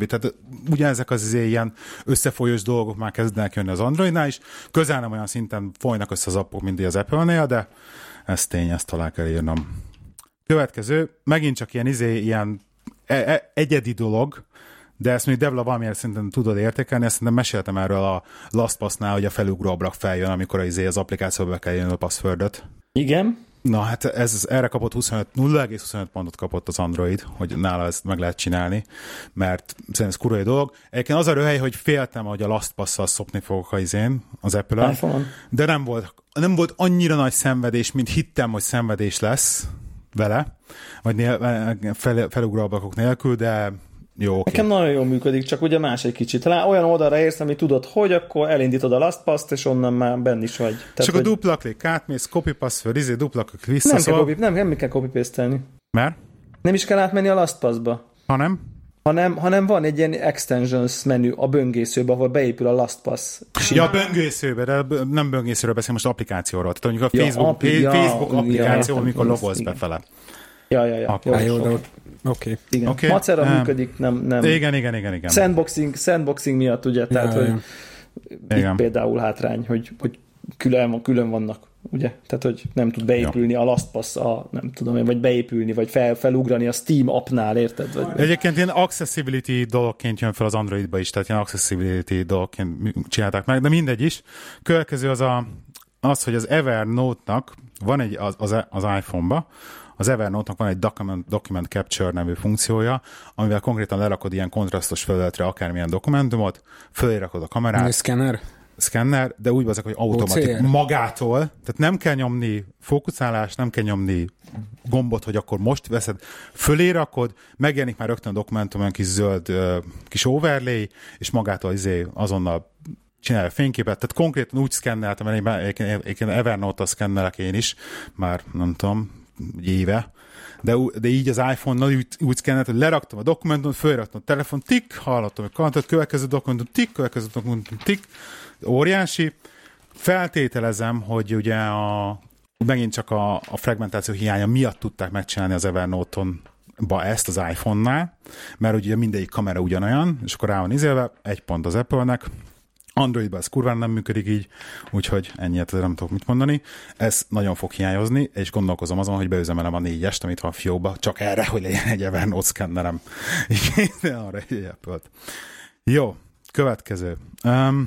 tehát ugyanezek az ilyen összefolyós dolgok már kezdenek jönni az Androidnál is, közel nem olyan szinten folynak össze az appok, mint az Apple-nél, de ez tény, ezt alá kell írnom. Következő, megint csak ilyen, izé, ilyen e- e- egyedi dolog, de ezt mondjuk Devla valamilyen szinten tudod értékelni, ezt szerintem meséltem erről a LastPass-nál, hogy a felugró ablak feljön, amikor az, az applikációba kell jönni a passwordot. Igen. Na hát ez, erre kapott huszonöt, nulla egész huszonöt pontot kapott az Android, hogy nála ezt meg lehet csinálni, mert szerintem ez kurva dolog. Egyébként az a röhely, hogy féltem, hogy a LastPass-szal szopni fogok az izén, az Apple-en, de nem volt, nem volt annyira nagy szenvedés, mint hittem, hogy szenvedés lesz vele, vagy nél, fel, felugró ablakok nélkül, de jó, okay. Nekem nagyon jól működik, csak ugye más egy kicsit. Rá olyan oldalra érsz, ami tudod, hogy akkor elindítod a LastPass-t, és onnan már benn is vagy. Tehát, csak hogy... a dupla klik átmész, copy password, izé, dupla klik vissza. Nem, szóval... kell copy, nem, nem kell copy-paste-elni. Mert? Nem is kell átmenni a LastPass-ba. Hanem? Hanem, hanem van egy ilyen extensions menü a böngészőbe, ahol beépül a LastPass. Ja, a böngészőbe, de nem böngészőről beszélem, most applikációról. Tehát mondjuk a ja, Facebook, api, ja, Facebook applikáció, ja, amikor logolsz befele. Ja, ja, ja. Okay. Jó, jó, oké. Igen. Okay. Macera um, működik, nem, nem. Igen, igen, igen, igen. Sandboxing, sandboxing miatt, ugye, tehát, ja, hogy itt például hátrány, hogy, hogy külön, külön vannak, ugye, tehát, hogy nem tud beépülni ja. a LastPass, a, nem tudom én, vagy beépülni, vagy fel, felugrani a Steam appnál, érted? Vagy... Egyébként ilyen accessibility dologként jön fel az Androidba is, tehát ilyen accessibility dologként csinálták meg, de mindegy is. Következő az a, az, hogy az Evernote-nak van egy, az, az, az iPhone-ba, az Evernote-nak van egy document, document Capture nevű funkciója, amivel konkrétan lerakod ilyen kontrasztos felületre akármilyen dokumentumot, fölérakod a kamerát. Szkenner? Szkenner, de úgy vazak, hogy automatik magától, tehát nem kell nyomni fókuszálást, nem kell nyomni gombot, hogy akkor most veszed, fölérakod, megjelenik már rögtön a dokumentum, olyan kis zöld uh, kis overlay, és magától izé azonnal csinálja a fényképet, tehát konkrétan úgy szkenneltem, mert én Evernote-tal szkennelek én is, már nem tudom, éve, de, de így az iPhone-nal úgy, úgy szkennelt, hogy leraktam a dokumentumot, fölraktam a telefon, tik, hallottam, hogy kantot, következő dokumentum, tik, következő dokumentum, tik, óriási. Feltételezem, hogy ugye a, megint csak a, a fragmentáció hiánya miatt tudták megcsinálni az Evernote-on ba ezt az iPhone-nál, mert ugye mindegyik kamera ugyanolyan, és akkor rá van izélve, egy pont az Apple-nek, Androidban ez kurván nem működik így, úgyhogy ennyit nem tudok mit mondani. Ez nagyon fog hiányozni, és gondolkozom azon, hogy beüzemelem a négyest, amit van a fiókba, csak erre, hogy legyen egy Evernote szkennerem. Igen, arra egy Apple-t. Jó, következő. Um,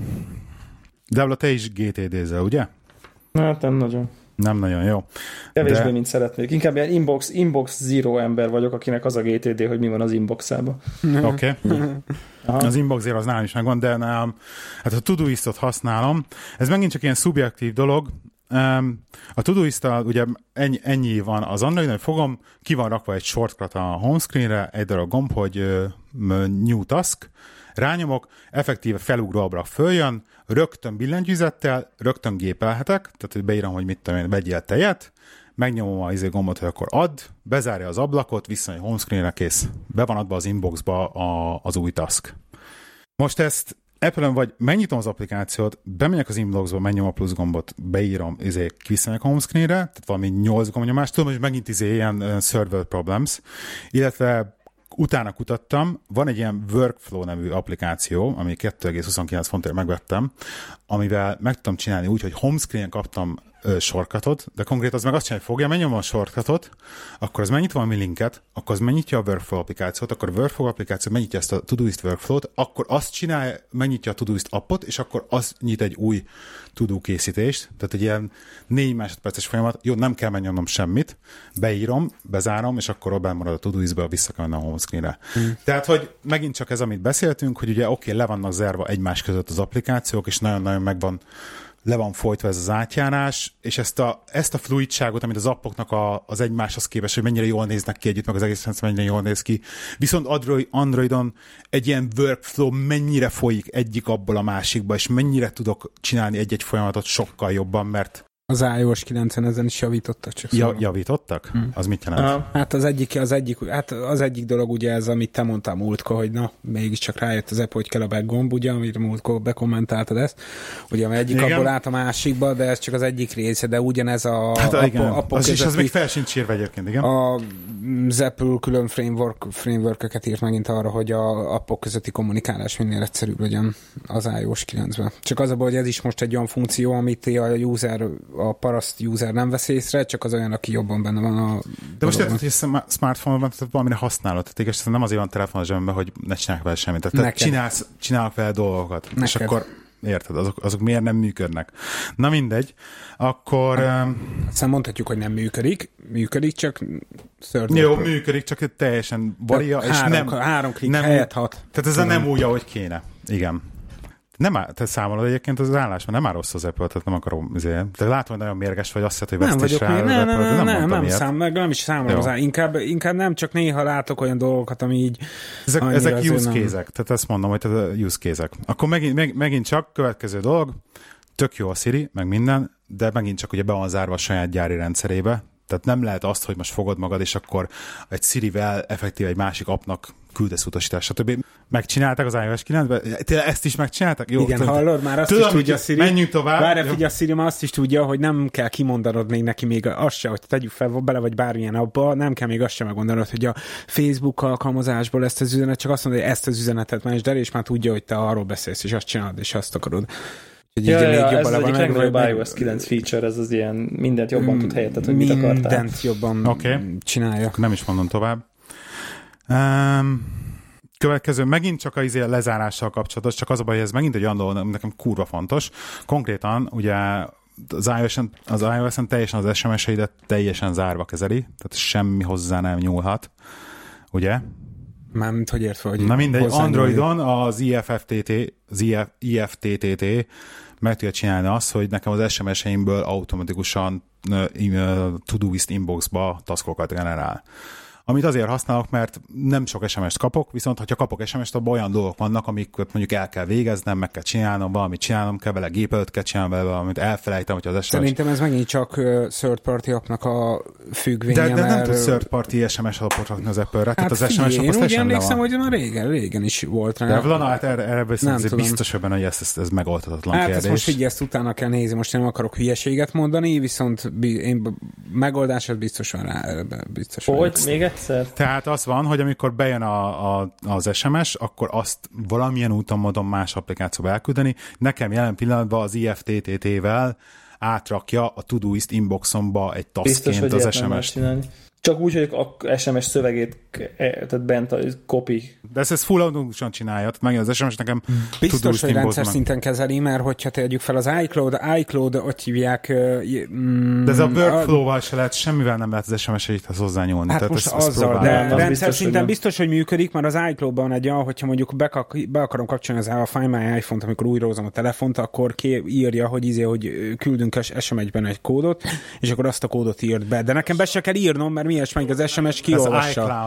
Devla, te is gé té dé-zel, ugye? Hát nem nagyon. Nem nagyon, jó. Kevésbé, de... mint szeretnék. Inkább ilyen inbox, inbox zero ember vagyok, akinek az a gé té dé, hogy mi van az inboxában. Oké. Okay. Az inbox zero az nálam is megvan, de nálam, hát a Todoistot használom. Ez megint csak ilyen szubjektív dolog. A Todoist-tal ugye ennyi, ennyi van az Android, hogy fogom, ki van rakva egy shortcut a homescreenre, egy darab gomb, hogy uh, new task, rányomok, effektíve felugró ablak följön, rögtön billentyűzettel, rögtön gépelhetek, tehát hogy beírom, hogy mit tudom én, vegyél tejet, megnyomom a izé gombot, hogy akkor add, bezárja az ablakot, vissza a homescreenre, kész. Be van adva az inboxba a, az új task. Most ezt Apple-en vagy megnyitom az applikációt, bemegyek az inboxba, megnyom a plusz gombot, beírom, izé, visszamegyek a homescreenre, tehát valami nyolc gombnyomást, tudom, hogy megint izé ilyen uh, server problems, illetve utána kutattam, van egy ilyen Workflow nevű applikáció, ami kettő egész huszonkilenc fontért megvettem, amivel meg tudom csinálni úgy, hogy homescreen-en kaptam ö, shortcutot, de konkrétan az meg azt csinálja, hogy fogja, megnyomom a shortcutot, akkor az megnyitva valami linket, akkor az megnyitja a Workflow applikációt, akkor a Workflow applikáció megnyitja ezt a Todoist Workflow-t, akkor azt csinálja, megnyitja a Todoist appot, és akkor az nyit egy új to-do készítést, tehát egy ilyen négy másodperces folyamat, jó, nem kell megnyomnom semmit, beírom, bezárom, és akkor benn marad a Todoistből, vissza kell mennem a homescreenre. Mm. Tehát, hogy megint csak ez, amit beszéltünk, hogy ugye oké, okay, le vannak zárva egymás között az applikációk, és nagyon-nagyon megvan, le van folytva ez az átjárás, és ezt a, ezt a fluidságot, amit az appoknak a, az egymáshoz képest, hogy mennyire jól néznek ki együtt, meg az egész rendszer mennyire jól néz ki. Viszont Android, Androidon egy ilyen workflow mennyire folyik egyik abból a másikba, és mennyire tudok csinálni egy-egy folyamatot sokkal jobban, mert Az iOS kilencen ezen is javítottak. Csak ja, javítottak? Hmm. Az mit jelent? Aha. Hát az egyik, az egyik, hát az egyik dolog ugye ez, amit te mondtál múltkor, hogy na, mégiscsak rájött az Apple, hogy kell a back gomb, ugye, amit múltkor bekommentáltad ezt. Ugye egyik igen. abból át a másikba, de ez csak az egyik része, de ugyanez a... Hát Apple, igen, Apple az, és az még fel sincs írva egyébként, igen. A, az Apple külön framework, framework-öket írt megint arra, hogy a appok közötti kommunikálás minél egyszerűbb legyen az iOS kilencben. Csak az a baj, hogy ez is most egy olyan funkció, amit a user, a paraszt user nem vesz észre, csak az olyan, aki jobban benne van a... De most érted, hogy a smartphone-ban valamire használod. Tehát igaz, nem azért van telefon a zsebemben, hogy ne csinálják vele semmit. Tehát csinálsz, csinálok vele dolgokat. Neked. És akkor érted, azok, azok miért nem működnek. Na mindegy, akkor... Hát, um, aztán mondhatjuk, hogy nem működik, működik, csak szörnyű. Jó, működik, csak teljesen varia, és három, nem... Három klik nem, helyett hat. Tehát ez nem úgy, ahogy kéne. Igen. Nem áll, te számolod egyébként az állás, mert nem áll rossz az Apple, tehát nem akarom azért. Te látom, hogy nagyon mérges vagy, azt hiszed, hogy vesztés rá. Nem, nem, nem, nem, nem, nem, szám, meg nem is számolom az áll. Inkább, inkább nem, csak néha látok olyan dolgokat, ami így... Ezek, ezek use case-ek, tehát ezt mondom, hogy tehát use case-ek. Akkor megint, meg, megint csak következő dolog, tök jó a Siri, meg minden, de megint csak ugye be van zárva a saját gyári rendszerébe, tehát nem lehet azt, hogy most fogod magad, és akkor egy Sirivel effektív egy másik appnak küldesz utasítást, stb. Megcsinálták az iOS kilencben? Tényleg ezt is megcsinálták? Jó, igen, tudom, hallod, már azt tudom, is tudja a Siri. Menjünk tovább. Várj, figyelj, a Siri már azt is tudja, hogy nem kell kimondanod még neki még azt se, hogy tegyük fel bele vagy bármilyen abba, nem kell még azt sem megmondanod, hogy a Facebook alkalmazásból ezt az üzenet, csak azt mondja, hogy ezt az üzenetet mentsd el, és már tudja, hogy te arról beszélsz, és azt csinálod, és azt akarod. Ja, ja, ja, ez az egyik legnagyobb iOS kilenc feature, ez az ilyen mindent jobban tud helyettet, hogy mit akartál. Mindent jobban okay. csinálja. Nem is mondom tovább. Um, következő, megint csak a izé lezárással kapcsolatos, csak az a baj, hogy ez megint egy olyan dolog, nekem kurva fontos. Konkrétan, ugye az iOS-en, az iOS-en teljesen az es em es-eidet teljesen zárva kezeli, tehát semmi hozzá nem nyúlhat. Ugye? Mármint, hogy értve, hogy... Na mindegy, Androidon az i ef ef té té, az i ef té té té meg tudja csinálni azt, hogy nekem az es em es-eimből automatikusan uh, Todoist inboxba taskokat generál. Amit azért használok, mert nem sok es em es-t kapok, viszont ha kapok es em es-t, abban olyan dolgok vannak, amiket mondjuk el kell végeznem, meg kell csinálnom, valamit csinálnom kell vele, gépelőt kell csinálnom vele, valamit elfelejtem, hogy az es em es... Szerintem ez megint csak uh, third party appnak a függvénye, De, de mert... nem tud third party es em es alapot rakni az Apple-re, hát tehát az figyelj, es em es-nak azt teljesen le van. Én úgy emlékszem, hogy már régen, régen is volt rá. De Vlana, hát erre, erre biztos, hogy benne, hogy ez, ez, ez megoldhatatlan hát kérdés. Hát most figyelj, ezt utána kell nézni, most nem akarok hülyeséget mondani, viszont én megoldás az biztos van rá. Biztos hogy? Még egyszer? Tehát az van, hogy amikor bejön a, a, az es em es, akkor azt valamilyen úton, módon más applikációba elküldeni. Nekem jelen pillanatban az i ef té té té-vel átrakja a Todoist inboxomba egy taskként az es em es-t. Csak úgy, hogy a es em es szövegét, tehát bent a copy. De ezt, ezt full automatikusan csinálja, tehát megint az es em es nekem biztos, hogy rendszer szinten kezeli, mert hogyha tegyük fel az iCloud, iCloud, ott hívják... Mm, de ez a workflow-val se lehet, semmivel nem lehet az es em es-hez hozzányúlni. Hát tehát most ezt, azzal, ezt de rendszer biztos, szinten hogy biztos, hogy működik, mert az iCloud-ban egy olyan, hogyha mondjuk be, be akarom kapcsolni az a Find My iPhone-t, amikor újraozom a telefont, akkor ké, írja, hogy izé, hogy küldünk es em es-ben egy kódot, és akkor azt a kódot írt be. De nekem be se kell írnom, mert miért meg az es em es kiolvassa.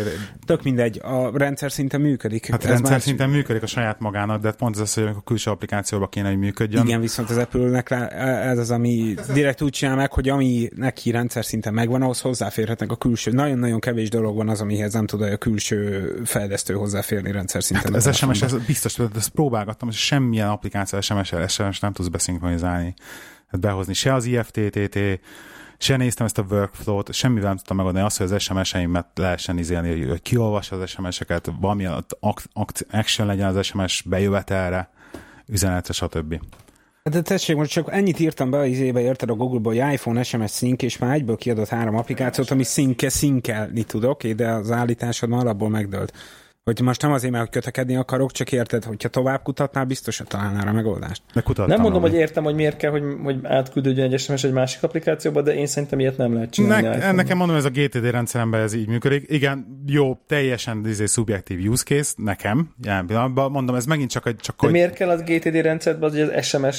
Tök mindegy, a rendszer szinten működik. Hát ez rendszer más... szinten működik a saját magának, de pont az, hogy a külső applikációba kéne, hogy működjön. Igen, viszont az Apple-nek ez az, ami direkt úgy csinál meg, hogy ami neki rendszer szinten megvan, ahhoz hozzáférhetnek a külső. Nagyon-nagyon kevés dolog van az, amihez nem tud a külső fejlesztő hozzáférni rendszer szinten. Hát az es em es, ez biztos, hogy ezt próbálgattam, és semmilyen applikáció es em es-el es em es nem tudsz beszinkronizálni. Hát behozni se az i ef té té té, se néztem ezt a workflow-t, semmivel nem tudtam megadni azt, hogy az es em es-eimet lehessen izélni, hogy kiolvassa az es em es-eket, valamilyen action legyen az es em es bejövetelre, üzenetre, stb. De tessék, most csak ennyit írtam be az izébe, érted a Google-ba, hogy iPhone es em es szink, és már egyből kiadott három applikációt, ami szinke, szinkelni tud, oké, de az állításod már alapból megdőlt. Hogy most nem azért, mert hogy kötekedni akarok, csak érted, hogyha tovább kutatnál, biztosan találnál a megoldást. Nem mondom, hogy értem, hogy miért kell, hogy, hogy átküldődjön egy es em es egy másik applikációba, de én szerintem ilyet nem lehet csinálni. Ne, nekem mondom, ez a gé té dé rendszeremben ez így működik. Igen, jó, teljesen izé, szubjektív use case, nekem, jelen pillanatban. Mondom, ez megint csak egy... Csak de hogy... miért kell az gé té dé rendszerben az, hogy az es em es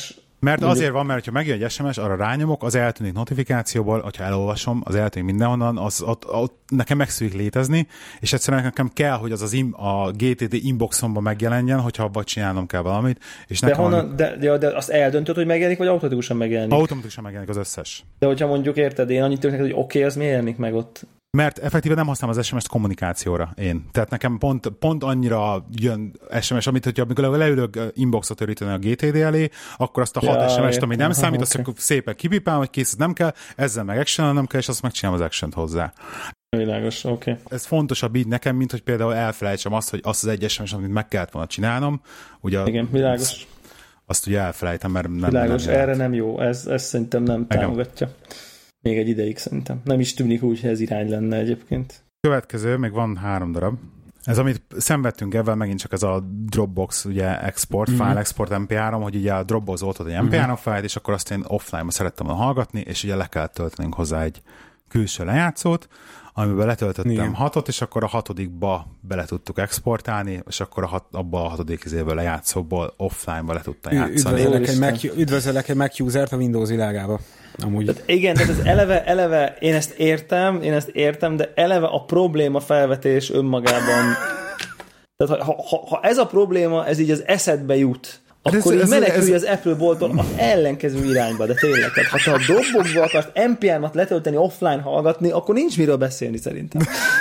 Mert azért van, mert ha megjön egy es em es, arra rányomok, az eltűnik notifikációból, hogyha elolvasom, az eltűnik mindenhonnan, az ott, ott nekem megszűnik létezni, és egyszerűen nekem kell, hogy az, az im, a gé té té inboxomban megjelenjen, hogyha abban csinálnom kell valamit. És de, honnan, van, de, de, de azt eldöntöd, hogy megjelenik, vagy automatikusan megjelenik? Automatikusan megjelenik az összes. De hogyha mondjuk érted, én annyit tudok neked, hogy oké, okay, az miért jelenik meg ott? Mert effektíven nem használom az es em es-t kommunikációra én. Tehát nekem pont, pont annyira jön es em es, amit, hogyha amikor leülök inboxot öríteni a gé té té elé, akkor azt a hat ja, es em es-t, ami nem számít, azt okay. szépen kipipálom, hogy kész, nem kell, ezzel meg action nem kell, és azt megcsinálom az action-t hozzá. Világos, oké. Okay. Ez fontosabb így nekem, mint hogy például elfelejtsem azt, hogy azt az egy es em es, amit meg kellett volna csinálnom. Ugye igen, világos. Azt, azt ugye elfelejtem, mert nem... Világos, nem erre nem jó, ez, ez szerintem nem támogatja. Még egy ideig szerintem. Nem is tűnik úgy, hogy ez irány lenne egyébként. Következő, még van három darab. Ez, amit szenvedtünk ebben, megint csak ez a Dropbox, ugye export, mm-hmm. file export em pé három, hogy ugye a Dropbox oltod egy em pé három mm-hmm. fájlt, és akkor azt én offline-ba szerettem volna hallgatni, és ugye le kellett töltenünk hozzá egy külső lejátszót, amiben letöltöttem igen. hatot, és akkor a hatodikba bele tudtuk exportálni, és akkor a hat, abba a hatodik izéből lejátszóból offline-ba le tudtam játszani. Üdvözöllek egy, Mac, üdvözöllek egy Mac usert a Windows világába. Amúgy. Tehát igen, tehát ez eleve, eleve, én ezt értem, én ezt értem, de eleve a probléma felvetés önmagában. Tehát ha, ha, ha ez a probléma, ez így az eszedbe jut, akkor ez, így menekülj ez... az Apple bolttól az ellenkező irányba, de tényleg. Tehát ha te a Dropboxba akarsz em pé hármat letölteni, offline hallgatni, akkor nincs miről beszélni szerintem.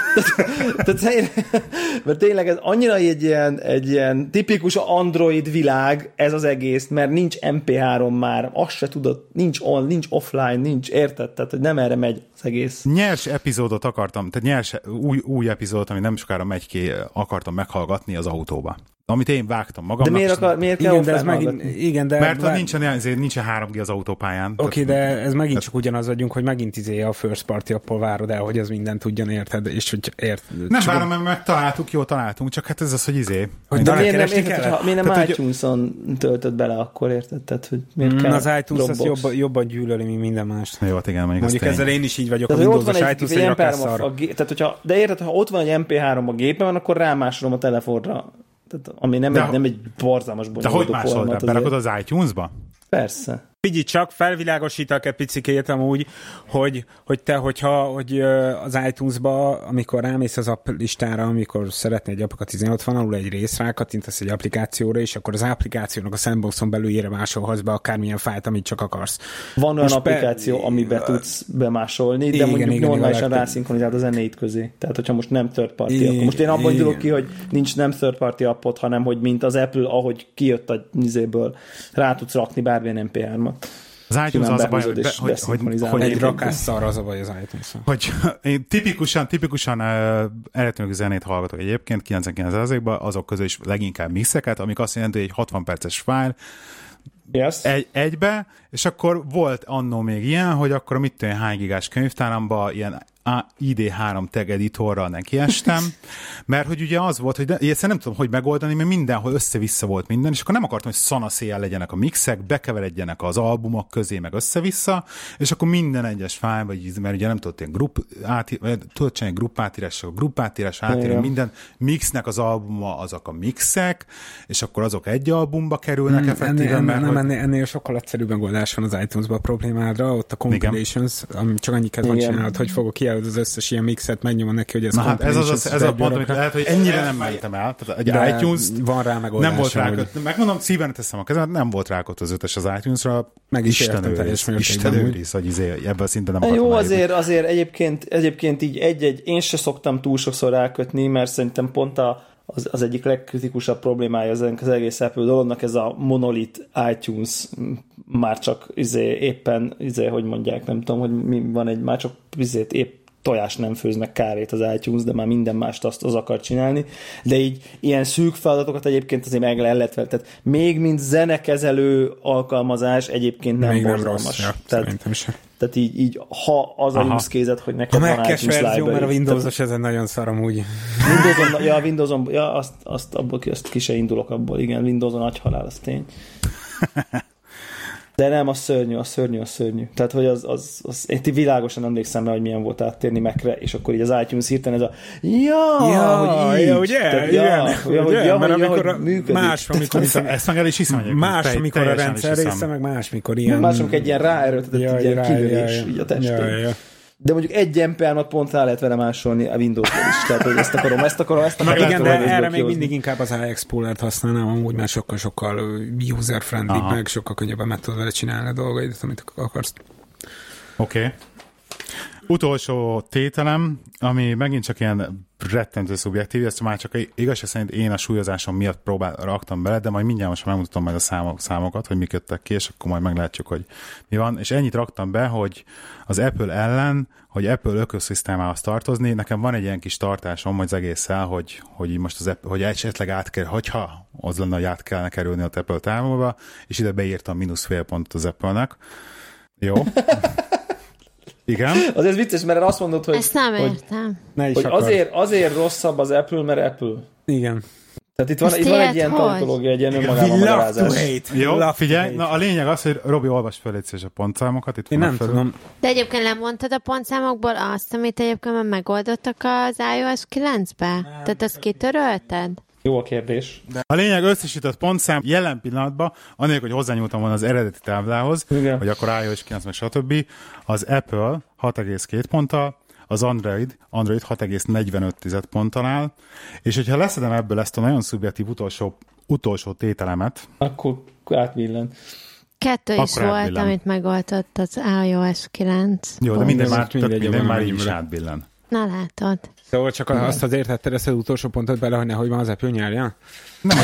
tehát, tehát, mert tényleg ez annyira egy ilyen, egy ilyen tipikus Android világ ez az egész, mert nincs em pé három már, azt se tudod, nincs on, nincs offline, nincs, érted? Tehát hogy nem erre megy az egész. Nyers epizódot akartam, tehát nyers új, új epizódot, ami nem sokára megy ki, akartam meghallgatni az autóba. Amit én vágtam magamnak. De miért, akar, miért kell igen, de ez megint, igen, de mert vár... nincsen, ezért nincsen három G az autópályán. Oké, okay, de ez megint csak ugyanaz vagyunk, hogy megint izé a first party appól várod el, hogy az mindent tudjon, érted? És hogy ért. Nem csak várom, mert megtaláltuk, jó találtunk, csak hát ez az, hogy izé. Hogy de miért nem, érted, ha, miért nem iTunes-on hogy... töltött bele, akkor érted? Tehát, hogy miért kell az iTunes az jobban, jobban gyűlöli, mint minden mást. Jó, hát igen, mondjuk, mondjuk ezzel én is így vagyok, a Windows-os iTunes egy rakásszarra. De érted, ha ott van egy em pé három a gépen, akkor rámásolom a telefonra. Tehát, ami nem, egy, nem egy borzalmas bonyolult format. De hogy másolod? Berakod az iTunes-ba? Persze. Figyelj csak, felvilágosítak egy picikét amúgy, hogy, hogy te, hogyha hogy az iTunes-ba, amikor rámész az app listára, amikor szeretnél egy appokat ízni, ott van alul egy rész, rákattintasz egy applikációra, és akkor az applikációnak a sandboxon belül ére másolhatsz be akármilyen fájlt, amit csak akarsz. Van olyan applikáció, be... amiben uh, tudsz bemásolni, de igen, mondjuk igen, normálisan rászinkronizálod a zenét közé. Tehát, hogyha most nem third party, igen, akkor most én abban indulok ki, hogy nincs nem third party appot, hanem hogy mint az Apple, ahogy kijött a nizéből, rá tudsz rakni bármilyen em pé hármat. Az iTunes az a baj, hogy, hogy, hogy, hogy egy rakásszar az a baj az iTunes. Hogy én tipikusan, tipikusan uh, elektronikus zenét hallgatok egyébként kilencvenkilenc százalékban, azok közül is leginkább mixeket, amik azt jelenti, hogy egy hatvan perces fájl yes. egy, egybe, és akkor volt annó még ilyen, hogy akkor mit tudom, hány gigás könyvtáramban ilyen i dé három tag editorral nekiestem, mert hogy ugye az volt, hogy ezt nem tudom, hogy megoldani, mert mindenhol össze-vissza volt minden, és akkor nem akartam, hogy szanaszéjjel legyenek a mixek, bekeveredjenek az albumok közé, meg össze-vissza, és akkor minden egyes fájl, vagy, mert ugye nem tudott ilyen grupp átírás, tudott csinálni gruppátírás, gruppátírás átírni, minden mixnek az albuma, azok a mixek, és akkor azok egy albumba kerülnek mm, effektíven. Ennél, mert, nem, hogy... ennél, ennél sokkal egyszerűbb megoldás van az iTunes-ban a problémádra, ott a compilations, ami csak annyi kedv van csinálod, hogy fogok ki az összes ilyen mixet, megnyomom neki, hogy ez na hát ez az, az, ez a pont, amit lehet, hogy ennyire nem mentem el. Tehát egy iTunes van rá megoldás. Nem volt ráköt, megmondom, szíven teszem a kezem, nem volt rákötözöttes az iTunes-ra. Meg is értem Isten őriz, hogy izé, ebben a szinten nem akartam. Jó, azért, azért egyébként, egyébként így egy-egy, én se szoktam túl sokszor rákötni, mert szerintem pont a, az, az egyik legkritikusabb problémája az, az egész Apple dolognak, ez a monolith iTunes, már csak izé, éppen, izé, hogy mondják, nem tudom, hogy mi van egy, már csak izé, épp tojás nem főz meg kárét az iTunes, de már minden mást azt az akar csinálni. De így ilyen szűk feladatokat egyébként azért meg lehet fel. Tehát még mint zenekezelő alkalmazás egyébként nem még borzalmas. Nem tehát, tehát így, így, ha az aha. a use case-et, hogy neked van iTunes library. verzió, mert a Windows-os ezen nagyon szarom úgy. Windows-on, ja, Windows-on, ja, azt, azt, abból, azt ki se indulok abból. Igen, Windows-on nagy halál, az tény. De nem, az szörnyű, az szörnyű, az szörnyű. Tehát, hogy az, az, az én világosan emlékszem rá, hogy milyen volt áttérni Mac-re, és akkor így az iTunes hirtelen ez a ja, ja, hogy így. Ja, ugye? Tehát, igen, ja, ugye? hogy, ja, mert hogy, amikor ja, működik. Más, amikor ezt, ezt meg el is hiszem, hogy más, amikor a rendszer része, meg más, mikor ilyen... Más, amikor egy ilyen ráerőltetett ja, ilyen rá, kilövés ja, így a testén. Ja, ja. De mondjuk egy em pé er-not pont rá lehet vele másolni a Windows-ból is. Tehát, hogy ezt akarom, ezt akarom, ezt akarom. Igen, de erre még mindig inkább az iExplorer-t használnám, amúgy már sokkal-sokkal user-friendly, meg sokkal könnyebben meg tudod vele csinálni a dolgaidat, amit akarsz. Oké. Okay. Utolsó tételem, ami megint csak ilyen rettentő szubjektív, ezt már csak igazság szerint én a súlyozásom miatt próbál, raktam bele, de majd mindjárt most megmutatom meg a számok, számokat, hogy mik jöttek ki, és akkor majd meglátjuk, hogy mi van. És ennyit raktam be, hogy az Apple ellen, hogy Apple ökoszisztémához tartozni, nekem van egy ilyen kis tartásom az egésszel, hogy, hogy most az Apple, hogy esetleg át kell, hogyha az lenne, hogy át kellene kerülni az Apple távolba, és ide beírtam mínusz fél pontot az Apple-nek. Jó. Igen. Azért vicces, mert azt mondod, hogy, ezt nem hogy, értem. hogy azért, azért rosszabb az Apple, mert Apple. Igen. Tehát itt van, itt van egy ilyen tautológia, egy ilyen önmagában magyarázás. Jó, love figyelj, na a lényeg az, hogy Robi, olvasd fel egy a pontszámokat. Itt én nem fel. tudom. De egyébként lemondtad a pontszámokból azt, amit egyébként már megoldottak az iOS kilencbe? Tehát azt kitörölted? Jó a kérdés. De a lényeg összesített pontszám jelen pillanatban, anélkül, hogy hozzányúltam volna az eredeti táblához, igen, hogy akkor iOS kilenc, meg stb. Az Apple hat egész két ponttal, az Android, Android hat egész negyvenöt ponttal áll, és hogyha leszedem ebből ezt a nagyon szubjektív utolsó, utolsó tételemet, akkor átbillen. Kettő is volt, átbillen, amit megoldott az iOS kilenc. Jó, de minden már, minden, minden már így is átbillen. Na látod. Szóval csak igen, azt azért tetted ezt az utolsó pontot bele, hogy nehogy van az Apple nyerje? Nem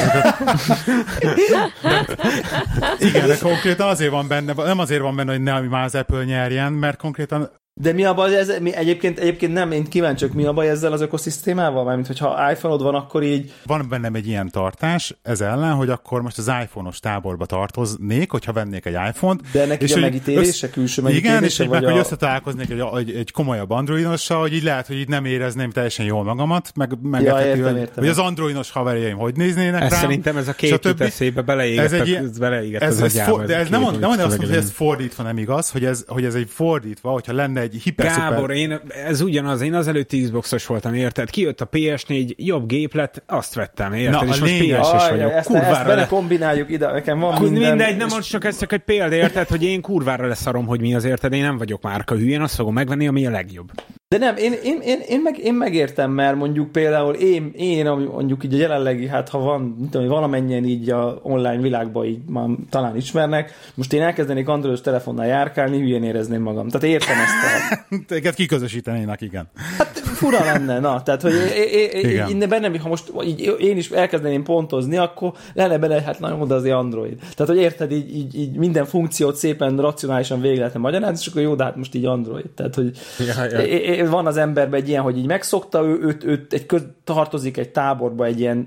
igen, de konkrétan azért van benne, nem azért van benne, hogy ne már az Apple nyerjen, mert konkrétan de mi a baj, ez, mi egyébként, egyébként nem, én kíváncsiak, mi a baj ezzel az ökoszisztémával? Mármint, hogyha iPhone-od van, akkor így... Van bennem egy ilyen tartás ez ellen, hogy akkor most az iPhone-os táborba tartoznék, hogyha vennék egy iPhone-t. De neki és a megítélése, össz... külső megítélése? Igen, és vagy meg, a... hogy összetalálkoznék egy, egy, egy komolyabb androidossal, hogy így lehet, hogy így nem érezném teljesen jól magamat, meg, meg ja, értem, értem, hogy, értem. hogy az androidos haverjaim hogy néznének ez rám. Szerintem ez a két jut eszébe beleégett az agyába. De ez nem azt mondom, hogy ez fordítva nem igaz, hogy ez, hogy ez egy fordítva, hogyha lenne egy hiper Én, ez ugyanaz, én az előtti Xboxos voltam, érted? Kijött a pé es négy, jobb gép lett, azt vettem, érted? Na, és most pé es-es vagyok. Ezt, ezt bele kombináljuk ide, nekem van Kur, minden. Mindegy, nem most csak ez csak egy példa, érted, hogy én kurvára leszarom, hogy mi az, érted? Én nem vagyok márka hű, én azt fogom megvenni, ami a legjobb. De nem, én, én, én, én, meg, én megértem, mert mondjuk például én, én ami mondjuk így a jelenlegi, hát ha van, mit tudom, valamennyien így a online világban így már talán ismernek, most én elkezdenék androidos telefonnal járkálni, hülyén érezném magam. Tehát értem ezt a... Téged kiközösítenének, igen. Hát fura lenne, na. Tehát, hogy én, bennem, ha most így, én is elkezdeném pontozni, akkor lenne benne, hát nagyon oda az Android. Tehát, hogy érted, így, így, így minden funkciót szépen racionálisan végig lehetne magyarázni, és akkor jó, de hát most így Android. Tehát, hogy ja, ja. Van az emberben egy ilyen, hogy így megszokta, ő, őt, őt egy köz, tartozik egy táborba egy ilyen,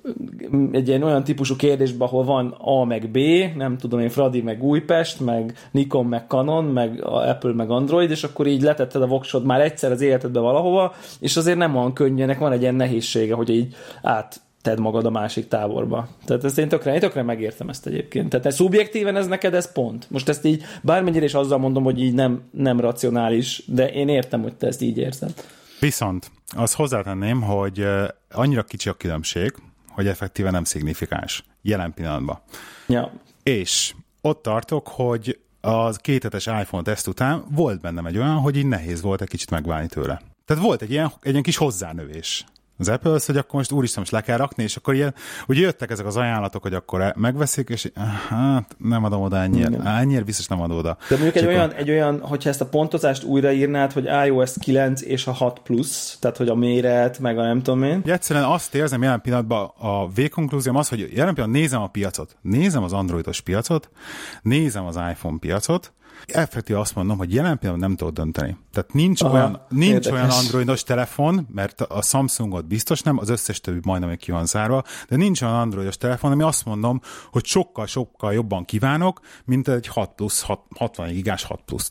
egy ilyen olyan típusú kérdésbe, ahol van A meg B, nem tudom én, Fradi meg Újpest, meg Nikon meg Canon, meg Apple meg Android, és akkor így letetted a voksod már egyszer az életedbe valahova, és azért nem olyan könnyű, ennek van egy ilyen nehézsége, hogy így át tedd magad a másik táborba. Tehát ezt én tökre, én tökre megértem ezt egyébként. Tehát szubjektíven ez neked, ez pont. Most ezt így bármennyire is azzal mondom, hogy így nem, nem racionális, de én értem, hogy te ezt így érzed. Viszont azt hozzátenném, hogy annyira kicsi a különbség, hogy effektíven nem szignifikáns jelen pillanatban. Ja. És ott tartok, hogy az kéthetes iPhone teszt után volt bennem egy olyan, hogy így nehéz volt egy kicsit megválni tőle. Tehát volt egy ilyen, egy ilyen kis hozzánövés az Apple, hogy akkor most úristen, most le kell rakni, és akkor ilyen, ugye jöttek ezek az ajánlatok, hogy akkor megveszik, és hát nem adom oda ennyire, ennyire biztos nem adom oda. De mondjuk egy olyan, egy olyan, hogyha ezt a pontozást újraírnád, hogy iOS kilenc és a hat plusz, tehát hogy a méret, meg a nem tudom én. Egyszerűen azt érzem jelen pillanatban, a végkonklúzióm az, hogy jelen pillanatban nézem a piacot, nézem az androidos piacot, nézem az iPhone piacot, effektíve azt mondom, hogy jelen pillanatban nem tudod dönteni. Tehát nincs, Aha, olyan, nincs olyan androidos telefon, mert a Samsungot biztos nem, az összes többi majdnem ki van zárva, de nincs olyan androidos telefon, ami azt mondom, hogy sokkal-sokkal jobban kívánok, mint egy hat plusz, hatvan gigás hat pluszt.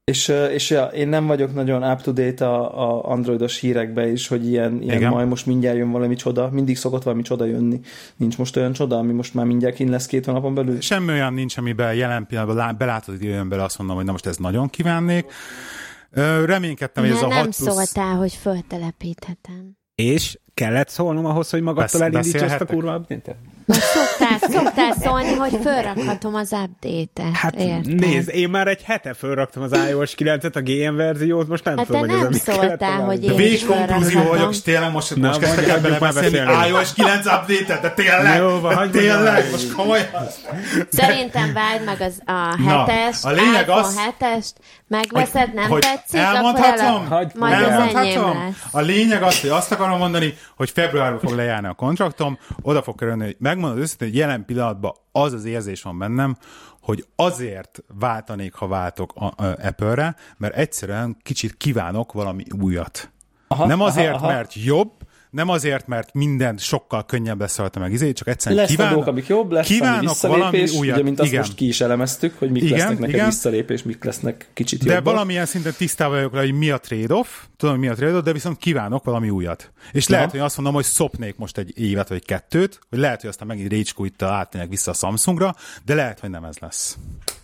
És, és ja, én nem vagyok nagyon up-to-date a, a androidos hírekbe is, hogy ilyen, ilyen majd most mindjárt jön valami csoda. Mindig szokott valami csoda jönni. Nincs most olyan csoda, ami most már mindjárt kint lesz két hónapon belül? Semmi olyan nincs, amiben jelen pillanatban belátod, hogy jön bele, azt mondom, hogy na most ezt nagyon kívánnék. Reménykedtem, hogy ez a hat plusz... Nem szóltál, hogy föltelepíthetem. És kellett szólnom ahhoz, hogy magadtól elindíts ezt a kurva update-et? Szoktál, szoktál szólni, hogy fölrakhatom az update-et. Hát érted? Nézd, én már egy hete fölraktam az iOS kilencet, a gé em verziót, most nem hát tudom, hogy nem ez amit szóltál, hogy én is konklúzió vagyok, és tényleg most, Na, most kezdtek el belebeszélni iOS kilenc update-et, de tényleg, Jó, de van, tényleg, most komolyan. Szerintem váld meg az a hetes, Na, a lényeg az, hetest, megveszed, nem hogy tetszik, elmondhatom, akkor el, majd az enyém lesz. A lényeg az, hogy azt akarom mondani, hogy februárban fog lejárni a kontraktom, oda fog kerülni, hogy megmondod őszintén, hogy jelen pillanatban az az érzés van bennem, hogy azért váltanék, ha váltok a, a Apple-re, mert egyszerűen kicsit kívánok valami újat. Aha, nem azért, aha, aha. mert jobb, nem azért, mert minden sokkal könnyebb lesz rajta meg izé, csak egyszerűen lesz kívánok, dolgok, amik jobb, lesz kívánok valami újat. Ugye, mint azt igen. most ki is elemeztük, hogy mik igen, lesznek neked igen. visszalépés, mik lesznek kicsit de jobbak. De valamilyen szinten tisztában vagyok rá, hogy mi a trade-off, tudom, hogy mi a trade-off, de viszont kívánok valami újat. És ja. lehet, hogy azt mondom, hogy szopnék most egy évet vagy kettőt, hogy lehet, hogy aztán megint rage quittal átmennek vissza a Samsungra, de lehet, hogy nem ez lesz.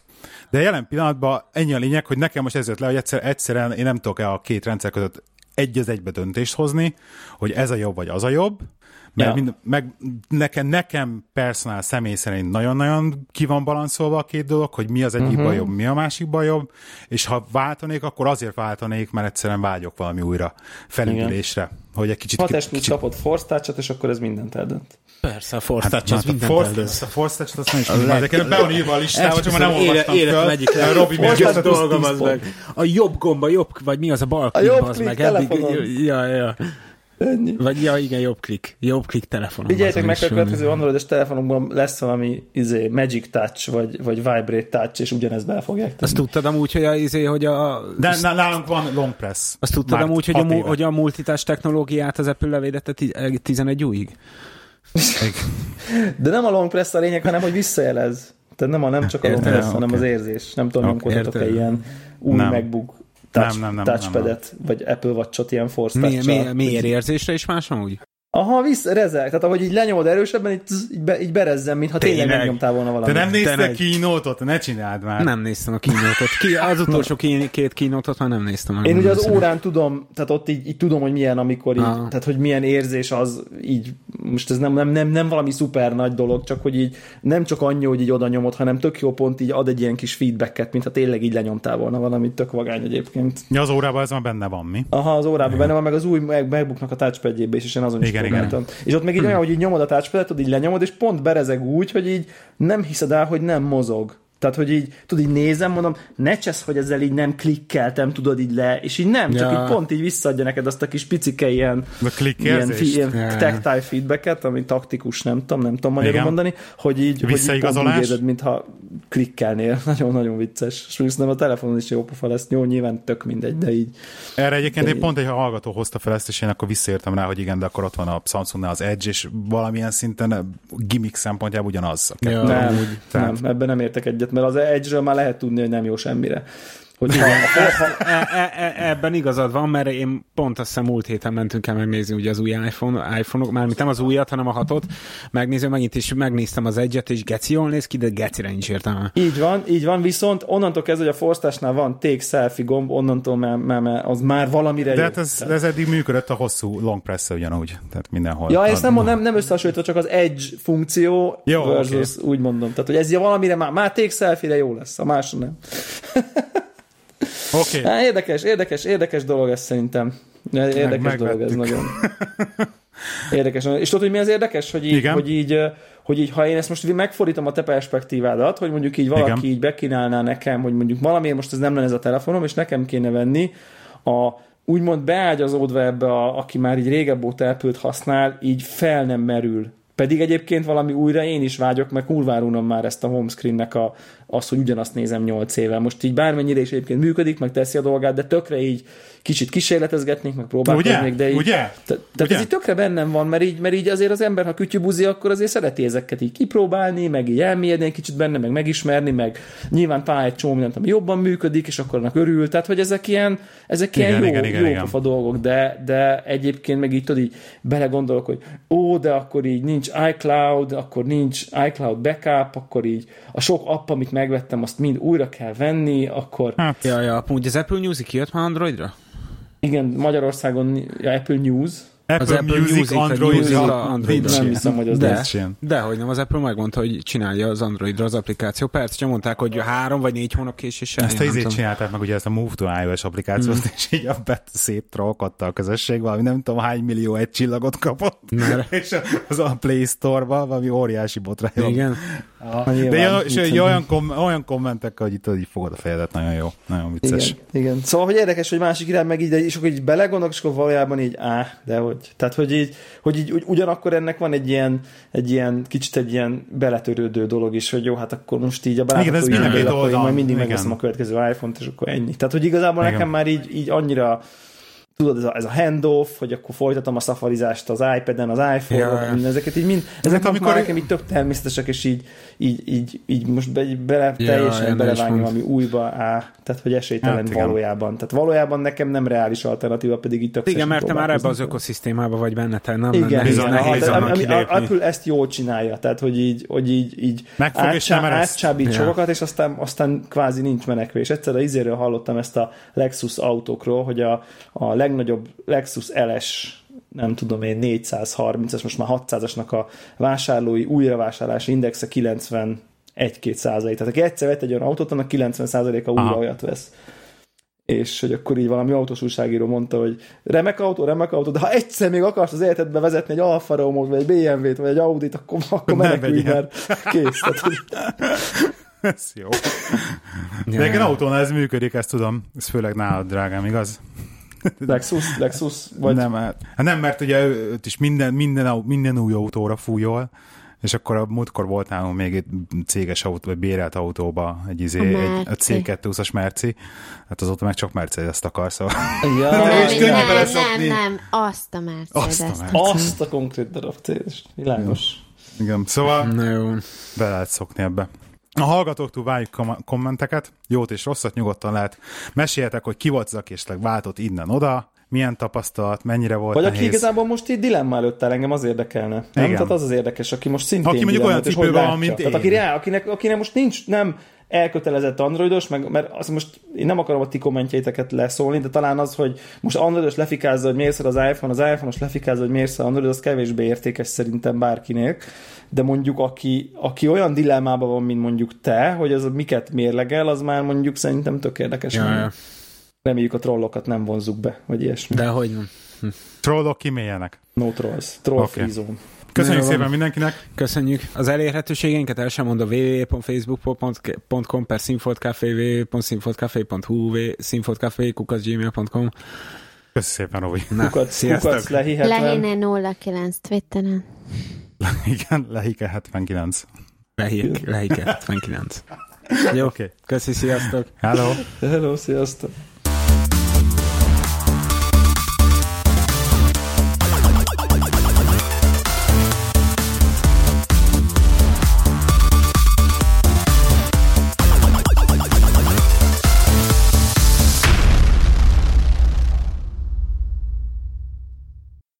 De jelen pillanatban ennyi a lényeg, hogy nekem most ez jött le, hogy egyszer, egyszerűen én nem tudok el a két rendszer között egy az egybe döntést hozni, hogy ez a jobb vagy az a jobb, mert ja. mind, meg nekem, nekem personál személy szerint nagyon-nagyon ki van balanszolva a két dolog, hogy mi az egyikban uh-huh. jobb, mi a másikban jobb, és ha váltanék, akkor azért váltanék, mert egyszerűen vágyok valami újra felindulésre. Hogy egy kicsit... Ha testműt kapod Force Touch-ot, és akkor ez mindent eldönt. Persze, a Force Touch hát, az mindent force, eldönt. A Force Touch-ot azt nem is tudom, de be van írva a listába, csak már nem olvastam föl. Egyik le. Robi még ezt dolgom az meg. A jobb gomba, jobb, vagy mi az a bal klik, az meg. Ja, ja. Ennyi. Vagy ja, igen, jobb klik. Jobb klik telefonon. Figyeljetek meg, a következő androides telefonokban lesz valami izé, Magic Touch, vagy, vagy Vibrate Touch, és ugyanezt be fogják tenni. Azt tudtad amúgy, hogy a, izé, hogy a... De nálunk van long press. Azt tudtad amúgy, hogy a, hogy a multitouch technológiát az Apple levédette tizenegy újig? De nem a long press a lényeg, hanem hogy visszajelez. Tehát nem, a, nem csak a long press, okay. hanem az érzés. Nem tudom, okay. nyomkodhatok-e ilyen új nem. MacBook touch, nem, nem, nem, touchpadet, nem, nem. vagy Apple Watch-ot ilyen Force Touch-sal. Miért érzésre is más amúgy? Aha, vissza, rezeg. Tehát ahogy így lenyomod erősebben, így, így, be, így berezzen, mintha tényleg nem nyomtál volna valamit. Te nem nézted a keynote-ot, ne csináld már. Nem néztem a keynote-ot. Ki, az utolsó két keynote-ot már nem néztem. Én ugye az órán tudom, tehát ott így, így tudom, hogy milyen, amikor így, ah. tehát hogy milyen érzés az így, most ez nem, nem, nem, nem valami szuper nagy dolog, csak hogy így nem csak annyi, hogy így oda nyomod, hanem tök jó pont így ad egy ilyen kis feedbacket, mintha tényleg így lenyomtál volna valamit, tök vagány egyébként. Ja, az órában ez már benne van, mi? Aha, az órában benne van, meg az új MacBooknak a touchpadjébe is, és én azon is próbáltam. És ott meg így olyan, hogy így nyomod a touchpadet, tudod, így lenyomod, és pont berezeg úgy, hogy így nem hiszed el, hogy nem mozog. Tehát, hogy így, tudod, így nézem, mondom, ne csesz, hogy ezzel így nem klikkeltem, tudod, így le, és így nem, csak ja. így pont így visszaadja neked azt a kis picike ilyen, ilyen, fi, ilyen yeah. tactile feedbacket, ami taktikus, nem tudom, nem tudom magyarul Igen. mondani, hogy így, hogy így pont úgy érzed, mintha klikkelnél. Nagyon-nagyon vicces. És mondjuk a telefonon is jó pofa lesz. Jó, nyilván tök mindegy, de így. Erre egyébként én pont egy hallgató hozta fel ezt, és én akkor visszaértem rá, hogy igen, de akkor ott van a Samsungnál az Edge, és valamilyen szinten gimmick szempontjából ugyanaz. Ja, nem, úgy, nem, ebben nem értek egyet, mert az Edge-ről már lehet tudni, hogy nem jó semmire. Hogy ha, ha, e, e, e, ebben igazad van, mert én pont azt hiszem múlt héten mentünk el megnézni ugye az új iPhone, iPhone-ok, mármint nem az újat, hanem a hatot, megnézem megint is, megnéztem az Edge-et, és geci jól néz ki, de gecire nincs értelme. Így van, így van, viszont onnantól kezdve, hogy a Force Touch-nál van take selfie gomb, onnantól már, már, már az már valamire de hát ez, ez eddig működött a hosszú long press-e ugyanúgy, tehát mindenhol. Ja, ezt nem, nem, nem összehasonlítva, csak az Edge funkció jó, versus, okay. úgy mondom. Tehát, hogy ez ja valamire már, már take selfie-re jó lesz, a másra nem. Okay. Há, érdekes, érdekes, érdekes dolog ez szerintem. Érdekes meg, dolog ez nagyon. Érdekes. És tudod, hogy mi az érdekes? Hogy így, hogy így, hogy így, ha én ezt most megfordítom a te perspektívádat, hogy mondjuk így valaki Igen. így bekínálná nekem, hogy mondjuk valamiért most ez nem lenne ez a telefonom, és nekem kéne venni a úgymond beágyazódva ebbe, a, aki már így régebb óta Apple-t használ, így fel nem merül Pedig egyébként valami újra én is vágyok, meg kurvára unom már ezt a homescreennek a, az, hogy ugyanazt nézem nyolc éve. Most így bármennyire is egyébként működik, meg teszi a dolgát, de tökre így kicsit kísérletezgetnék, meg próbálkoznék, de így... Ugye? Te, tehát ez így tökre bennem van, mert így, mert így azért az ember, ha kütyübuzi, akkor azért szereti ezeket így kipróbálni, meg így elmélyedni egy kicsit benne, meg megismerni, meg nyilván talán egy csomó mindent, ami jobban működik, és akkor annak örül. Tehát, hogy ezek ilyen, ezek igen, ilyen jó, igen, igen, jó igen. dolgok, de, de egyébként meg így tudod, így belegondolok, hogy ó, de akkor így nincs iCloud, akkor nincs iCloud backup, akkor így a sok app, amit megvettem, azt mind újra kell venni, akkor... Hát, ja, ja, amúgy az Apple Music kijött már Androidra? Igen, Magyarországon ja, Apple News. Apple, az Apple Music, Music Androidra. Android nem hiszem, hogy az de, lesz. de, hogy nem, az Apple megmondta, hogy csinálja az Androidra az applikáció. Persze, csak mondták, hogy három vagy négy hónap késéssel. Ezt a izét csinálták meg, ugye ezt a Move to iOS applikációt, mm. és így a bet szép trollkodta a közösség, valami nem tudom hány millió egy csillagot kapott. és az a Play Store-ba valami óriási botrány. Igen. Ah. De ilyen, és olyan, kom, olyan kommentekkel, hogy itt így fogod a fejedet, nagyon jó, nagyon vicces. Igen, igen. Szóval, hogy érdekes, hogy másik irány meg így, és akkor így belegondolok, és akkor valójában így, áh, de hogy. Tehát, hogy így, hogy így ugyanakkor ennek van egy ilyen, egy ilyen, kicsit egy ilyen beletörődő dolog is, hogy jó, hát akkor most így a barátok, akkor én majd mindig megveszem a következő iPhone-t, és akkor ennyi. Tehát, hogy igazából igen. nekem már így, így annyira tudod, ez a, ez a handoff, hogy akkor folytatom a szafarizást az iPad-en, az iPhone-on, ja, ja. ezeket így mind, ezek hát, amikor nekem így tök természetesek, és így, így, így, így most be, bele, ja, teljesen belevágni valami újba, á, tehát hogy esélytelen hát, valójában. Tehát valójában nekem nem reális alternatíva, pedig így tök igen, mert te már ebbe az ökoszisztémába vagy benne, te nem igen, nehéz, igen, nehéz hát, ami, Apple ezt jól csinálja, tehát hogy így, hogy így, így átcsábít ja. sokakat, és aztán, aztán kvázi nincs menekvés. Egyszer az izéről hallottam ezt a Lexus autókról, hogy a, a legnagyobb Lexus el es, nem tudom én, négyszázharmincas, most már hatszázasnak a vásárlói újravásárlási indexe kilencvenegy-két százalék. Tehát aki egyszer vett egy olyan autót, annak kilencven százaléka újra aha. olyat vesz. És hogy akkor így valami autós újságíró mondta, hogy remek autó, remek autó, de ha egyszer még akarsz az életedbe vezetni egy Alfa Romeo-t, vagy egy bé em vé-t, vagy egy Audit, akkor, akkor menekülj, mert kész. Tehát, hogy... Ez jó. De egy autónál ez működik, ezt tudom. Ez főleg nálad, drágám, igaz? Lexus, Lexus, vagy... Nem, hát nem, mert ugye őt is minden, minden, minden új autóra fújol, és akkor a múltkor volt nálunk még egy céges autó, vagy bérelt autóba egy, izé, egy a cé kettőszázas Merci, hát azóta meg csak Mercedes-t akar, szóval... Ja, nem, nem, nem, nem, azt a Mercedes-t. Azt a, azt a konkrét darab céges, világos. Igen, szóval na jó. Be lehet szokni ebbe. A hallgatóktól várjuk kom- kommenteket, jót és rosszat nyugodtan lehet. Meséljetek, hogy ki volt az, aki esetleg váltott innen-oda, milyen tapasztalat, mennyire volt vagy nehéz. aki igazából most így dilemma előtt áll, engem az érdekelne. Nem? Tehát az az érdekes, aki most szintén aki mondjuk olyan cipőben van, mint tehát aki rá, akinek, akinek most nincs, nem elkötelezett androidos, meg, mert az most én nem akarom a ti kommentjeiteket leszólni, de talán az, hogy most androidos lefikázza, hogy mérsz az iPhone, az iPhone-os lefikázza, hogy mérsz az android, az kevésbé értékes szerintem bárkinél. De mondjuk aki, aki olyan dilemmában van, mint mondjuk te, hogy az miket mérlegel, az már mondjuk szerintem tök érdekes. Ja, ja. Reméljük a trollokat nem vonzzuk be, vagy ilyesmi. De hogy nem. Hm. Trollok kiméljenek. No trolls. Troll okay. Free zone. Köszönjük szépen mindenkinek. Köszönjük. Az elérhetőségeinket el sem mondom, double-u double-u double-u pont facebook pont com per színfoltcafé, double-u double-u double-u pont színfoltcafé pont hu, színfoltcafé kukac gmail pont com. Köszönjük szépen, Robi. Kukac, kukac lehihetven. Lehine nulla kilenc Twitteren. Igen, lehike hetvenkilenc. Lehike hetvenkilenc. Jó, oké. Okay. Köszi, sziasztok. Hello. Hello, sziasztok.